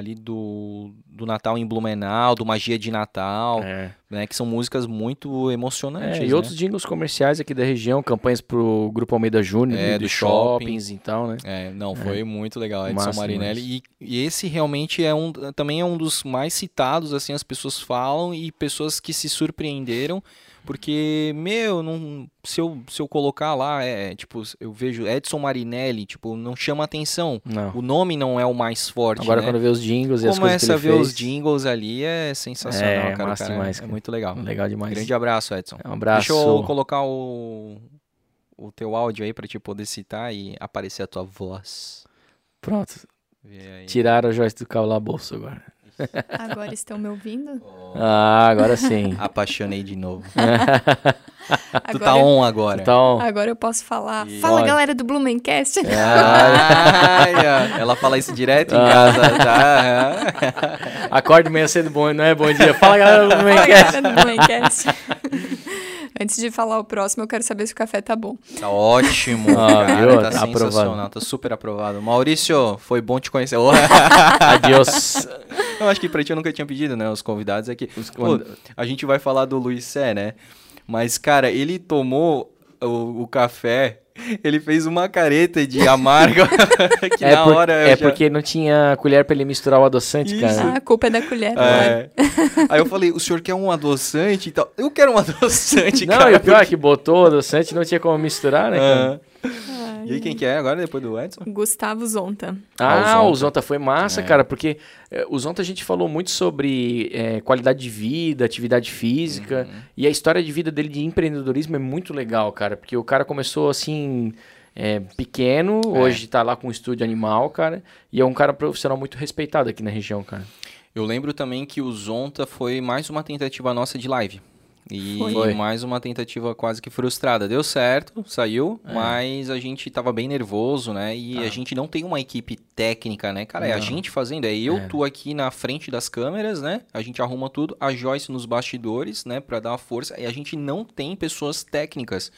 Natal em Blumenau, do Magia de Natal, né, que são músicas muito emocionantes. E outros jingles comerciais aqui da região, campanhas pro Grupo Almeida Júnior, dos shoppings e tal, né? Foi muito legal, Edson Marinelli. Massa. E esse realmente também é um dos mais citados, assim, as pessoas falam, e pessoas que se surpreenderam, porque, se eu colocar lá, tipo, eu vejo Edson Marinelli, tipo, não chama atenção. Não. O nome não é o mais forte, Agora, né? quando vê os jingles e as coisas que ele fez... Começa a ver os jingles ali, é sensacional, cara. Massa demais, é muito legal. Legal demais. Grande abraço, Edson. Um abraço. Deixa eu colocar o teu áudio aí pra te poder citar e aparecer a tua voz. Pronto. Tiraram a Joyce do calabouço agora. Agora estão me ouvindo? Agora sim. Apaixonei de novo. Tu Agora tá on agora. Agora eu posso falar. Fala, galera do Blumencast. Ela fala isso direto em casa. Acorde manhã cedo, não é bom dia. Fala, galera do Blumencast. Fala, galera do Blumencast. Antes de falar o próximo, eu quero saber se o café tá bom. Tá ótimo, cara, tá sensacional, aprovado. Tá super aprovado. Maurício, foi bom te conhecer. Adiós. Eu acho que pra ti eu nunca tinha pedido, né? Os convidados aqui. A gente vai falar do Luiz Sé, né? Mas, cara, ele tomou o café, ele fez uma careta de amargo que na hora... porque não tinha colher pra ele misturar o adoçante, cara. A culpa é da colher. Aí eu falei, o senhor quer um adoçante e tal? Eu quero um adoçante, não, cara. Não, e o pior é que botou o adoçante e não tinha como misturar, né, cara? E aí, quem que é agora, depois do Edson? Gustavo Zonta. O Zonta foi massa, cara, porque o Zonta a gente falou muito sobre qualidade de vida, atividade física, e a história de vida dele de empreendedorismo é muito legal, cara, porque o cara começou assim, pequeno, hoje tá lá com um estúdio animal, cara, e é um cara profissional muito respeitado aqui na região, cara. Eu lembro também que o Zonta foi mais uma tentativa nossa de live. E Foi. mais uma tentativa quase que frustrada. Deu certo, saiu, mas a gente tava bem nervoso, né? E a gente não tem uma equipe técnica, né, cara? É a gente fazendo. Tu aqui na frente das câmeras, né? A gente arruma tudo. A Joyce nos bastidores, né? Pra dar uma força. E a gente não tem pessoas técnicas.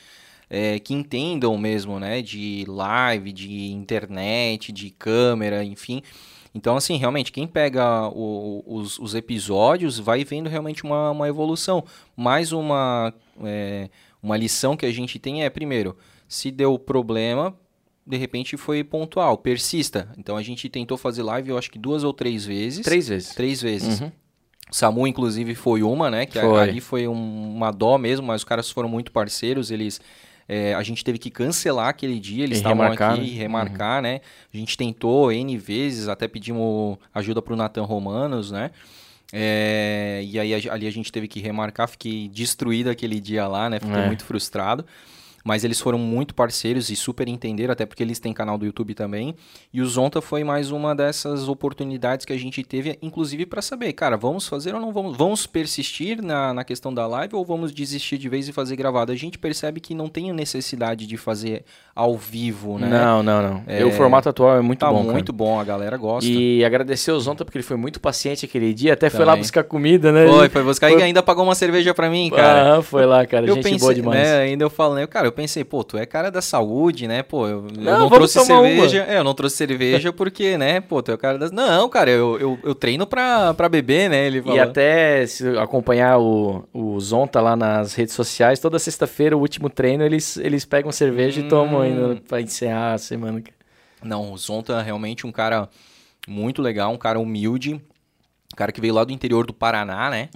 que entendam mesmo, né, de live, de internet, de câmera, enfim. Então, assim, realmente, quem pega os episódios vai vendo realmente uma evolução. Mais uma lição que a gente tem primeiro, se deu problema, de repente foi pontual, persista. Então, a gente tentou fazer live, eu acho que 2 ou 3 vezes. 3 vezes. 3 vezes. Uhum. Samu, inclusive, foi uma, né? Que ali foi uma dó mesmo, mas os caras foram muito parceiros, a gente teve que cancelar aquele dia, eles estavam aqui e remarcar, né? A gente tentou N vezes, até pedimos ajuda pro Nathan Romanos, né? E aí ali a gente teve que remarcar, fiquei destruído aquele dia lá, né? Fiquei muito frustrado. Mas eles foram muito parceiros e super entenderam, até porque eles têm canal do YouTube também. E o Zonta foi mais uma dessas oportunidades que a gente teve, inclusive para saber, cara, vamos fazer ou não vamos? Vamos persistir na questão da live ou vamos desistir de vez e fazer gravado? A gente percebe que não tem necessidade de fazer ao vivo, né? Não. O formato atual é muito bom, cara. Muito bom, a galera gosta. E agradecer o Zonta porque ele foi muito paciente aquele dia, até foi lá buscar comida, né? Foi buscar e ainda pagou uma cerveja para mim, cara. Foi lá, cara, gente boa demais. Né, ainda eu falo, né, cara, eu pensei, pô, tu é cara da saúde, né, pô, eu não trouxe cerveja, eu não trouxe cerveja porque, né, pô, tu é o cara da... Não, cara, eu treino pra beber, né, ele falou. E até se acompanhar o Zonta lá nas redes sociais, toda sexta-feira, o último treino, eles pegam cerveja e tomam ainda pra encerrar a semana. Não, o Zonta é realmente um cara muito legal, um cara humilde, um cara que veio lá do interior do Paraná, né?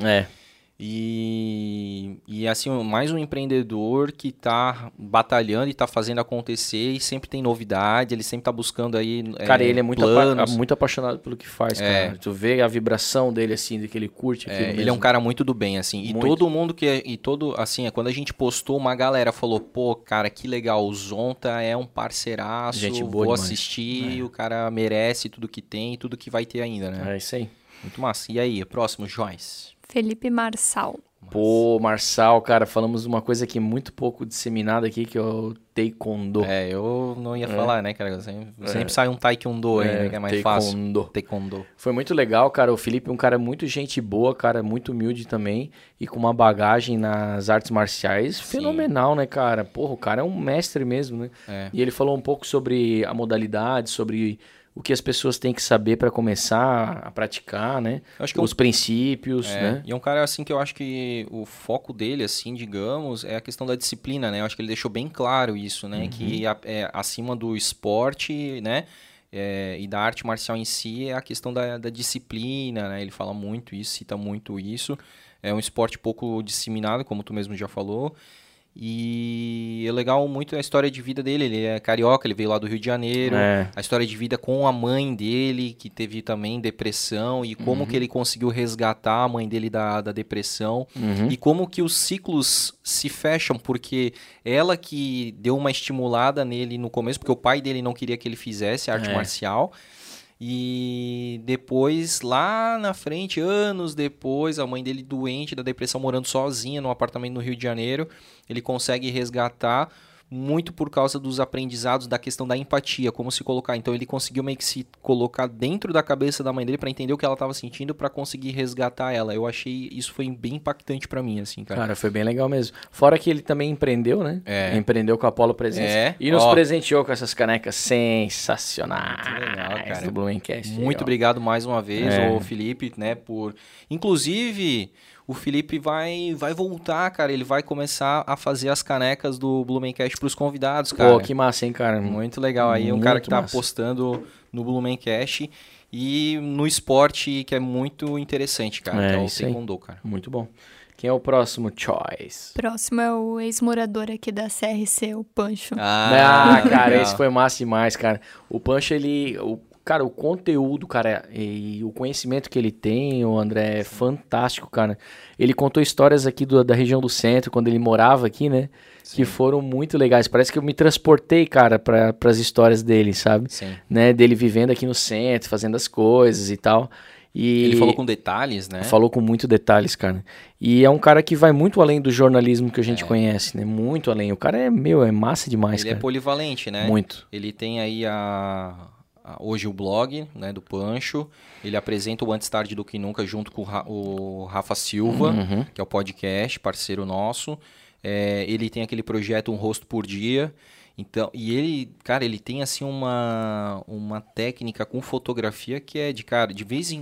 E assim, mais um empreendedor que tá batalhando e tá fazendo acontecer e sempre tem novidade, ele sempre tá buscando aí cara, ele é muito apaixonado pelo que faz, cara. Tu vê a vibração dele, assim, do que ele curte. Ele é um cara muito do bem, assim. E todo mundo assim, quando a gente postou, uma galera falou, pô, cara, que legal, o Zonta é um parceiraço, gente boa vou demais. Assistir, o cara merece tudo que tem e tudo que vai ter ainda, né? É isso aí. Muito massa. E aí, próximo, Joyce? Felipe Marçal. Pô, Marçal, cara, falamos uma coisa aqui muito pouco disseminada aqui, que é o Taekwondo. Eu não ia falar, né, cara? Sempre sai um Taekwondo aí, né, que é mais fácil. Taekwondo. Foi muito legal, cara. O Felipe é um cara muito gente boa, cara, muito humilde também, e com uma bagagem nas artes marciais fenomenal, né, cara? Porra, o cara é um mestre mesmo, né? E ele falou um pouco sobre a modalidade, sobre o que as pessoas têm que saber para começar a praticar, né? Acho que os princípios, né? E é um cara, assim, que eu acho que o foco dele, assim, digamos, é a questão da disciplina, né? Eu acho que ele deixou bem claro isso, né? Que acima do esporte, né? E da arte marcial em si é a questão da disciplina, né? Ele fala muito isso, cita muito isso. É um esporte pouco disseminado, como tu mesmo já falou. E é legal muito a história de vida dele. Ele é carioca, ele veio lá do Rio de Janeiro. A história de vida com a mãe dele, que teve também depressão, e como que ele conseguiu resgatar a mãe dele da depressão, e como que os ciclos se fecham, porque ela que deu uma estimulada nele no começo, porque o pai dele não queria que ele fizesse arte marcial. E depois, lá na frente, anos depois, a mãe dele doente da depressão, morando sozinha num apartamento no Rio de Janeiro, ele consegue resgatar muito por causa dos aprendizados da questão da empatia, como se colocar. Então ele conseguiu meio que se colocar dentro da cabeça da mãe dele para entender o que ela estava sentindo, para conseguir resgatar ela. Eu achei isso foi bem impactante para mim, assim, cara. Cara, foi bem legal mesmo. Fora que ele também empreendeu, né? Empreendeu com a Apollo Presença. E nos presenteou com essas canecas sensacionais. Muito legal, cara. Do Blumencast. Muito obrigado mais uma vez, ô Felipe, né, por... Inclusive, o Felipe vai voltar, cara. Ele vai começar a fazer as canecas do Blumencast pros convidados, cara. Pô, que massa, hein, cara? Muito legal. Aí é um cara que tá apostando no Blumencast e no esporte, que é muito interessante, cara. Então, o Taekwondo, cara. Muito bom. Quem é o próximo choice? Próximo é o ex-morador aqui da CRC, o Pancho. Cara, legal. Esse foi massa demais, cara. O Pancho, cara, o conteúdo, cara, e o conhecimento que ele tem, o André, é fantástico, cara. Ele contou histórias aqui da região do centro, quando ele morava aqui, né? Sim. Que foram muito legais. Parece que eu me transportei, cara, para as histórias dele, sabe? Sim. Né? Dele vivendo aqui no centro, fazendo as coisas e tal. E ele falou com detalhes, né? Falou com muito detalhes, cara. E é um cara que vai muito além do jornalismo que a gente conhece, né? Muito além. O cara é massa demais, cara. Ele é polivalente, né? Muito. Ele tem aí hoje o blog, né, do Pancho. Ele apresenta o Antes Tarde do Que Nunca junto com o Rafa Silva, que é o podcast, parceiro nosso. Ele tem aquele projeto Um Rosto por Dia. Então, e ele, cara, ele tem assim uma técnica com fotografia que é de cara, de vez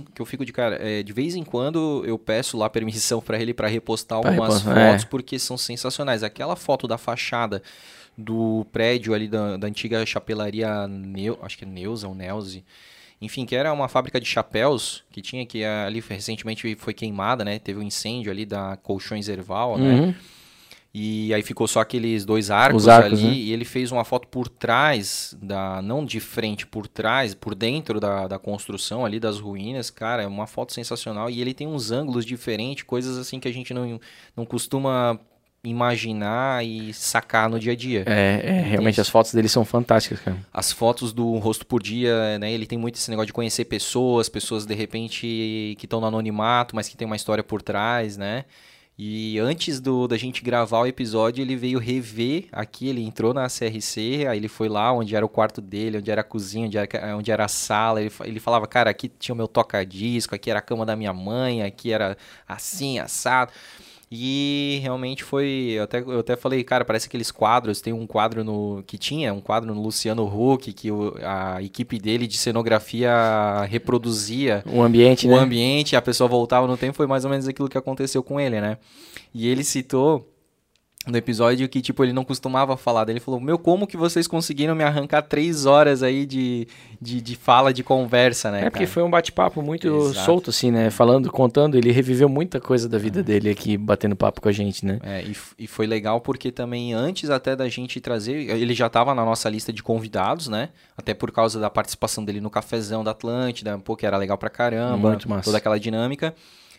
em quando eu peço lá permissão para ele para repostar algumas fotos, porque são sensacionais. Aquela foto da fachada do prédio ali da antiga chapelaria, acho que é Neuza ou Neuze, enfim, que era uma fábrica de chapéus que tinha, que ali recentemente foi queimada, né? Teve um incêndio ali da Colchões Erval, né? E aí ficou só aqueles 2 arcos ali, né? E ele fez uma foto por trás, não de frente, por trás, por dentro da construção ali, das ruínas. Cara, é uma foto sensacional. E ele tem uns ângulos diferentes, coisas assim que a gente não costuma imaginar e sacar no dia a dia. Realmente as fotos dele são fantásticas, cara. As fotos do Rosto por Dia, né? Ele tem muito esse negócio de conhecer pessoas de repente que estão no anonimato, mas que tem uma história por trás, né? E antes da gente gravar o episódio, ele veio rever aqui, ele entrou na CRC, aí ele foi lá onde era o quarto dele, onde era a cozinha, onde era a sala. Ele falava, cara, aqui tinha o meu toca-disco, aqui era a cama da minha mãe, aqui era assim, assado. E realmente foi, eu até falei, cara, parece aqueles quadros, tem um quadro no Luciano Huck, que a equipe dele de cenografia reproduzia o ambiente, o ambiente, a pessoa voltava no tempo, foi mais ou menos aquilo que aconteceu com ele, né? E ele citou no episódio que, tipo, ele não costumava falar. Daí ele falou, como que vocês conseguiram me arrancar 3 horas aí de fala, de conversa, né, porque foi um bate-papo muito solto, assim, né? Contando, ele reviveu muita coisa da vida dele aqui, batendo papo com a gente, né? E foi legal porque também, antes até da gente trazer, ele já estava na nossa lista de convidados, né? Até por causa da participação dele no Cafezão da Atlântida, que era legal pra caramba. Muito massa. Toda aquela dinâmica.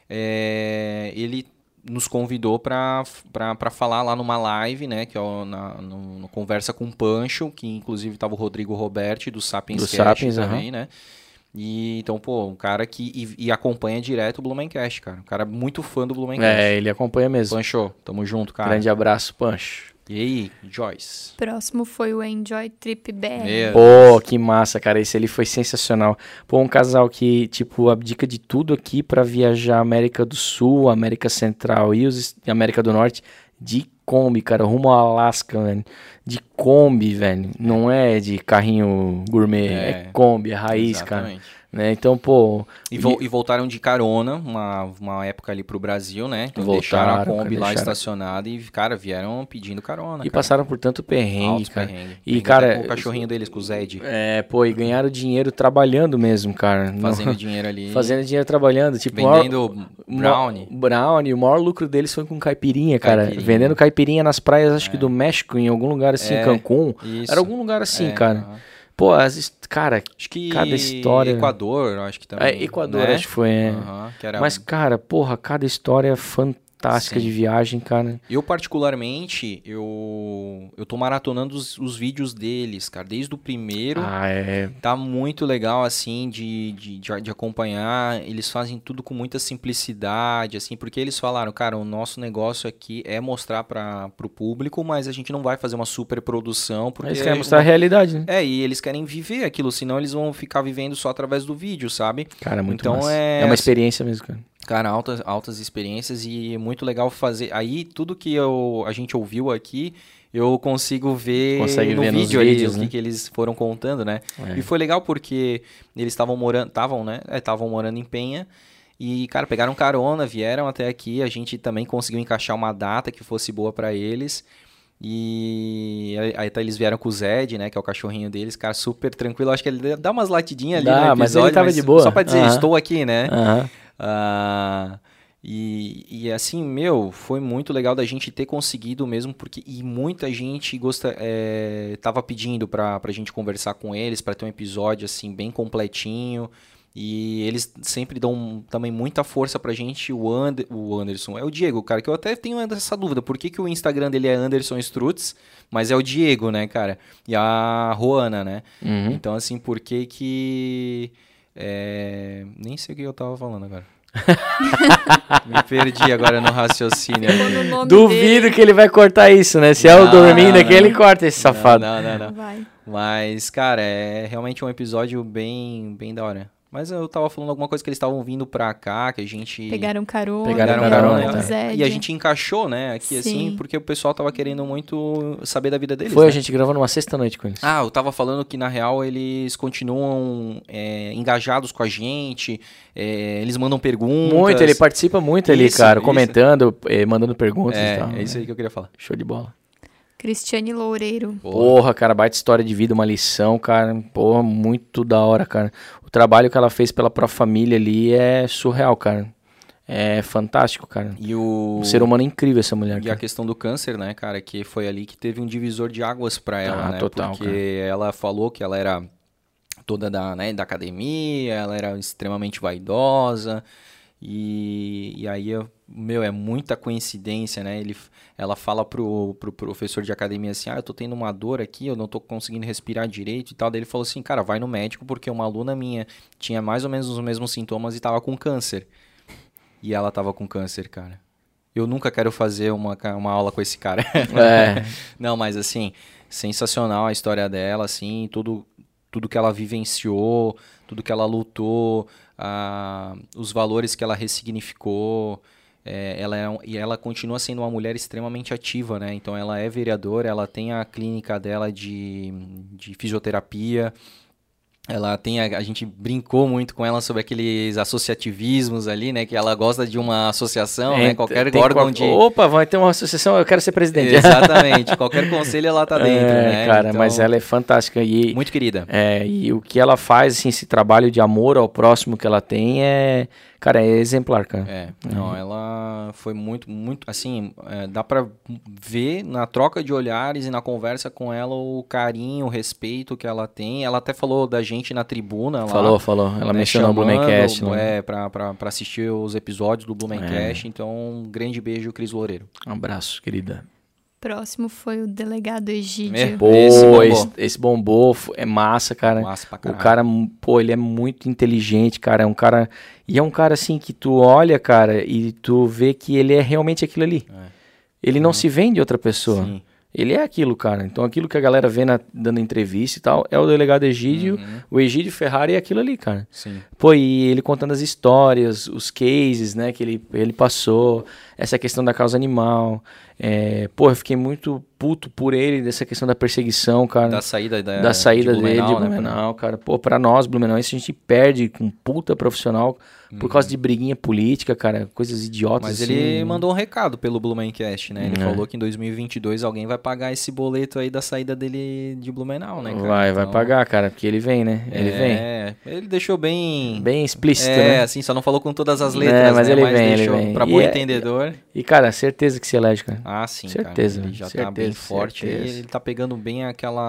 Ele nos convidou para falar lá numa live, né, que é no Conversa com o Pancho, que inclusive estava o Rodrigo Roberti do Sapiens Cast também, né? E então, um cara que acompanha direto o Blumencast, cara. Um cara muito fã do Blumencast. Ele acompanha mesmo. Pancho, tamo junto, cara. Grande abraço, Pancho. E aí, Joyce? Próximo foi o Enjoy Trip BR. Que massa, cara. Esse ali foi sensacional. Um casal que, tipo, abdica de tudo aqui pra viajar América do Sul, América Central e América do Norte de Kombi, cara, rumo ao Alasca, velho. De Kombi, velho. Não é de carrinho gourmet, é Kombi, é raiz, exatamente, cara. Né? Então, E voltaram de carona, uma época ali pro Brasil, né? Então deixaram a Kombi lá estacionada e, cara, vieram pedindo carona. E passaram por tanto perrengue, cara. E, cara, com o cachorrinho deles, com o Zed. E ganharam dinheiro trabalhando mesmo, cara. Fazendo dinheiro ali. Fazendo dinheiro trabalhando. Tipo, vendendo brownie. O maior lucro deles foi com caipirinha, cara. Vendendo caipirinha nas praias, acho que do México, em algum lugar assim, Cancún. Isso. Era algum lugar assim, cara. Cara, acho que cada história... Equador, acho que também. Equador, né? Acho que foi. Mas, cara, cada história é fantástica de viagem, cara. Eu, particularmente, eu tô maratonando os vídeos deles, cara. Desde o primeiro. Tá muito legal, assim, de acompanhar. Eles fazem tudo com muita simplicidade, assim, porque eles falaram, cara, o nosso negócio aqui é mostrar pro público, mas a gente não vai fazer uma super produção. Porque eles querem mostrar a realidade, né? E eles querem viver aquilo, senão eles vão ficar vivendo só através do vídeo, sabe? Cara, muito massa. É uma experiência mesmo, cara. Cara, altas experiências e muito legal fazer. Aí, tudo que a gente ouviu aqui, eu consigo ver no vídeo ali, vídeos, né? O que eles foram contando, né? E foi legal porque eles estavam morando em Penha e, cara, pegaram carona, vieram até aqui. A gente também conseguiu encaixar uma data que fosse boa pra eles. E aí eles vieram com o Zed, né, que é o cachorrinho deles, cara, super tranquilo. Acho que ele dá umas latidinhas ali no episódio, mas ele tava de boa. Só pra dizer, estou aqui, né? E assim, foi muito legal da gente ter conseguido mesmo, porque muita gente tava pedindo pra gente conversar com eles, pra ter um episódio assim bem completinho. E eles sempre dão também muita força pra gente. O Anderson é o Diego, cara, que eu até tenho essa dúvida. Por que o Instagram dele é Anderson Strutz, mas é o Diego, né, cara? E a Roana, né? Então, assim, por que nem sei o que eu tava falando agora. Me perdi agora no raciocínio. Duvido que ele vai cortar isso, né? Se é o dormindo aqui, ele corta esse safado. Não. Vai. Mas, cara, é realmente um episódio bem da hora. Mas eu tava falando alguma coisa que eles estavam vindo pra cá, que a gente... Pegaram carona. Pegaram carona, né? tá. Zed. E a gente encaixou, né, aqui assim, Sim. porque o pessoal tava querendo muito saber da vida deles, Foi, né? a gente gravando uma sexta-noite com eles. Ah, eu tava falando que na real eles continuam engajados com a gente, eles mandam perguntas. Muito, ele participa muito ali, Isso, cara, isso. comentando, mandando perguntas e tal. É isso aí que eu queria falar. Show de bola. Cristiane Loureiro. Porra, cara, baita história de vida, uma lição, cara. Porra, muito da hora, cara. O trabalho que ela fez pela própria família ali é surreal, cara. É fantástico, cara. E Um ser humano incrível essa mulher, E a cara. questão do câncer, né, cara, que foi ali que teve um divisor de águas pra ela, né? Total, porque cara. ela falou que ela era toda da academia, ela era extremamente vaidosa. E aí, é muita coincidência, né? Ela fala pro professor de academia assim, eu tô tendo uma dor aqui, eu não tô conseguindo respirar direito e tal. Daí ele falou assim, cara, vai no médico porque uma aluna minha tinha mais ou menos os mesmos sintomas e tava com câncer. E ela tava com câncer, cara. Eu nunca quero fazer uma aula com esse cara. É. Não, mas assim, sensacional a história dela, assim, tudo que ela vivenciou, tudo que ela lutou, os valores que ela ressignificou. E ela continua sendo uma mulher extremamente ativa, né? Então ela é vereadora, ela tem a clínica dela de fisioterapia. Ela tem a gente brincou muito com ela sobre aqueles associativismos ali, né? Que ela gosta de uma associação, né? Qualquer órgão de... Opa, vai ter uma associação, eu quero ser presidente. Exatamente, qualquer conselho ela tá dentro, né? Cara, Então, mas ela é fantástica. E, muito querida. e o que ela faz, assim, esse trabalho de amor ao próximo que ela tem cara, é exemplar, cara. Não, ela foi muito, assim, dá pra ver na troca de olhares e na conversa com ela o carinho, o respeito que ela tem. Ela até falou da gente na tribuna lá. Falou. Ela né, mencionou o Blumencast. pra assistir os episódios do Blumencast. Então, um grande beijo, Cris Loureiro. Um abraço, querida. Próximo foi o delegado Egídio. Pô, esse bombou, é massa, cara. Massa pra caralho. O cara, pô, ele é muito inteligente, cara. É um cara. E é um cara assim que tu olha, cara, e tu vê que ele é realmente aquilo ali. Ele não se vende outra pessoa. Sim. Ele é aquilo, cara. Então aquilo que a galera vê dando entrevista e tal, é o delegado Egídio, o Egídio Ferrari é aquilo ali, cara. Sim. Pô, e ele contando as histórias, os cases, né, que ele passou, essa questão da causa animal. Pô, eu fiquei muito puto por ele, dessa questão da perseguição, cara. Da saída dele de Blumenau, Blumenau, cara. Pô, pra nós, Blumenauenses, a gente perde com puta profissional por causa de briguinha política, cara, coisas idiotas. Mas assim. ele mandou um recado pelo Blumencast, né? Ele falou que em 2022 alguém vai pagar esse boleto aí da saída dele de Blumenau, né, cara? Vai pagar, cara, porque ele vem, né? Ele vem. Ele deixou bem explícito, né? assim, só não falou com todas as letras, mas né? ele Mas vem, deixou ele vem. pra bom entendedor. E, cara, certeza que se elege, cara. Ah, sim, certeza, cara. Ele já tá certeza, bem forte. certeza. E ele tá pegando bem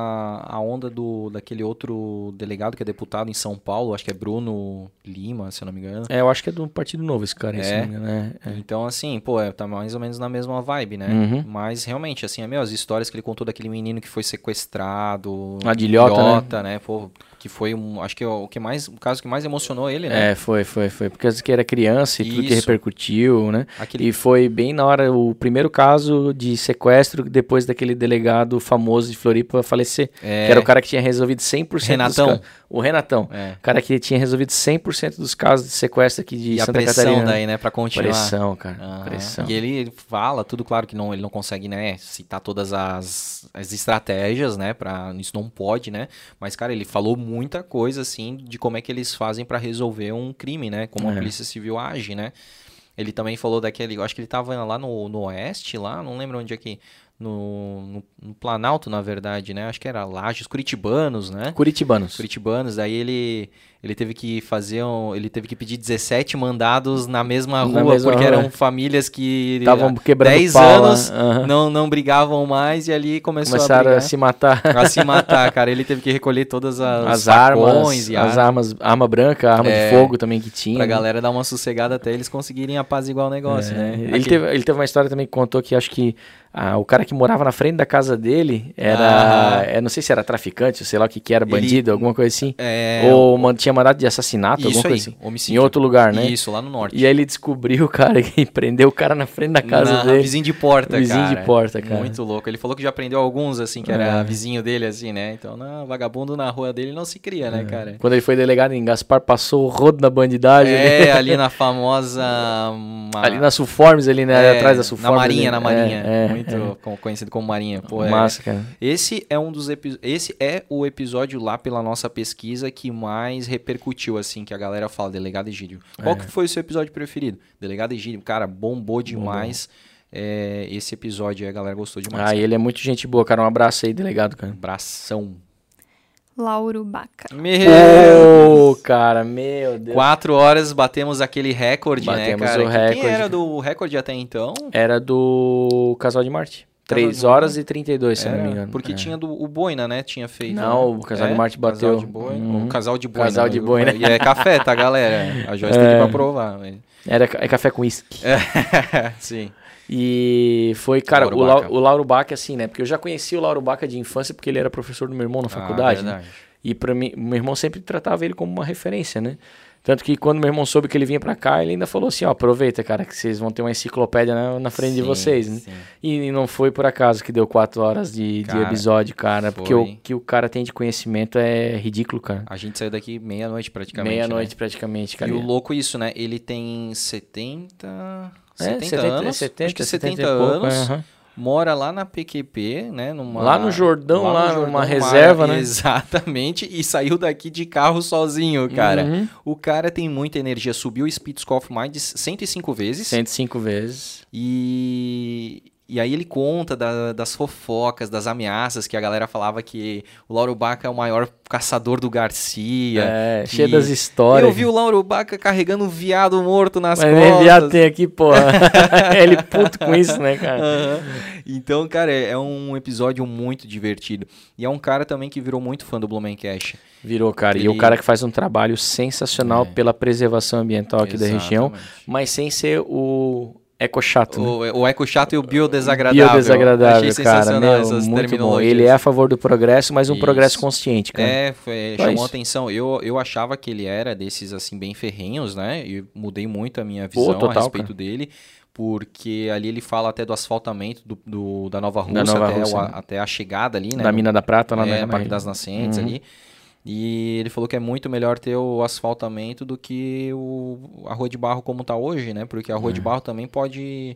a onda daquele outro delegado que é deputado em São Paulo, acho que é Bruno Lima, se eu não me engano. Eu acho que é do Partido Novo esse cara, se não me engano, né? Então, assim, pô, tá mais ou menos na mesma vibe, né? Uhum. Mas, realmente, assim, as histórias que ele contou daquele menino que foi sequestrado... De Ilhota, né? Pô, que foi acho que o caso que mais emocionou ele, né? Foi. Porque que era criança e tudo que Isso. repercutiu, né? Aquele- E foi bem na hora, o primeiro caso de sequestro, depois daquele delegado famoso de Floripa falecer. Que era o cara que tinha resolvido 100% Renatão. dos casos. O Renatão. É. O cara que tinha resolvido 100% dos casos de sequestro aqui de E a Santa pressão Catarina. daí, né, pra continuar. Pressão, cara. Aham. Pressão. E ele fala, tudo claro que ele não consegue, né, citar todas as estratégias, né, isso não pode, né, mas, cara, ele falou muita coisa, assim, de como é que eles fazem pra resolver um crime, né, como a Polícia Civil age, né. Ele também falou eu acho que ele tava lá no Oeste, lá, não lembro onde é que, no Planalto, na verdade, né, acho que era Lages, Curitibanos, né. Curitibanos. Daí ele teve que ele teve que pedir 17 mandados na mesma rua, porque eram famílias que estavam quebrando 10 pau, anos né? não brigavam mais e ali começaram a se matar. a se matar, cara. Ele teve que recolher todas as armas, e as armas, arma branca, arma de fogo também que tinha. Pra galera dar uma sossegada até eles conseguirem apaziguar o negócio, né? Ele teve uma história também que contou que acho que o cara que morava na frente da casa dele era, não sei se era traficante, sei lá o que era, bandido, alguma coisa assim. Ou tinha mandado de assassinato, alguma coisa assim. Homicídio. Em outro lugar, né? Isso, lá no norte. E aí ele descobriu, cara, e prendeu o cara na frente da casa dele. Vizinho de porta, Vizinho de porta, cara. Muito louco. Ele falou que já prendeu alguns, assim, que era vizinho dele, assim, né? Então, vagabundo na rua dele não se cria, né, cara? Quando ele foi delegado em Gaspar, passou o rodo na bandidagem. Ali na famosa... Ali na Sulformes, ali, né? Atrás da Sulformes. Na Marinha. Muito conhecido como Marinha. Pô, massa, cara. Esse é o episódio lá pela nossa pesquisa que mais repercutiu, assim, que a galera fala, Delegado Egídio. Qual que foi o seu episódio preferido? Delegado Egídio, cara, bombou demais. Esse episódio aí a galera gostou demais. Ele é muito gente boa, cara. Um abraço aí, delegado, cara. Abração. Lauro Baca. Cara, meu Deus. 4 horas batemos aquele recorde, né, cara? O recorde. Quem era do recorde até então? Era do Casal de Marte. 3 horas e 32, se não me engano. Porque tinha o Boina, né? Tinha feito. Não, o Casal de Marte bateu. O Casal de Boina. Casal de Boina. E é café, tá, galera? A Joyce tem que ir pra provar. É café com uísque. Sim. E foi, cara, o Lauro Baca, assim, né? Porque eu já conheci o Lauro Baca de infância porque ele era professor do meu irmão na faculdade. Né? E pra mim, meu irmão sempre tratava ele como uma referência, né? Tanto que quando meu irmão soube que ele vinha pra cá, ele ainda falou assim, aproveita, cara, que vocês vão ter uma enciclopédia na frente de vocês, né? E não foi por acaso que deu 4 horas de episódio, cara, porque o que o cara tem de conhecimento é ridículo, cara. A gente saiu daqui meia-noite praticamente. Meia-noite praticamente, cara. E o louco isso, né? Ele tem 70 anos, acho que 70 anos. Mora lá na PQP, né? Lá no Jordão, numa reserva, né? Exatamente, e saiu daqui de carro sozinho, cara. O cara tem muita energia, subiu o Spitzkopf mais de 105 vezes. 105 vezes. E aí ele conta das fofocas, das ameaças, que a galera falava que o Lauro Baca é o maior caçador do Garcia. Cheio das histórias. Eu vi o Lauro Baca carregando um viado morto nas costas. Mas viado tem aqui, porra. Ele puto com isso, né, cara? Então, cara, é um episódio muito divertido. E é um cara também que virou muito fã do Blumencast. Virou, cara. E o cara que faz um trabalho sensacional pela preservação ambiental aqui da região, mas sem ser o eco-chato, né? O eco-chato e o biodesagradável. Achei sensacional, essas terminologias. Ele é a favor do progresso, mas um progresso consciente, cara. Chamou atenção. Eu achava que ele era desses, assim, bem ferrenhos, né? E mudei muito a minha visão a respeito dele. Porque ali ele fala até do asfaltamento da Nova Rússia, até a chegada ali, né? Da Mina da Prata, lá na Parque das Nascentes ali. E ele falou que é muito melhor ter o asfaltamento do que a rua de barro como está hoje, né? Porque a rua de barro também pode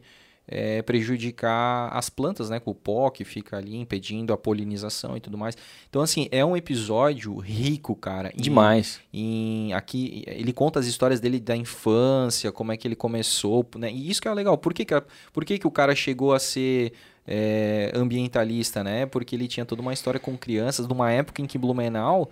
prejudicar as plantas, né? Com o pó que fica ali impedindo a polinização e tudo mais. Então, assim, é um episódio rico, cara. Demais. Aqui, ele conta as histórias dele da infância, como é que ele começou, né? E isso que é legal. Por que o cara chegou a ser... ambientalista, né? Porque ele tinha toda uma história com crianças, numa época em que Blumenau,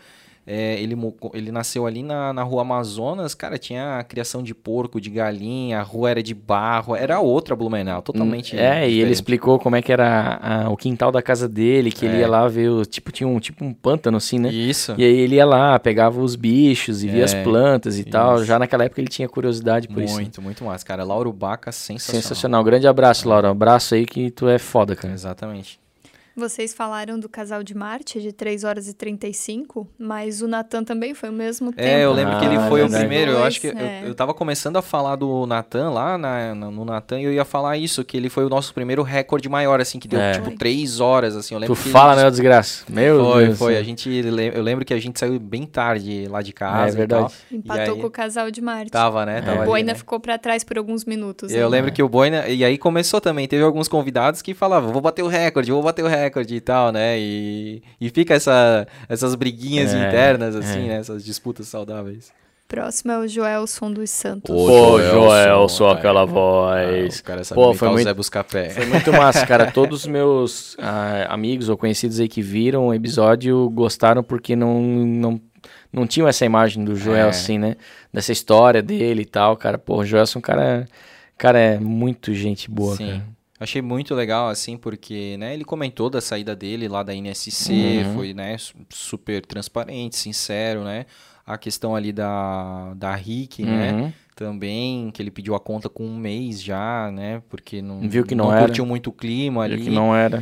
ele nasceu ali na Rua Amazonas, cara, tinha a criação de porco, de galinha, a rua era de barro, era outra Blumenau, totalmente diferente. E ele explicou como é que era o quintal da casa dele, que ele ia lá ver, tinha um pântano assim, né? Isso. E aí ele ia lá, pegava os bichos e via as plantas e tal, já naquela época ele tinha curiosidade por isso. Muito massa, cara. Lauro Baca, sensacional. Grande abraço, Laura. Abraço aí que tu é foda, cara. Exatamente. Vocês falaram do Casal de Marte, de 3 horas e 35, mas o Natan também foi o mesmo tempo. Eu lembro que ele foi o primeiro. Eu acho que eu tava começando a falar do Natan lá, no Natan, e eu ia falar isso, que ele foi o nosso primeiro recorde maior, assim, que deu tipo 3 horas, assim. Eu lembro né, desgraça? Meu Deus. Foi. Eu lembro que a gente saiu bem tarde lá de casa. É verdade. Empatou com o Casal de Marte. Tava, né? O Boina ficou pra trás por alguns minutos. Eu lembro que o Boina... E aí começou também, teve alguns convidados que falavam, vou bater o recorde e tal, né? E fica essas briguinhas internas, assim, né? Essas disputas saudáveis. Próximo é o Joelson dos Santos. Ô, Joelson, aquela voz. O cara sabe foi muito Zé Buscapé. Foi muito massa, cara. Todos os meus amigos ou conhecidos aí que viram o episódio gostaram porque não tinham essa imagem do Joel, assim, né? Dessa história dele e tal, cara. Pô, o Joelson, cara é muito gente boa, Sim. cara. Achei muito legal, assim, porque, né, ele comentou da saída dele lá da NSC, foi, né, super transparente, sincero, né? A questão ali da RIC, né? Também, que ele pediu a conta com 1 mês já, né? Porque Viu que não era. curtiu muito o clima ali. Viu que não era.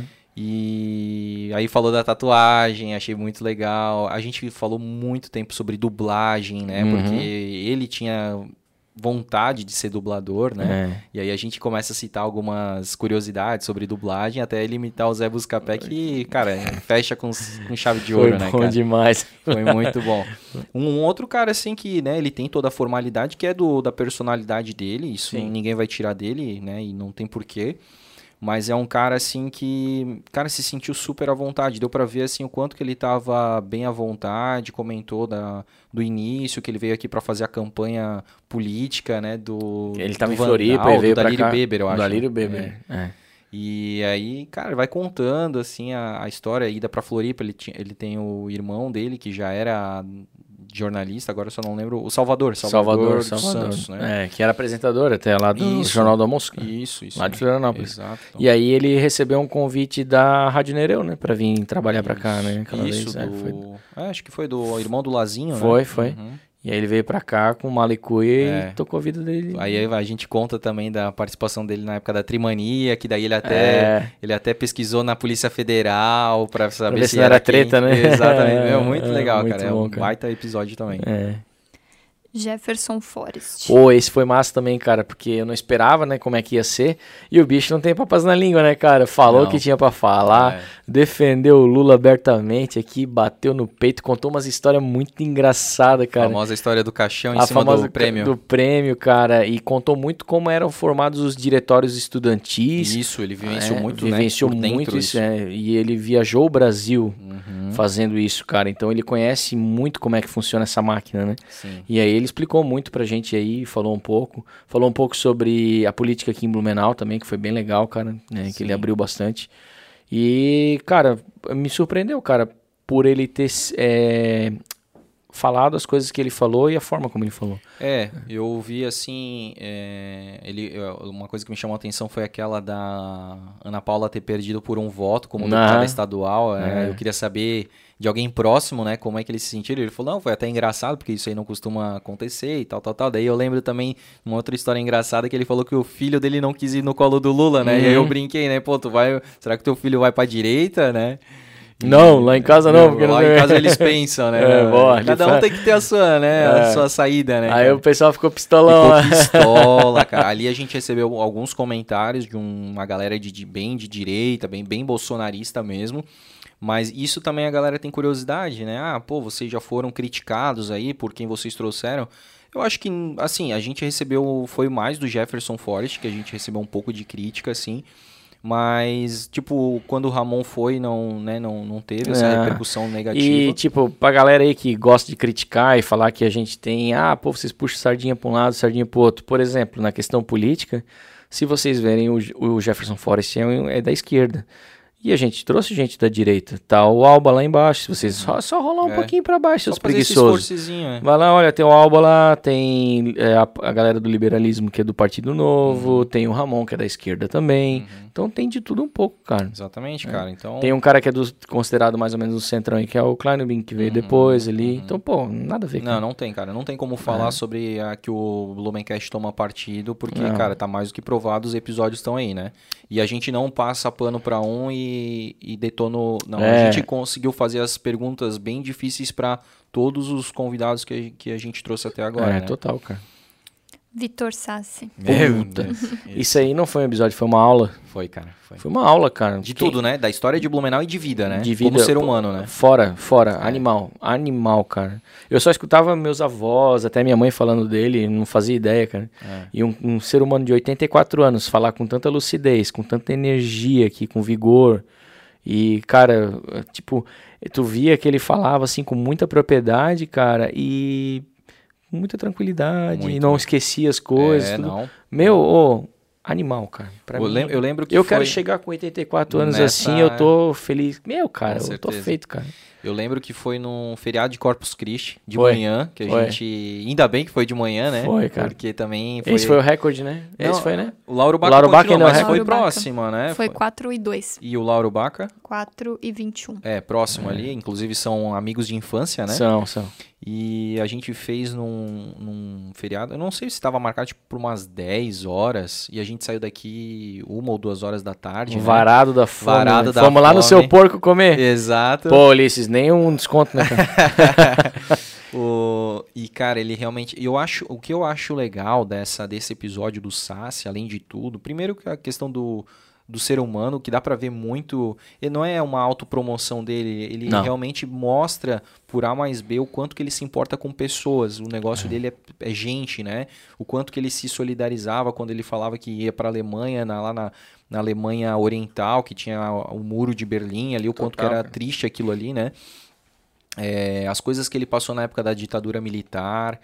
E aí falou da tatuagem, achei muito legal. A gente falou muito tempo sobre dublagem, né? Porque ele tinha vontade de ser dublador, né? E aí a gente começa a citar algumas curiosidades sobre dublagem, até ele imitar o Zé Buscapé, que, cara, fecha com chave de ouro, né, cara? Foi bom demais. Foi muito bom. Um outro cara, assim, que, né, ele tem toda a formalidade, que é da personalidade dele, isso ninguém vai tirar dele, né, e não tem porquê. Mas é um cara, assim, que, cara, se sentiu super à vontade. Deu pra ver, assim, o quanto que ele tava bem à vontade, comentou do início, que ele veio aqui pra fazer a campanha política, né, ele tava em Floripa, ele veio pra cá. do Dalírio Beber, eu acho. Dalírio Beber, E aí, cara, vai contando, assim, a história, a ida pra Floripa. Ele tem o irmão dele, que já era jornalista, agora eu só não lembro, o Salvador dos Santos, né? Que era apresentador até lá do Jornal do Almoço. Isso. Lá de Florianópolis. Exato. Então. E aí ele recebeu um convite da Rádio Nereu, né? Pra vir trabalhar pra cá, né? Aquela vez, acho que foi do irmão do Lazinho, né? Foi. E aí ele veio pra cá com uma Malicuia e tocou a vida dele. Aí a gente conta também da participação dele na época da Trimania, que daí ele até pesquisou na Polícia Federal pra saber se era treta, né? Exatamente. Muito legal, muito cara. Bom, é um baita episódio também. Jefferson Forrest. Esse foi massa também, cara, porque eu não esperava, né, como é que ia ser. E o bicho não tem papas na língua, né, cara? Falou o que tinha pra falar, defendeu o Lula abertamente aqui, bateu no peito, contou umas histórias muito engraçadas, cara. A famosa história do caixão em cima do prêmio. Do prêmio, cara, e contou muito como eram formados os diretórios estudantis. Isso, ele vivenciou muito, né? Vivenciou muito isso, e ele viajou o Brasil fazendo isso, cara. Então ele conhece muito como é que funciona essa máquina, né? Sim. E aí ele explicou muito pra gente aí, falou um pouco sobre a política aqui em Blumenau também, que foi bem legal, cara, né? Que ele abriu bastante. E, cara, me surpreendeu, cara, por ele ter falado as coisas que ele falou e a forma como ele falou. Eu vi assim, uma coisa que me chamou a atenção foi aquela da Ana Paula ter perdido por um voto como deputada estadual. Eu queria saber de alguém próximo, né, como é que ele se sentiu. Ele falou, não, foi até engraçado, porque isso aí não costuma acontecer e tal. Daí eu lembro também uma outra história engraçada que ele falou que o filho dele não quis ir no colo do Lula, né, e aí eu brinquei, né, pô, será que teu filho vai pra direita, né? Não, lá em casa não. Porque lá em casa eles pensam, né? Cada um tem que ter a sua, né? A sua saída, né? Aí o pessoal ficou pistolão. Ficou pistola, cara. Ali a gente recebeu alguns comentários de uma galera bem de direita, bem bolsonarista mesmo. Mas isso também a galera tem curiosidade, né? Vocês já foram criticados aí por quem vocês trouxeram. Eu acho que, assim, a gente recebeu, foi mais do Jefferson Forrest, que a gente recebeu um pouco de crítica, assim. Mas, tipo, quando o Ramon foi, não teve essa repercussão negativa. E, tipo, pra galera aí que gosta de criticar e falar que a gente tem, vocês puxam sardinha pra um lado, sardinha pro outro. Por exemplo, na questão política, se vocês verem o Jefferson Forrest é da esquerda. E a gente trouxe gente da direita. Tá o Alba lá embaixo. Se vocês só rolar um pouquinho pra baixo, seus preguiçosos. Vai lá, olha, tem o Alba lá, tem a galera do liberalismo, que é do Partido Novo, tem o Ramon, que é da esquerda também. Então tem de tudo um pouco, cara. Exatamente, cara. Então... Tem um cara que é considerado mais ou menos do centrão aí, que é o Kleinobin, que veio depois ali. Então, pô, nada a ver. Não tem, cara. Não tem como falar sobre que o Blumencast toma partido, porque, cara, tá mais do que provado, os episódios estão aí, né? E a gente não passa pano pra um e detonou... Não, a gente conseguiu fazer as perguntas bem difíceis pra todos os convidados que a gente trouxe até agora, né? Total, cara. Vitor Sassi. Isso aí não foi um episódio, foi uma aula. Foi, cara. Foi uma aula, cara. De tudo, né? Da história de Blumenau e de vida, né? De vida, como ser humano, né? Fora. Animal, cara. Eu só escutava meus avós, até minha mãe falando dele, não fazia ideia, cara. E um ser humano de 84 anos falar com tanta lucidez, com tanta energia aqui, com vigor. E, cara, tipo, tu via que ele falava assim com muita propriedade, cara, e... muita tranquilidade, e não esquecia as coisas. Animal, cara. Eu lembro que eu quero chegar com 84 anos assim, eu tô feliz. Cara, eu tô feito, cara. Eu lembro que foi num feriado de Corpus Christi, de Foi. manhã, que a Foi. gente... Ainda bem que foi de manhã, né? Foi, cara. Porque também foi... Esse foi o recorde, né? Não, Esse foi, né? O Lauro Baca Lauro Baca continuou, ainda é o mas foi Lauro Baca. próxima, né? Foi 4:02. E o Lauro Baca? 4:21. Próximo ali. Inclusive são amigos de infância, né? São. E a gente fez num feriado, eu não sei se estava marcado tipo, por umas 10 horas, e a gente saiu daqui 1 ou 2 horas da tarde, né? Varado da fome. Varado né? da Fomos lá no fome. seu porco comer. Exato. Pô, Ulisses, nem um desconto, né, cara? E, cara, ele realmente... O que eu acho legal desse episódio do Sassi, além de tudo, primeiro que a questão do ser humano, que dá pra ver muito... Ele não é uma autopromoção dele, ele Não. realmente mostra, por A mais B, o quanto que ele se importa com pessoas. O negócio dele é gente, né? O quanto que ele se solidarizava quando ele falava que ia pra Alemanha, lá na Alemanha Oriental, que tinha o Muro de Berlim ali, o quanto que era triste aquilo ali, né? As coisas que ele passou na época da ditadura militar...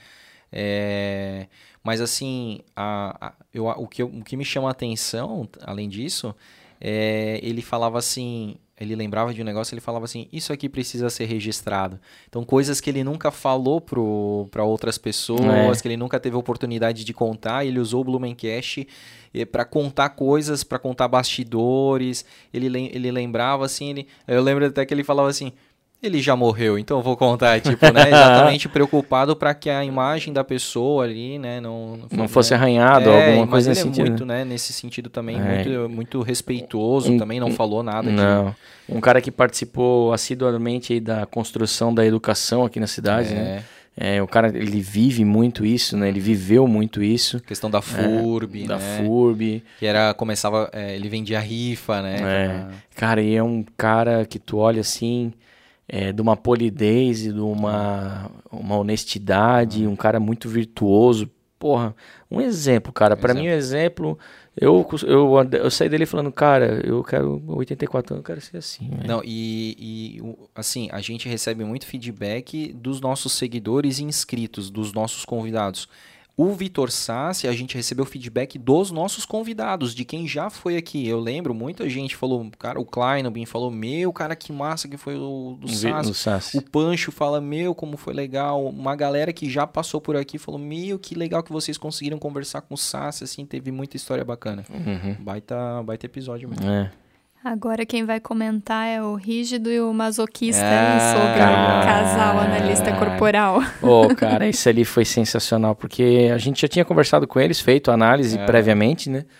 Mas assim, o que me chama a atenção, além disso, ele falava assim, ele lembrava de um negócio, ele falava assim, isso aqui precisa ser registrado. Então, coisas que ele nunca falou para outras pessoas, que ele nunca teve oportunidade de contar, ele usou o Blumencast para contar coisas, para contar bastidores. Ele lembrava assim, eu lembro até que ele falava assim, ele já morreu, então eu vou contar, tipo, né? Exatamente preocupado para que a imagem da pessoa ali, né, não fosse arranhado, alguma coisa nesse sentido. sentido. Muito, né, nesse sentido também, muito respeitoso, também não falou nada Não. Um cara que participou assiduamente aí da construção da educação aqui na cidade, né? O cara, ele vive muito isso, né? Ele viveu muito isso. Questão da FURB, Da né? FURB. Que ele vendia rifa, né? Cara, e é um cara que tu olha assim... de uma polidez e de uma honestidade, um cara muito virtuoso. Porra, um exemplo, cara. Pra mim, um exemplo... Eu saí dele falando, cara, eu quero 84 anos, eu quero ser assim. Véio. Não, assim, a gente recebe muito feedback dos nossos seguidores e inscritos, dos nossos convidados. O Vitor Sassi, a gente recebeu feedback dos nossos convidados, de quem já foi aqui. Eu lembro, muita gente falou, cara, o Kleinobin falou, cara, que massa que foi o do Sassi. O Pancho fala, como foi legal. Uma galera que já passou por aqui falou, que legal que vocês conseguiram conversar com o Sassi, assim, teve muita história bacana. Baita episódio mesmo. Agora quem vai comentar é o rígido e o masoquista sobre o casal analista corporal. Cara, isso ali foi sensacional, porque a gente já tinha conversado com eles, feito a análise previamente, né?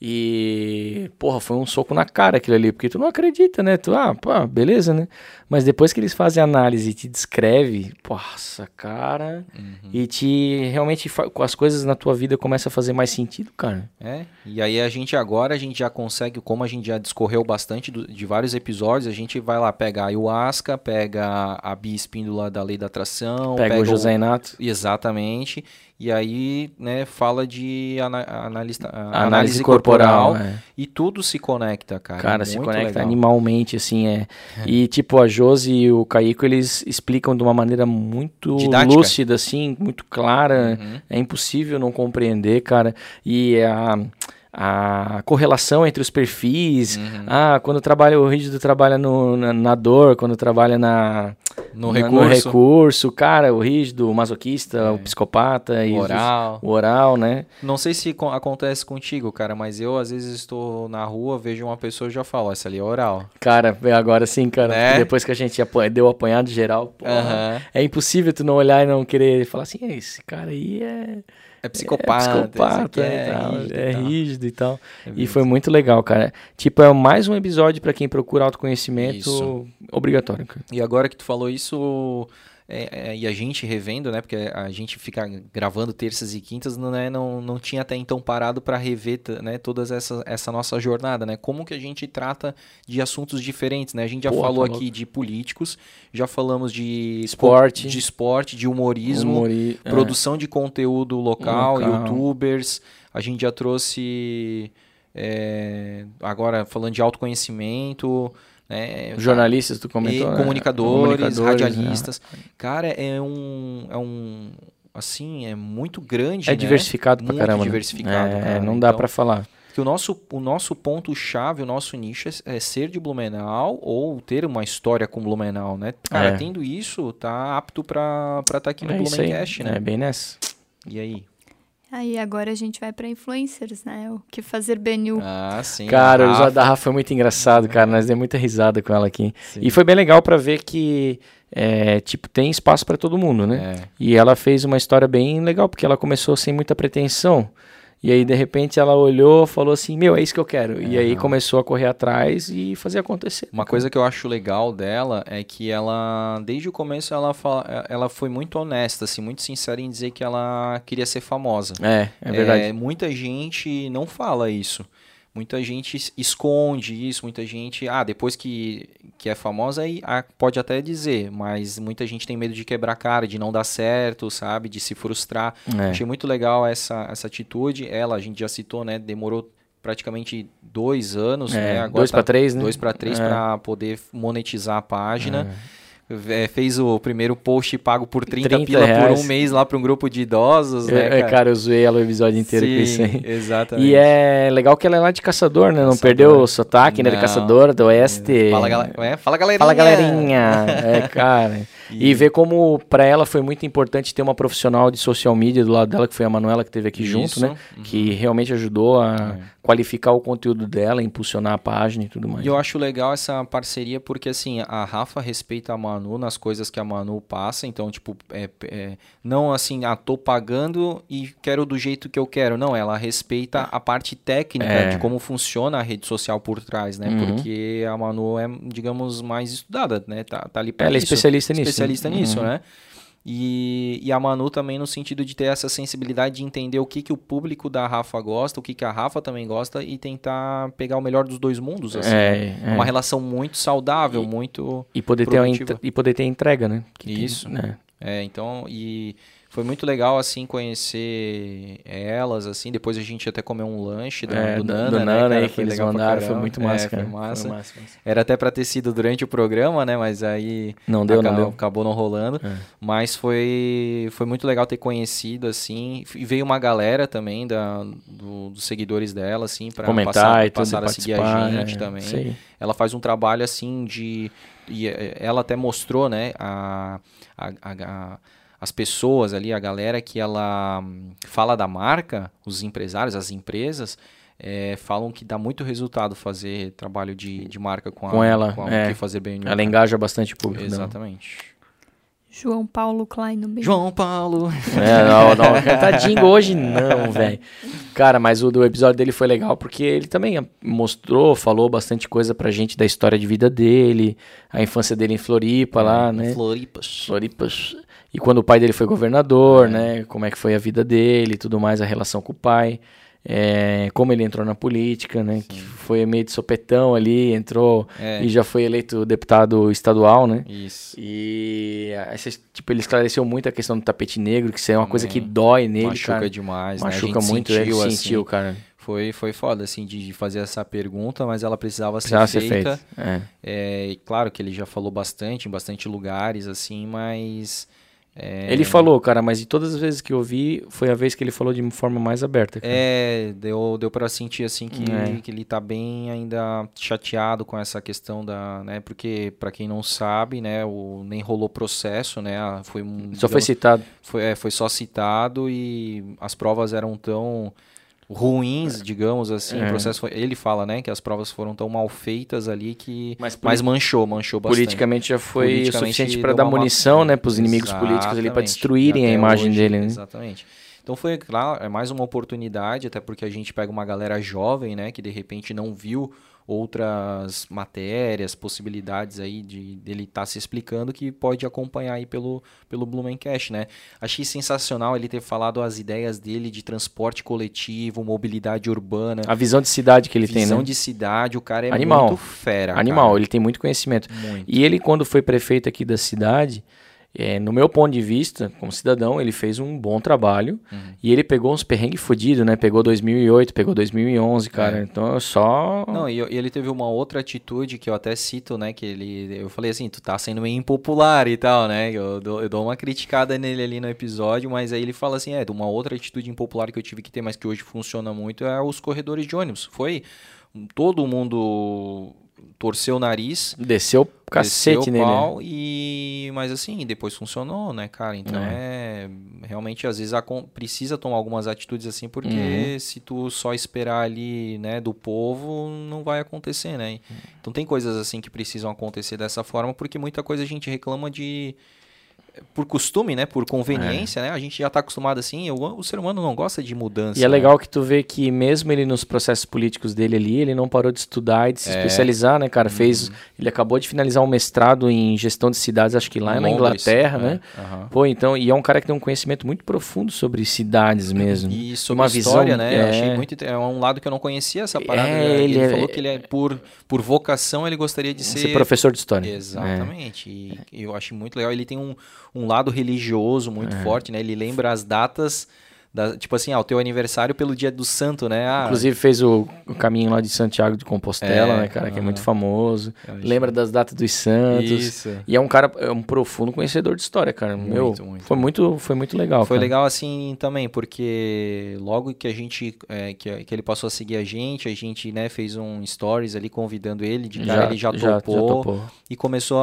E, porra, foi um soco na cara aquilo ali, porque tu não acredita, né? Beleza, né? Mas depois que eles fazem a análise e te descreve, nossa, cara, e realmente as coisas na tua vida começam a fazer mais sentido, cara. E aí a gente já consegue, como a gente já discorreu bastante de vários episódios, a gente vai lá, pega a ayahuasca, pega a biespíndola da lei da atração, pega o José Inato. Exatamente. E aí, né, fala de análise corporal e tudo se conecta, cara. Cara, se conecta animalmente, assim, E, tipo, a Josi e o Caico, eles explicam de uma maneira muito didática, lúcida, assim, muito clara. É impossível não compreender, cara. E a correlação entre os perfis. Quando trabalha o rígido, trabalha na dor, quando trabalha no recurso, cara, o rígido, o masoquista, o psicopata e o oral, né? Não sei se acontece contigo, cara, mas eu às vezes estou na rua, vejo uma pessoa e já falo, essa ali é oral. Cara, agora sim, cara, depois que a gente deu o apanhado geral, é impossível tu não olhar e não querer falar assim, esse cara aí é psicopata, é rígido e tal. E foi muito legal, cara. Tipo, é mais um episódio pra quem procura autoconhecimento obrigatório, cara. E agora que tu falou isso, e a gente revendo, né? Porque a gente fica gravando terças e quintas, né, não tinha até então parado para rever, né, toda essa nossa jornada, né? Como que a gente trata de assuntos diferentes, né? A gente já falou aqui de políticos, já falamos de esporte, de humorismo, produção de conteúdo local, youtubers. A gente já trouxe, agora falando de autoconhecimento... jornalistas, tu comentou, comunicadores, radialistas. Cara, assim, é muito grande, diversificado pra caramba. Muito diversificado, cara. Não dá pra falar. Porque o nosso ponto-chave, o nosso nicho é ser de Blumenau ou ter uma história com Blumenau, né? Cara, tendo isso, tá apto pra estar aqui no Blumencast, né? É bem nessa. E aí? Aí agora a gente vai pra influencers, né? O que fazer BNU. Ah, sim. Cara, o episódio da Rafa foi muito engraçado, cara. Nós demos muita risada com ela aqui. Sim. E foi bem legal pra ver que, tipo, tem espaço pra todo mundo, né? E ela fez uma história bem legal, porque ela começou sem muita pretensão. E aí, de repente, ela olhou, falou assim, é isso que eu quero. E aí começou a correr atrás e fazer acontecer. Uma coisa que eu acho legal dela é que ela, desde o começo, ela foi muito honesta, assim, muito sincera em dizer que ela queria ser famosa. É verdade. Muita gente não fala isso. Muita gente esconde isso, muita gente... depois que é famosa, aí pode até dizer, mas muita gente tem medo de quebrar a cara, de não dar certo, sabe? De se frustrar. Achei muito legal essa atitude. a gente já citou, né? Demorou praticamente 2 anos, né? Agora 2 para 3, né? 2 para 3 para poder monetizar a página. Fez o primeiro post pago por 30 pila reais. Por um mês lá para um grupo de idosos, né, cara? Eu zoei ela o episódio inteiro com isso aí. Exatamente. E é legal que ela é lá de Caçador, né? Não perdeu o sotaque, né? De Caçador, do Oeste. Fala, galerinha! Fala, galerinha! Cara... E ver como para ela foi muito importante ter uma profissional de social media do lado dela, que foi a Manuela, que esteve aqui junto, né? Que realmente ajudou a qualificar o conteúdo dela, impulsionar a página e tudo mais. E eu acho legal essa parceria porque, assim, a Rafa respeita a Manu nas coisas que a Manu passa. Então, tipo, não assim, tô pagando e quero do jeito que eu quero. Não, ela respeita a parte técnica de como funciona a rede social por trás, né? Porque a Manu é, digamos, mais estudada, né? Tá ali pra ela é especialista nisso. Né? E a Manu também no sentido de ter essa sensibilidade de entender o que o público da Rafa gosta, o que a Rafa também gosta e tentar pegar o melhor dos dois mundos, assim. Uma relação muito saudável, muito produtiva. E poder ter entrega, né? Isso. Então, foi muito legal, assim, conhecer elas, assim. Depois a gente até comeu um lanche do Nana, né, cara? Que eles mandaram, foi muito massa, cara. Foi massa. Era até pra ter sido durante o programa, né? Mas aí não deu. Acabou não rolando. Mas foi muito legal ter conhecido, assim. E veio uma galera também dos seguidores dela, assim, pra comentar passar a seguir a gente também. Sei. Ela faz um trabalho, assim, e ela até mostrou, né, as pessoas ali, a galera que ela fala da marca, os empresários, as empresas, falam que dá muito resultado fazer trabalho de marca com ela. Que fazer bem. Ela engaja bastante o público. Exatamente. João Paulo Klein no bem. João Paulo. Não, cantadinho hoje não, velho. Cara, mas o do episódio dele foi legal porque ele também falou bastante coisa pra gente da história de vida dele, a infância dele em Floripa lá, né? Floripas. E quando o pai dele foi governador, né? Como é que foi a vida dele e tudo mais, a relação com o pai. Como ele entrou na política, né? Sim. Que foi meio de sopetão ali, entrou e já foi eleito deputado estadual, né? Isso. E ele esclareceu muito a questão do tapete negro, que isso é uma coisa que dói nele, machuca cara. Demais, machuca né? muito, ele sentiu, cara. Foi foda, assim, de fazer essa pergunta, mas ela precisava ser feita. E claro que ele já falou bastante, em bastante lugares, assim, mas... Ele falou, cara, mas de todas as vezes que eu vi, foi a vez que ele falou de forma mais aberta. Cara. Deu pra sentir, assim, que ele tá bem ainda chateado com essa questão né, porque, pra quem não sabe, né, nem rolou processo, né, foi citado. Foi só citado e as provas eram tão ruins, digamos assim, o processo ele fala, né, que as provas foram tão mal feitas ali que mas manchou bastante. Politicamente já foi o suficiente para dar munição, né, para os inimigos políticos ali para destruírem a imagem dele, né? Exatamente. Então foi, claro, é mais uma oportunidade, até porque a gente pega uma galera jovem, né, que de repente não viu outras matérias, possibilidades aí dele estar se explicando, que pode acompanhar aí pelo Blumencast, né? Achei sensacional ele ter falado as ideias dele de transporte coletivo, mobilidade urbana. A visão de cidade que ele tem, né? Visão de cidade, o cara é muito fera. Animal, cara. Ele tem muito conhecimento. Muito. E ele, quando foi prefeito aqui da cidade, no meu ponto de vista, como cidadão, ele fez um bom trabalho e ele pegou uns perrengues fodidos, né? Pegou 2008, pegou 2011, cara. Então eu só... Não, e ele teve uma outra atitude que eu até cito, né? Que eu falei assim, tu tá sendo meio impopular e tal, né? Eu dou uma criticada nele ali no episódio, mas aí ele fala assim, de uma outra atitude impopular que eu tive que ter, mas que hoje funciona muito, é os corredores de ônibus. Todo mundo torceu o nariz, desceu o cacete nele. Pau, mas assim, depois funcionou, né, cara? Então realmente às vezes precisa tomar algumas atitudes assim, porque se tu só esperar ali, né, do povo, não vai acontecer, né? Então tem coisas assim que precisam acontecer dessa forma, porque muita coisa a gente reclama por costume, né? Por conveniência, né? A gente já tá acostumado assim, o ser humano não gosta de mudança. E é legal que tu vê que mesmo ele nos processos políticos dele ali, ele não parou de estudar e de se especializar, né, cara? Ele acabou de finalizar um mestrado em gestão de cidades, acho que lá na Inglaterra, né? Pô, então, e é um cara que tem um conhecimento muito profundo sobre cidades mesmo. E sobre uma história, visão, né? Eu achei muito... É um lado que eu não conhecia essa parada. Ele falou que ele por vocação, ele gostaria de ser professor de história. Exatamente. E eu achei muito legal. Ele tem um lado religioso muito forte, né? Ele lembra as datas, tipo assim, o teu aniversário pelo dia do santo, né? Inclusive fez o caminho lá de Santiago de Compostela, né, cara? Que é muito famoso. Lembra das datas dos santos. Isso. E é um cara, um profundo conhecedor de história, cara. Muito. Foi muito legal, Foi cara. legal assim também, porque logo que a gente, que ele passou a seguir a gente, né, fez um stories ali convidando ele, de cara ele já topou. E começou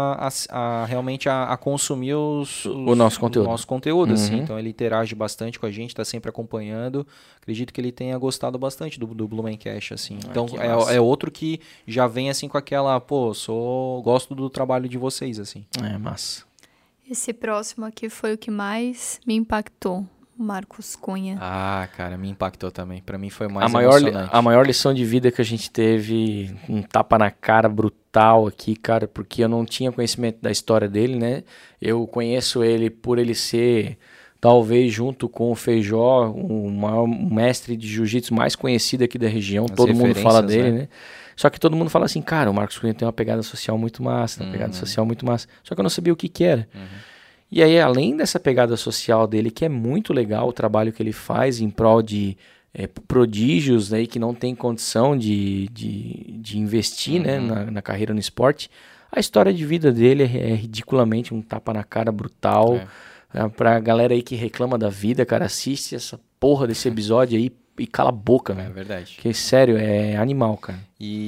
a realmente a consumir o nosso conteúdo. O nosso conteúdo, assim. Então ele interage bastante com a gente, tá sempre acompanhando. Acredito que ele tenha gostado bastante do Blumencast, assim. Então é outro que já vem assim com aquela, gosto do trabalho de vocês, assim. É massa. Esse próximo aqui foi o que mais me impactou. Marcos Cunha. Cara, me impactou também. Pra mim foi mais emocionante. A maior lição de vida que a gente teve, um tapa na cara brutal aqui, cara, porque eu não tinha conhecimento da história dele, né? Eu conheço ele por ele ser, talvez junto com o Feijó, o maior mestre de jiu-jitsu mais conhecido aqui da região. Todo mundo fala dele, né? Só que todo mundo fala assim, cara, o Marcos Cunha tem uma pegada social muito massa, Só que eu não sabia o que era. E aí, além dessa pegada social dele, que é muito legal o trabalho que ele faz em prol de prodígios aí que não tem condição de investir, né, na carreira no esporte, a história de vida dele é ridiculamente um tapa na cara brutal. Pra galera aí que reclama da vida, cara, assiste essa porra desse episódio aí e cala a boca, velho. É verdade. Porque, sério, é animal, cara.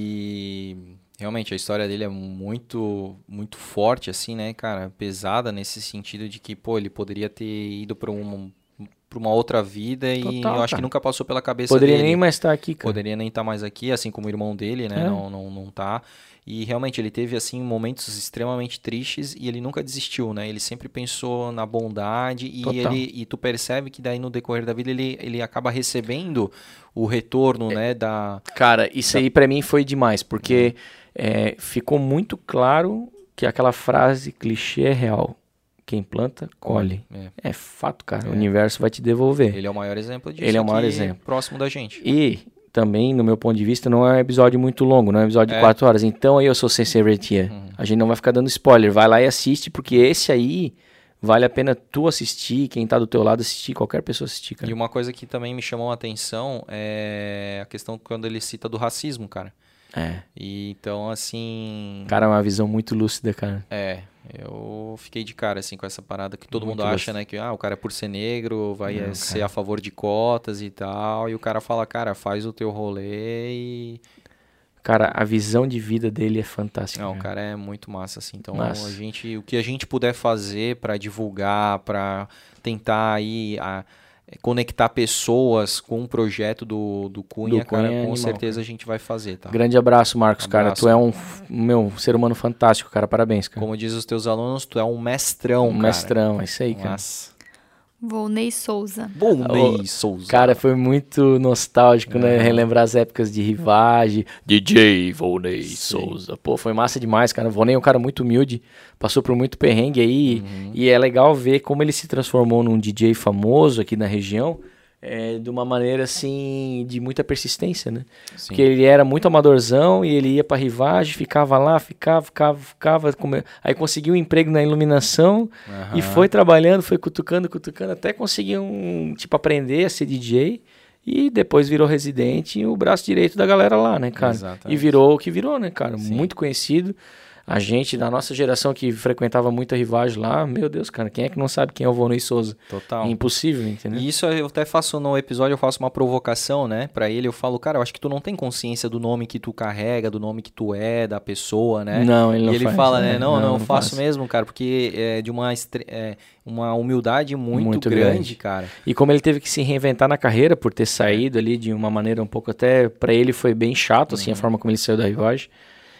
E realmente a história dele é muito, muito forte, assim, né, cara? Pesada nesse sentido de que, ele poderia ter ido pra uma outra vida. Total, e eu acho que nunca passou pela cabeça dele. Poderia nem mais estar aqui, cara. Poderia nem estar mais aqui, assim como o irmão dele, né? Não tá. E realmente ele teve assim momentos extremamente tristes e ele nunca desistiu, né? Ele sempre pensou na bondade e tu percebe que daí no decorrer da vida ele acaba recebendo o retorno, né? Cara, isso aí pra mim foi demais, porque ficou muito claro que aquela frase clichê é real. Quem planta, colhe. É fato, cara. O universo vai te devolver. Ele é o maior exemplo disso. Ele é o maior exemplo. Próximo da gente. E também, no meu ponto de vista, não é um episódio muito longo, não é um episódio de 4 horas. Então aí eu sou Sensei Retier. A gente não vai ficar dando spoiler. Vai lá e assiste, porque esse aí vale a pena tu assistir, quem tá do teu lado assistir, qualquer pessoa assistir, cara. E uma coisa que também me chamou a atenção é a questão quando ele cita do racismo, cara. E então, assim... Cara, é uma visão muito lúcida, cara. Eu fiquei de cara, assim, com essa parada que todo mundo acha, né? Que o cara por ser negro vai ser a favor de cotas e tal. E o cara fala, cara, faz o teu rolê e... Cara, a visão de vida dele é fantástica. Não, o cara é muito massa, assim. Então, o que a gente puder fazer pra divulgar, pra tentar aí... conectar pessoas com o projeto do Cunha, cara, com certeza a gente vai fazer, tá? Grande abraço, Marcos, cara. Tu é um ser humano fantástico, cara. Parabéns, cara. Como diz os teus alunos, tu é um mestrão, cara. Mestrão, é isso aí, cara. Volney Souza. Souza. Cara, foi muito nostálgico, né? Relembrar as épocas de Rivage. DJ Volney Souza. Pô, foi massa demais, cara. O Volney é um cara muito humilde, passou por muito perrengue aí. E é legal ver como ele se transformou num DJ famoso aqui na região. de uma maneira assim, de muita persistência, né? Sim. Porque ele era muito amadorzão e ele ia pra Rivage, ficava lá, ficava, aí conseguiu um emprego na iluminação e foi trabalhando, foi cutucando, até conseguir aprender a ser DJ. E depois virou residente e o braço direito da galera lá, né, cara? Exatamente. E virou o que virou, né, cara? Sim. Muito conhecido. A gente, da nossa geração que frequentava muito a Rivage lá, meu Deus, cara, quem é que não sabe quem é o Vonui Souza? Total. Impossível, entendeu? E isso eu até faço no episódio, eu faço uma provocação, né, pra ele, eu falo, cara, eu acho que tu não tem consciência do nome que tu carrega, do nome que tu é, da pessoa, né? Não, ele não faz. E ele faz, fala, né, não, eu faz. faço mesmo, cara, porque é de uma humildade muito grande, cara. E como ele teve que se reinventar na carreira por ter saído ali de uma maneira um pouco até, pra ele foi bem chato, assim, a forma como ele saiu da Rivage.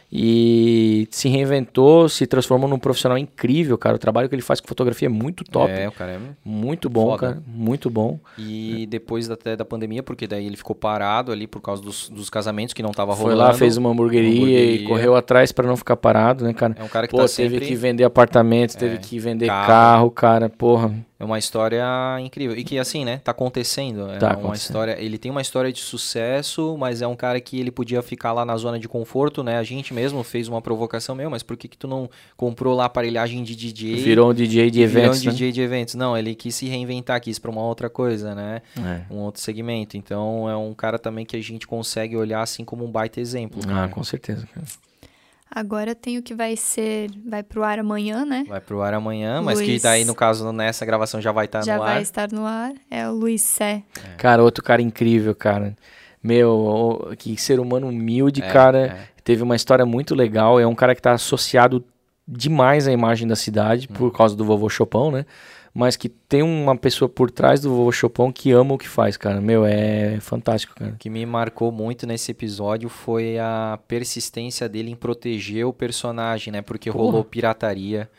E se reinventou, se transformou num profissional incrível, cara. O trabalho que ele faz com fotografia é muito top. O cara é muito bom, foda. cara. Muito bom. E depois até da pandemia, porque daí ele ficou parado ali por causa dos casamentos que não tava rolando. Foi lá, fez uma hamburgueria e correu atrás pra não ficar parado, né, cara? É um cara que teve sempre... que vender apartamentos, teve que vender carro, cara, porra. É uma história incrível. E que, assim, né, tá acontecendo. Uma história... Ele tem uma história de sucesso, mas é um cara que ele podia ficar lá na zona de conforto, né? A gente mesmo fez uma provocação, mas por que tu não comprou lá aparelhagem de DJ? Virou um DJ de eventos, Virou um DJ de eventos. Não, ele quis se reinventar, quis pra uma outra coisa, né? Um outro segmento. Então, é um cara também que a gente consegue olhar assim como um baita exemplo. Ah, com certeza, cara. Agora tem o que vai pro ar amanhã, né? Vai pro ar amanhã, mas que daí, no caso, nessa gravação já vai estar no ar. Já vai estar no ar, é o Luiz Sé. Cara, outro cara incrível, cara. Meu, que ser humano humilde, cara. Teve uma história muito legal, é um cara que tá associado demais à imagem da cidade, por causa do Vovô Chopão, né? Mas que tem uma pessoa por trás do Vovô Chopão que ama o que faz, cara. Meu, é fantástico, cara. O que me marcou muito nesse episódio foi a persistência dele em proteger o personagem, né? Porque rolou pirataria,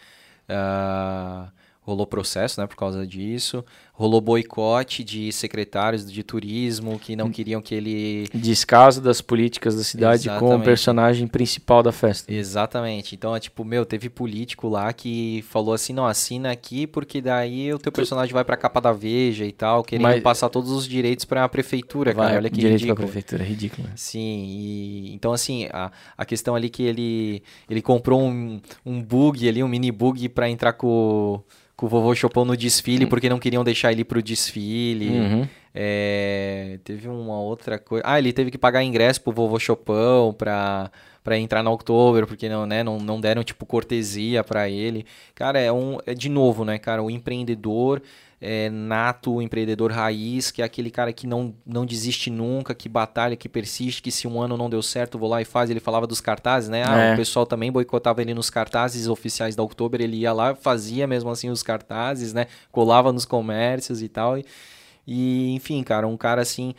rolou processo, né, por causa disso. Rolou boicote de secretários de turismo que não queriam que ele... Descaso das políticas da cidade com o personagem principal da festa. Exatamente. Então, teve político lá que falou assim, não, assina aqui porque daí o teu personagem vai pra capa da Veja e tal, querendo passar todos os direitos pra prefeitura, cara. Olha que direito ridículo. Pra prefeitura, é ridículo. Sim, então assim, a questão ali que ele comprou um bug ali, um mini bug pra entrar com o Vovô Chopão no desfile, porque não queriam deixar ele pro desfile. Teve uma outra coisa... ele teve que pagar ingresso pro Vovô Chopão pra entrar na Oktober, porque não deram, cortesia pra ele. Cara, de novo, né, cara, o empreendedor... nato, o empreendedor raiz, que é aquele cara que não desiste nunca, que batalha, que persiste, que se um ano não deu certo, vou lá e faz. Ele falava dos cartazes, né? O pessoal também boicotava ele nos cartazes oficiais da Oktober, ele ia lá, fazia mesmo assim os cartazes, né? Colava nos comércios e tal. E enfim, cara, um cara assim...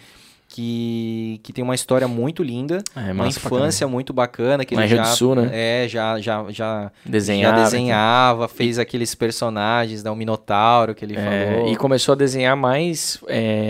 Que tem uma história muito linda, uma infância muito bacana, que ele Rio do Sul, né? Já desenhava, fez aqueles personagens, o Minotauro que ele falou. E começou a desenhar mais,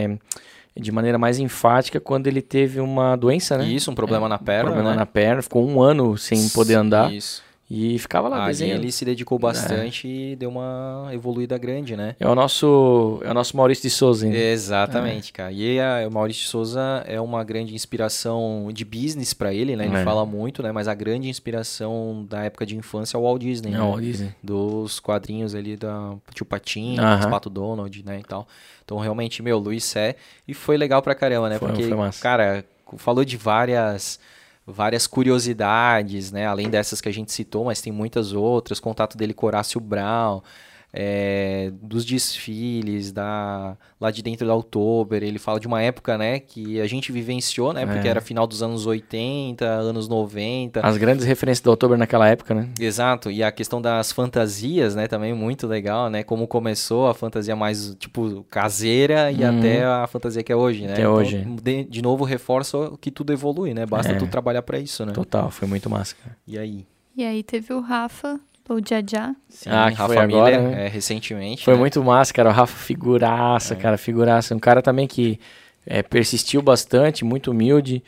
de maneira mais enfática quando ele teve uma doença, né? Isso, um problema na perna, na perna, ficou 1 ano sem poder andar. Isso. E ficava lá desenhando. Ele se dedicou bastante e deu uma evoluída grande, né? É o nosso Maurício de Souza ainda. Exatamente, cara. E o Maurício de Souza é uma grande inspiração de business pra ele, né? Ele fala muito, né? Mas a grande inspiração da época de infância é o Walt Disney, né? O Walt Disney. Dos quadrinhos ali da Tio Patinho, Pato Donald, né? E tal. Então, realmente, Luiz Sé. E foi legal pra caramba, né? Porque, cara, falou de várias curiosidades, né? Além dessas que a gente citou, mas tem muitas outras. Contato dele com Horácio Brown, dos desfiles lá de dentro da Oktober. Ele fala de uma época, né, que a gente vivenciou, né, porque era final dos anos 80, anos 90. As grandes referências da Oktober naquela época, né? Exato, e a questão das fantasias, né, também muito legal, né, como começou a fantasia mais, caseira e até a fantasia que é hoje, né? Que é hoje. De novo, reforça que tudo evolui, né? Basta tu trabalhar pra isso, né? Total, foi muito massa, cara. E aí? E aí teve o Rafa, o Jajá. Sim, que Rafa foi agora, Miller, né? recentemente. Foi muito massa, cara. O Rafa figuraça, cara, figuraça. Um cara também que persistiu bastante, muito humilde.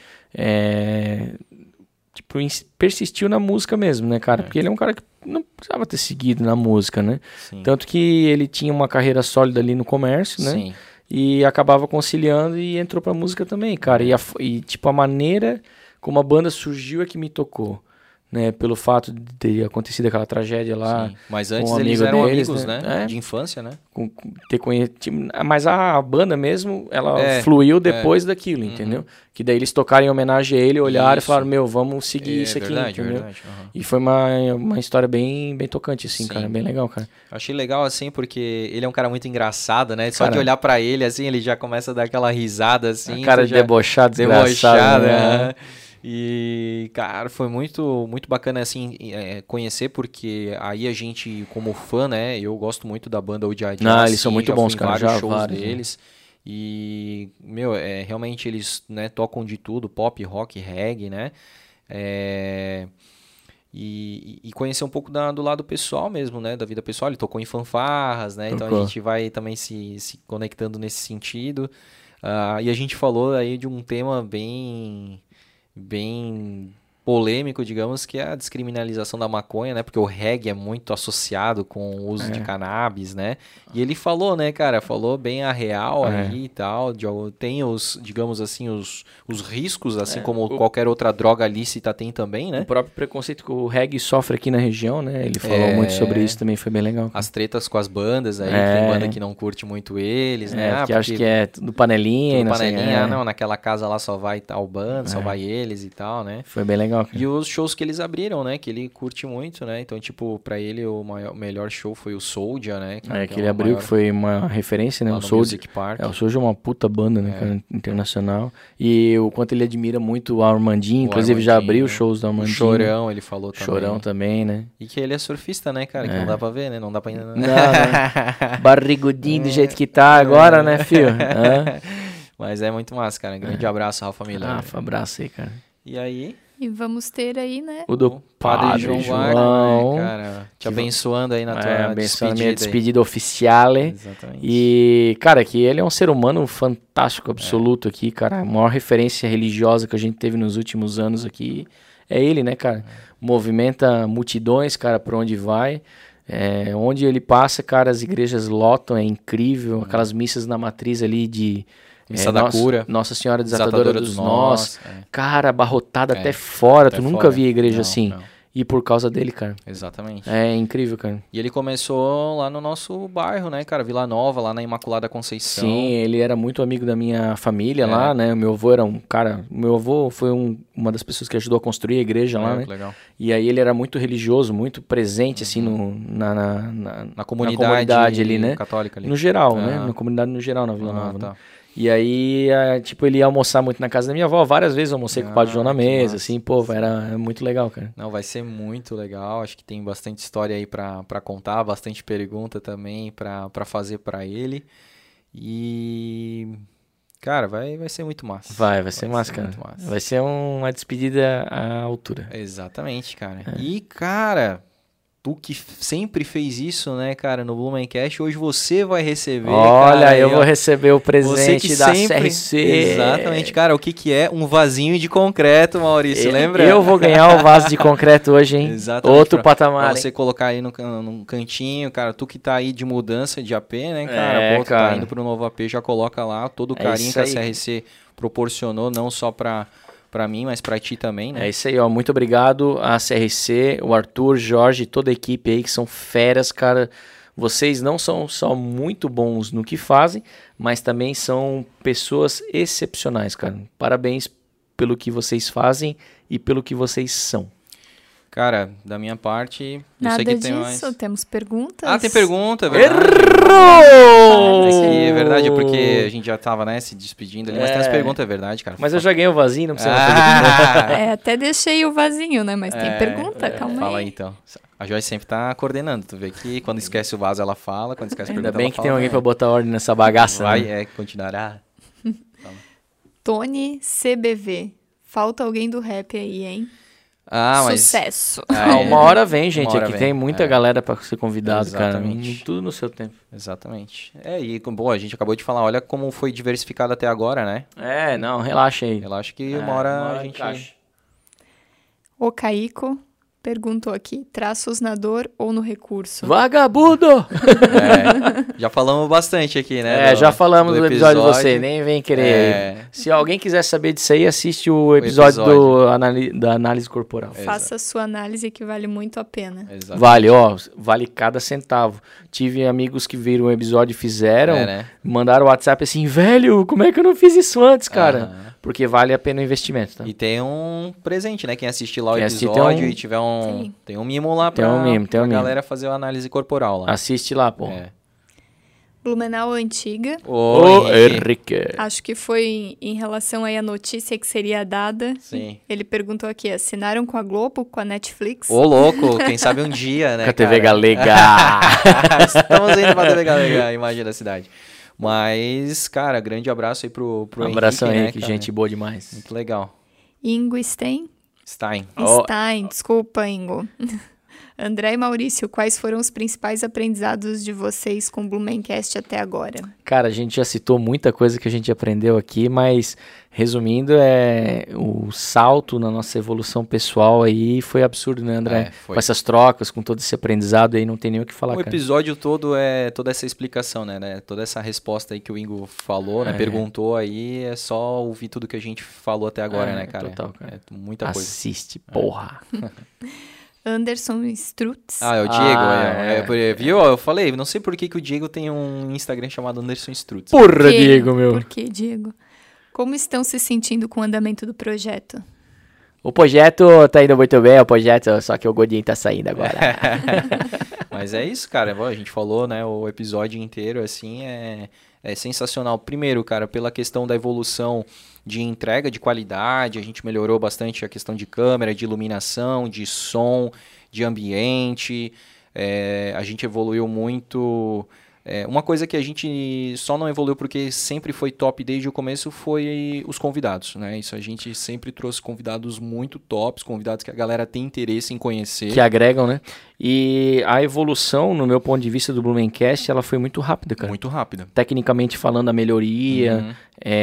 Persistiu na música mesmo, né, cara? Porque ele é um cara que não precisava ter seguido na música, né? Sim. Tanto que ele tinha uma carreira sólida ali no comércio, né? Sim. e acabava conciliando e entrou pra música também, cara. E tipo, a maneira como a banda surgiu é que me tocou. Né, pelo fato de ter acontecido aquela tragédia lá. Sim. Mas com antes um eles amigo eram deles, amigos, né? É. De infância, né? Ter conhecido, mas a banda mesmo, ela É, fluiu depois daquilo, entendeu? Que daí eles tocaram em homenagem a ele, olharam e falaram, meu, vamos seguir isso aqui, verdade, entendeu? verdade. E foi uma história bem tocante, assim, Sim. cara, bem legal, cara. Eu achei legal, assim, porque ele é um cara muito engraçado, né? Só Cara, de olhar pra ele, assim, ele já começa a dar aquela risada, assim. A cara de debochado, desgraçado, né? E, cara, foi muito bacana, assim, conhecer, porque aí a gente, como fã, né, eu gosto muito da banda Odiar. Eles são muito bons, cara, vários já shows vários, deles. E, meu, realmente eles, né, tocam de tudo, pop, rock, reggae, né? E conhecer um pouco do lado pessoal mesmo, né, da vida pessoal. Ele tocou em fanfarras, né, então a gente vai também se conectando nesse sentido. E a gente falou aí de um tema bem polêmico, digamos, que é a descriminalização da maconha, né? Porque o reggae é muito associado com o uso de cannabis, né? E ele falou, né, cara? Falou bem a real aí e tal. Tem digamos assim, os riscos, assim como qualquer outra droga lícita tem também, né? O próprio preconceito que o reggae sofre aqui na região, né? Ele falou muito sobre isso também, foi bem legal. Cara. As tretas com as bandas aí, que tem banda que não curte muito eles, né? Porque acho que é tudo panelinha. Tudo panelinha, não, naquela casa lá só vai tal banda, só vai eles e tal, né? Foi bem legal. Cara. E os shows que eles abriram, né? Que ele curte muito, né? Então, tipo, pra ele o melhor show foi o Soulja, né? Que ele abriu, que foi uma referência, né? O Soulja. O Soulja é uma puta banda, né, cara? Internacional. E o quanto ele admira muito o Armandinho, inclusive já abriu shows do Armandinho. O Chorão, ele falou também. Chorão também, né? E que ele é surfista, né, cara? Que não dá pra ver, né? Não dá pra... Não. Barrigudinho do jeito que tá agora, né, filho? Mas é muito massa, cara. Grande abraço, Rafa Miller. Rafa, abraço aí, cara. E aí... E vamos ter aí, né? O do Padre João Wagner, né, cara? Te abençoando aí na tua despedida. Minha despedida oficial. Exatamente. E, cara, que ele é um ser humano fantástico, absoluto aqui, cara. A maior referência religiosa que a gente teve nos últimos anos aqui é ele, né, cara? Movimenta multidões, cara, por onde vai. Onde ele passa, cara, as igrejas lotam, é incrível. Aquelas missas na matriz ali de... Missa da Cura. Nossa Senhora Desatadora dos Nós. É. Cara, abarrotada até fora. Até tu nunca fora. vi a igreja Não, assim. não. E por causa dele, cara. Exatamente. É incrível, cara. E ele começou lá no nosso bairro, né, cara? Vila Nova, lá na Imaculada Conceição. Sim, ele era muito amigo da minha família lá, né? Meu avô era um cara... Meu avô foi uma das pessoas que ajudou a construir a igreja lá, né? Legal. E aí ele era muito religioso, muito presente, assim, na comunidade ali, né? Católica ali. No geral, né? Na comunidade no geral, na Vila Nova, tá. né? E aí, tipo, ele ia almoçar muito na casa da minha avó. Várias vezes eu almocei com o Padre João na mesa, assim, pô, era muito legal, cara. Não, vai ser muito legal. Acho que tem bastante história aí pra contar, bastante pergunta também pra fazer pra ele. E... Cara, vai ser muito massa. Vai ser massa, cara. Vai ser uma despedida à altura. Exatamente, cara. E, cara... Tu que sempre fez isso, né, cara, no Blumencast, hoje você vai receber, Olha, cara, eu vou receber o presente da CRC. Exatamente, cara, o que é? Um vasinho de concreto, Maurício, lembra? Eu vou ganhar o vaso de concreto hoje, hein? Exatamente. Outro patamar. Pra você colocar aí num cantinho, cara, tu que tá aí de mudança de AP, né, cara? Tu tá indo pro novo AP, já coloca lá todo o carinho que a CRC proporcionou, não só pra mim, mas pra ti também, né? É isso aí, ó. Muito obrigado a CRC, o Arthur, Jorge, toda a equipe aí que são feras, cara. Vocês não são só muito bons no que fazem, mas também são pessoas excepcionais, cara. Parabéns pelo que vocês fazem e pelo que vocês são. Cara, da minha parte... Nada eu sei que disso, tem mais... temos perguntas. Ah, tem pergunta, é verdade. Errou! É verdade, porque a gente já tava, né, se despedindo ali, mas tem as perguntas, é verdade, cara. Mas eu já ganhei o vasinho, não precisa fazer de novo. Até deixei o vasinho, né, mas tem pergunta, calma aí. Fala aí, então. A Joyce sempre tá coordenando, tu vê que quando esquece o vaso ela fala, quando esquece a pergunta Ainda bem ela que fala, tem alguém pra botar ordem nessa bagaça. Vai, né? continuará. Tony CBV. Falta alguém do rap aí, hein? Ah, mas... Sucesso. Uma hora vem, gente. Uma hora aqui vem. tem muita galera pra ser convidado, Exatamente. cara. Tudo no seu tempo. Exatamente. E, bom, a gente acabou de falar, olha como foi diversificado até agora, né? Não, relaxa aí. Relaxa que uma hora a gente... O Caico. perguntou aqui, traços na dor ou no recurso? Vagabundo! Já falamos bastante aqui, né? Já falamos do episódio de você, nem vem querer. Se alguém quiser saber disso aí, assiste o episódio da análise corporal. Faça a sua análise que vale muito a pena. Exatamente. Vale cada centavo. Tive amigos que viram o episódio e fizeram, mandaram o WhatsApp assim, velho, como é que eu não fiz isso antes, cara? Porque vale a pena o investimento, tá? E tem um presente, né? Quem assistir lá o episódio e tiver tem um mimo lá pra galera fazer a análise corporal lá. Assiste lá, pô. Blumenau Antiga. Ô, Henrique. Acho que foi em relação aí à notícia que seria dada. Sim. Ele perguntou aqui, assinaram com a Globo, com a Netflix? Ô, louco, quem sabe um dia, né, com a TV Galega. Estamos indo pra TV Galega, a imagem da cidade. Mas, cara, grande abraço aí pro Henrique. Um abração, né, Henrique, gente boa demais. Muito legal. Ingo Stein, desculpa, Ingo. André e Maurício, quais foram os principais aprendizados de vocês com o Blumencast até agora? Cara, a gente já citou muita coisa que a gente aprendeu aqui, mas resumindo, o salto na nossa evolução pessoal aí foi absurdo, né, André? Com essas trocas, com todo esse aprendizado aí, não tem nem o que falar, cara. O episódio todo é toda essa explicação, né? Toda essa resposta aí que o Ingo falou, né? Perguntou aí, é só ouvir tudo que a gente falou até agora, né, cara? Total, cara. Muita coisa. Assiste, porra. Anderson Strutz. É o Diego. Viu? Eu falei, não sei por que o Diego tem um Instagram chamado Anderson Strutz. Porra, Diego, meu. Por que, Diego? Como estão se sentindo com o andamento do projeto? O projeto tá indo muito bem, só que o Godinho tá saindo agora. Mas é isso, cara. A gente falou, né, o episódio inteiro, assim, é sensacional. Primeiro, cara, pela questão da evolução de entrega de qualidade, a gente melhorou bastante a questão de câmera, de iluminação, de som, de ambiente, a gente evoluiu muito. Uma coisa que a gente só não evoluiu porque sempre foi top desde o começo foi os convidados, né? Isso a gente sempre trouxe convidados muito tops, convidados que a galera tem interesse em conhecer. Que agregam, né? E a evolução, no meu ponto de vista do Blumencast, ela foi muito rápida, cara. Muito rápida. Tecnicamente falando, a melhoria,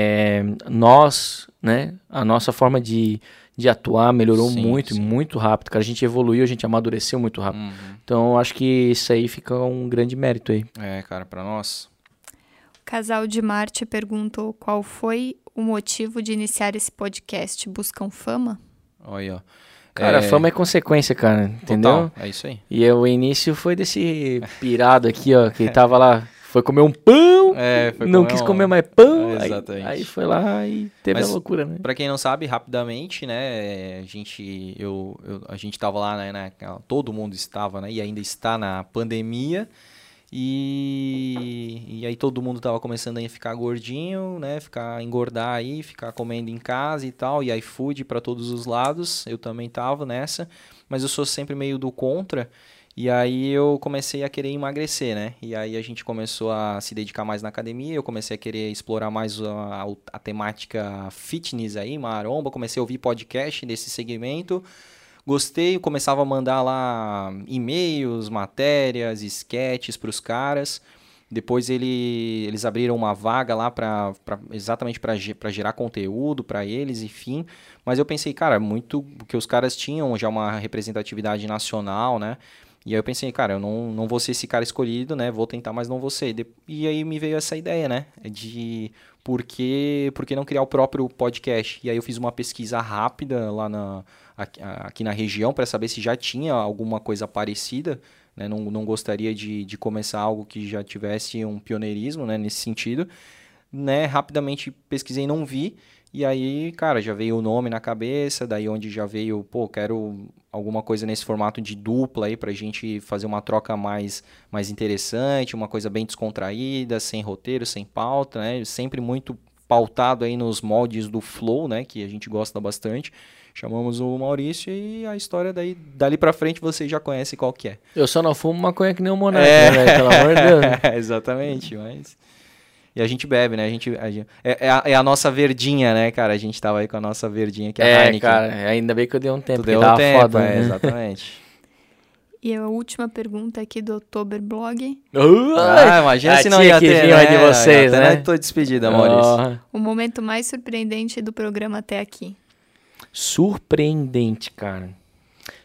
a nossa forma de atuar melhorou muito rápido, cara. A gente evoluiu, a gente amadureceu muito rápido. Então, acho que isso aí fica um grande mérito aí. Cara, pra nós. O Casal de Marte perguntou qual foi o motivo de iniciar esse podcast. Buscam fama? Olha, ó. Cara, fama é consequência, cara, entendeu? Total, é isso aí. E o início foi desse pirado aqui, ó, que tava lá, foi comer um pão, não quis comer mais pão, exatamente. Aí foi lá e teve a loucura, né? Pra quem não sabe, rapidamente, né, a gente tava lá, né, todo mundo estava, né, e ainda está na pandemia, e aí todo mundo tava começando a ficar gordinho, né, engordar aí, ficar comendo em casa e tal, e iFood para todos os lados, eu também tava nessa, mas eu sou sempre meio do contra, e aí eu comecei a querer emagrecer, né, e aí a gente começou a se dedicar mais na academia, eu comecei a querer explorar mais a temática fitness aí, maromba, comecei a ouvir podcast desse segmento. Gostei, começava a mandar lá e-mails, matérias, sketches para os caras. Depois eles abriram uma vaga lá exatamente para gerar conteúdo para eles, enfim. Mas eu pensei, cara, muito porque os caras tinham já uma representatividade nacional, né? E aí eu pensei, cara, eu não vou ser esse cara escolhido, né? Vou tentar, mas não vou ser. E aí me veio essa ideia, né? De por que não criar o próprio podcast? E aí eu fiz uma pesquisa rápida lá aqui na região para saber se já tinha alguma coisa parecida, né? Não gostaria de começar algo que já tivesse um pioneirismo, né? Nesse sentido, né? Rapidamente pesquisei e não vi, e aí, cara, já veio o nome na cabeça, daí onde já veio, quero alguma coisa nesse formato de dupla aí pra gente fazer uma troca mais interessante, uma coisa bem descontraída, sem roteiro, sem pauta, né? Sempre muito pautado aí nos moldes do Flow, né? Que a gente gosta bastante. Chamamos o Maurício e a história dali pra frente vocês já conhecem qual que é. Eu só não fumo maconha que nem o Monark, né, velho? Pelo amor de Deus. Exatamente, mas... E a gente bebe, né? É a nossa verdinha, né, cara? A gente tava aí com a nossa verdinha, que é a Heineken. Cara, ainda bem que eu dei um tempo, porque tava foda, né? Exatamente. E a última pergunta aqui do Oktoberblog. Imagina se não ia ter, né? De vocês, né? Tô despedida, Maurício. O momento mais surpreendente do programa até aqui. Surpreendente, cara.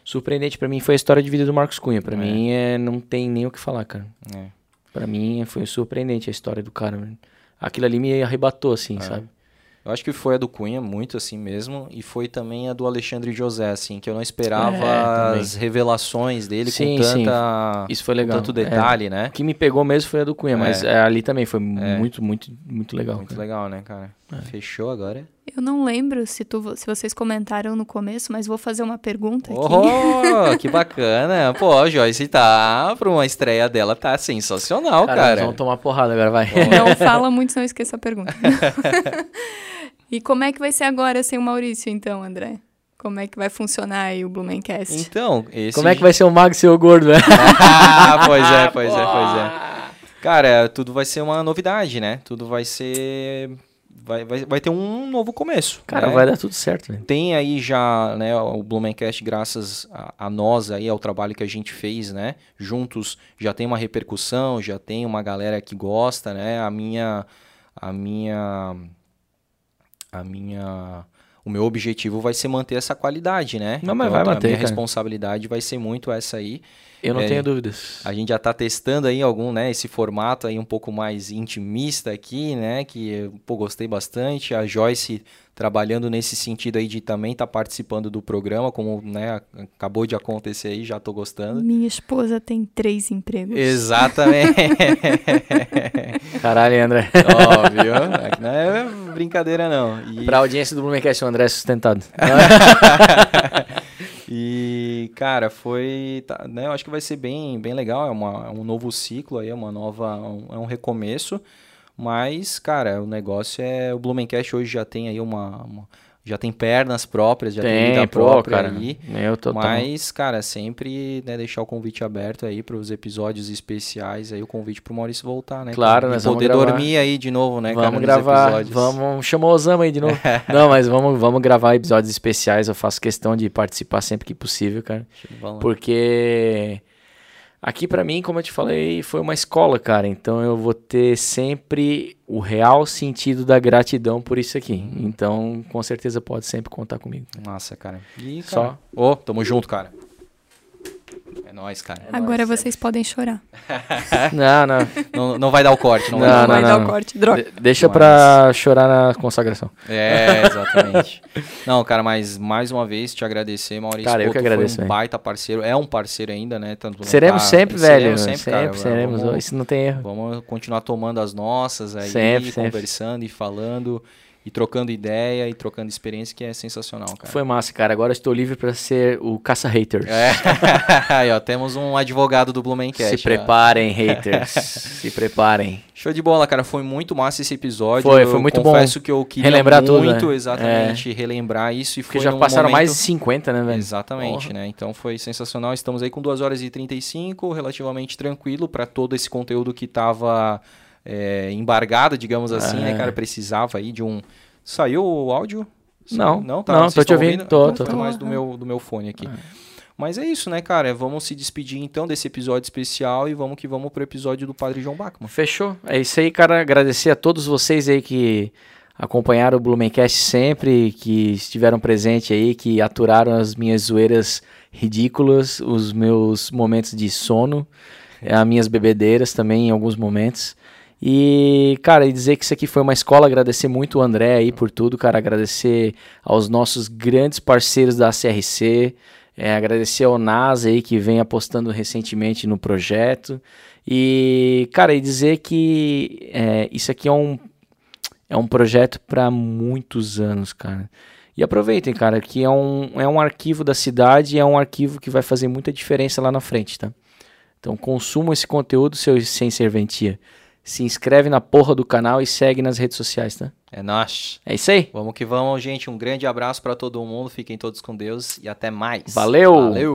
surpreendente pra mim foi a história de vida do Marcos Cunha. Pra mim, não tem nem o que falar, cara. Pra mim, foi surpreendente a história do cara. Mano. Aquilo ali me arrebatou, assim, sabe? Eu acho que foi a do Cunha, muito assim mesmo, e foi também a do Alexandre José, assim, que eu não esperava as revelações dele com tanta, isso foi legal. Com tanto detalhe, né? O que me pegou mesmo foi a do Cunha, mas ali também foi muito legal. Muito legal, né, cara? Fechou agora? Eu não lembro se vocês comentaram no começo, mas vou fazer uma pergunta aqui. Oh, que bacana. Pô, a Joyce tá, pra uma estreia dela, tá sensacional, cara. Vamos tomar porrada agora, vai. Não fala muito, senão eu esqueço a pergunta. E como é que vai ser agora sem o Maurício, então, André? Como é que vai funcionar aí o Blumencast? Então, como é que vai ser o magro e ser o gordo, né? Pois é. Cara, tudo vai ser uma novidade, né? Tudo vai ser... Vai ter um novo começo. Cara, né? vai dar tudo certo. Né? Tem aí já, né, o Blumencast, graças a nós aí, ao trabalho que a gente fez, né? Juntos já tem uma repercussão, já tem uma galera que gosta, né? O meu objetivo vai ser manter essa qualidade, né? Não, mas vai manter, a minha responsabilidade vai ser muito essa aí. Eu não tenho dúvidas. A gente já está testando aí esse formato aí um pouco mais intimista aqui, né? Que, gostei bastante. A Joyce trabalhando nesse sentido aí de também estar participando do programa, como, né, acabou de acontecer aí, já tô gostando. Minha esposa tem 3 empregos. Exatamente. Caralho, André. Óbvio. Não é brincadeira, não. Pra audiência do Blumencast, o André é sustentado. E, cara, né, eu acho que vai ser bem legal, é um novo ciclo aí, é um recomeço, mas, cara, o negócio o Blumencast hoje já tem aí já tem pernas próprias, já tem vida própria, cara, aí, mas, cara, sempre, né, deixar o convite aberto aí para os episódios especiais, aí o convite pro Maurício voltar, né? Claro, nós vamos gravar. Poder dormir aí de novo, né, vamos gravar, chamar o Osama aí de novo. Não, mas vamos gravar episódios especiais, eu faço questão de participar sempre que possível, cara, porque... Aqui pra mim, como eu te falei, foi uma escola, cara. Então eu vou ter sempre o real sentido da gratidão por isso aqui. Então, com certeza pode sempre contar comigo. Nossa, cara. E, cara, só. Tamo junto, cara. É nóis, cara. Agora vocês podem chorar. Não vai dar o corte. Não vai dar o corte, droga. Deixa pra chorar na consagração. Exatamente. Não, cara, mas mais uma vez te agradecer, Maurício. Cara, eu que agradeço. Foi um baita parceiro. É um parceiro ainda, né? Seremos sempre, velho. Sempre, seremos. Isso não tem erro. Vamos continuar tomando as nossas aí, conversando e falando. E trocando ideia e trocando experiência, que é sensacional, cara. Foi massa, cara. Agora eu estou livre para ser o caça-haters. Aí, ó, temos um advogado do Blumencast. Se preparem, haters. Se preparem. Show de bola, cara. Foi muito massa esse episódio. Foi muito bom. Confesso que eu queria relembrar muito, tudo, né? Exatamente, relembrar isso. Porque já passaram mais de 50, né, velho? Exatamente, né? Então foi sensacional. Estamos aí com 2 horas e 35, relativamente tranquilo para todo esse conteúdo que tava... embargado, digamos assim, né, cara? Precisava aí de um... Saiu o áudio? Não, tá. Tô te ouvindo. Tô. Mais do meu fone aqui. Mas é isso, né, cara? Vamos se despedir então desse episódio especial e vamos que vamos pro episódio do Padre João Bachmann. Fechou. É isso aí, cara. Agradecer a todos vocês aí que acompanharam o Blumencast sempre, que estiveram presentes aí, que aturaram as minhas zoeiras ridículas, os meus momentos de sono, as minhas bebedeiras também em alguns momentos. E, cara, dizer que isso aqui foi uma escola, agradecer muito o André aí por tudo, cara, agradecer aos nossos grandes parceiros da ACRC, agradecer ao NASA aí que vem apostando recentemente no projeto e, cara, e dizer que isso aqui é um projeto para muitos anos, cara. E aproveitem, cara, que é um arquivo da cidade e é um arquivo que vai fazer muita diferença lá na frente, tá? Então consumam esse conteúdo sem serventia. Se inscreve na porra do canal e segue nas redes sociais, tá? É nóis. É isso aí. Vamos que vamos, gente. Um grande abraço pra todo mundo. Fiquem todos com Deus e até mais. Valeu!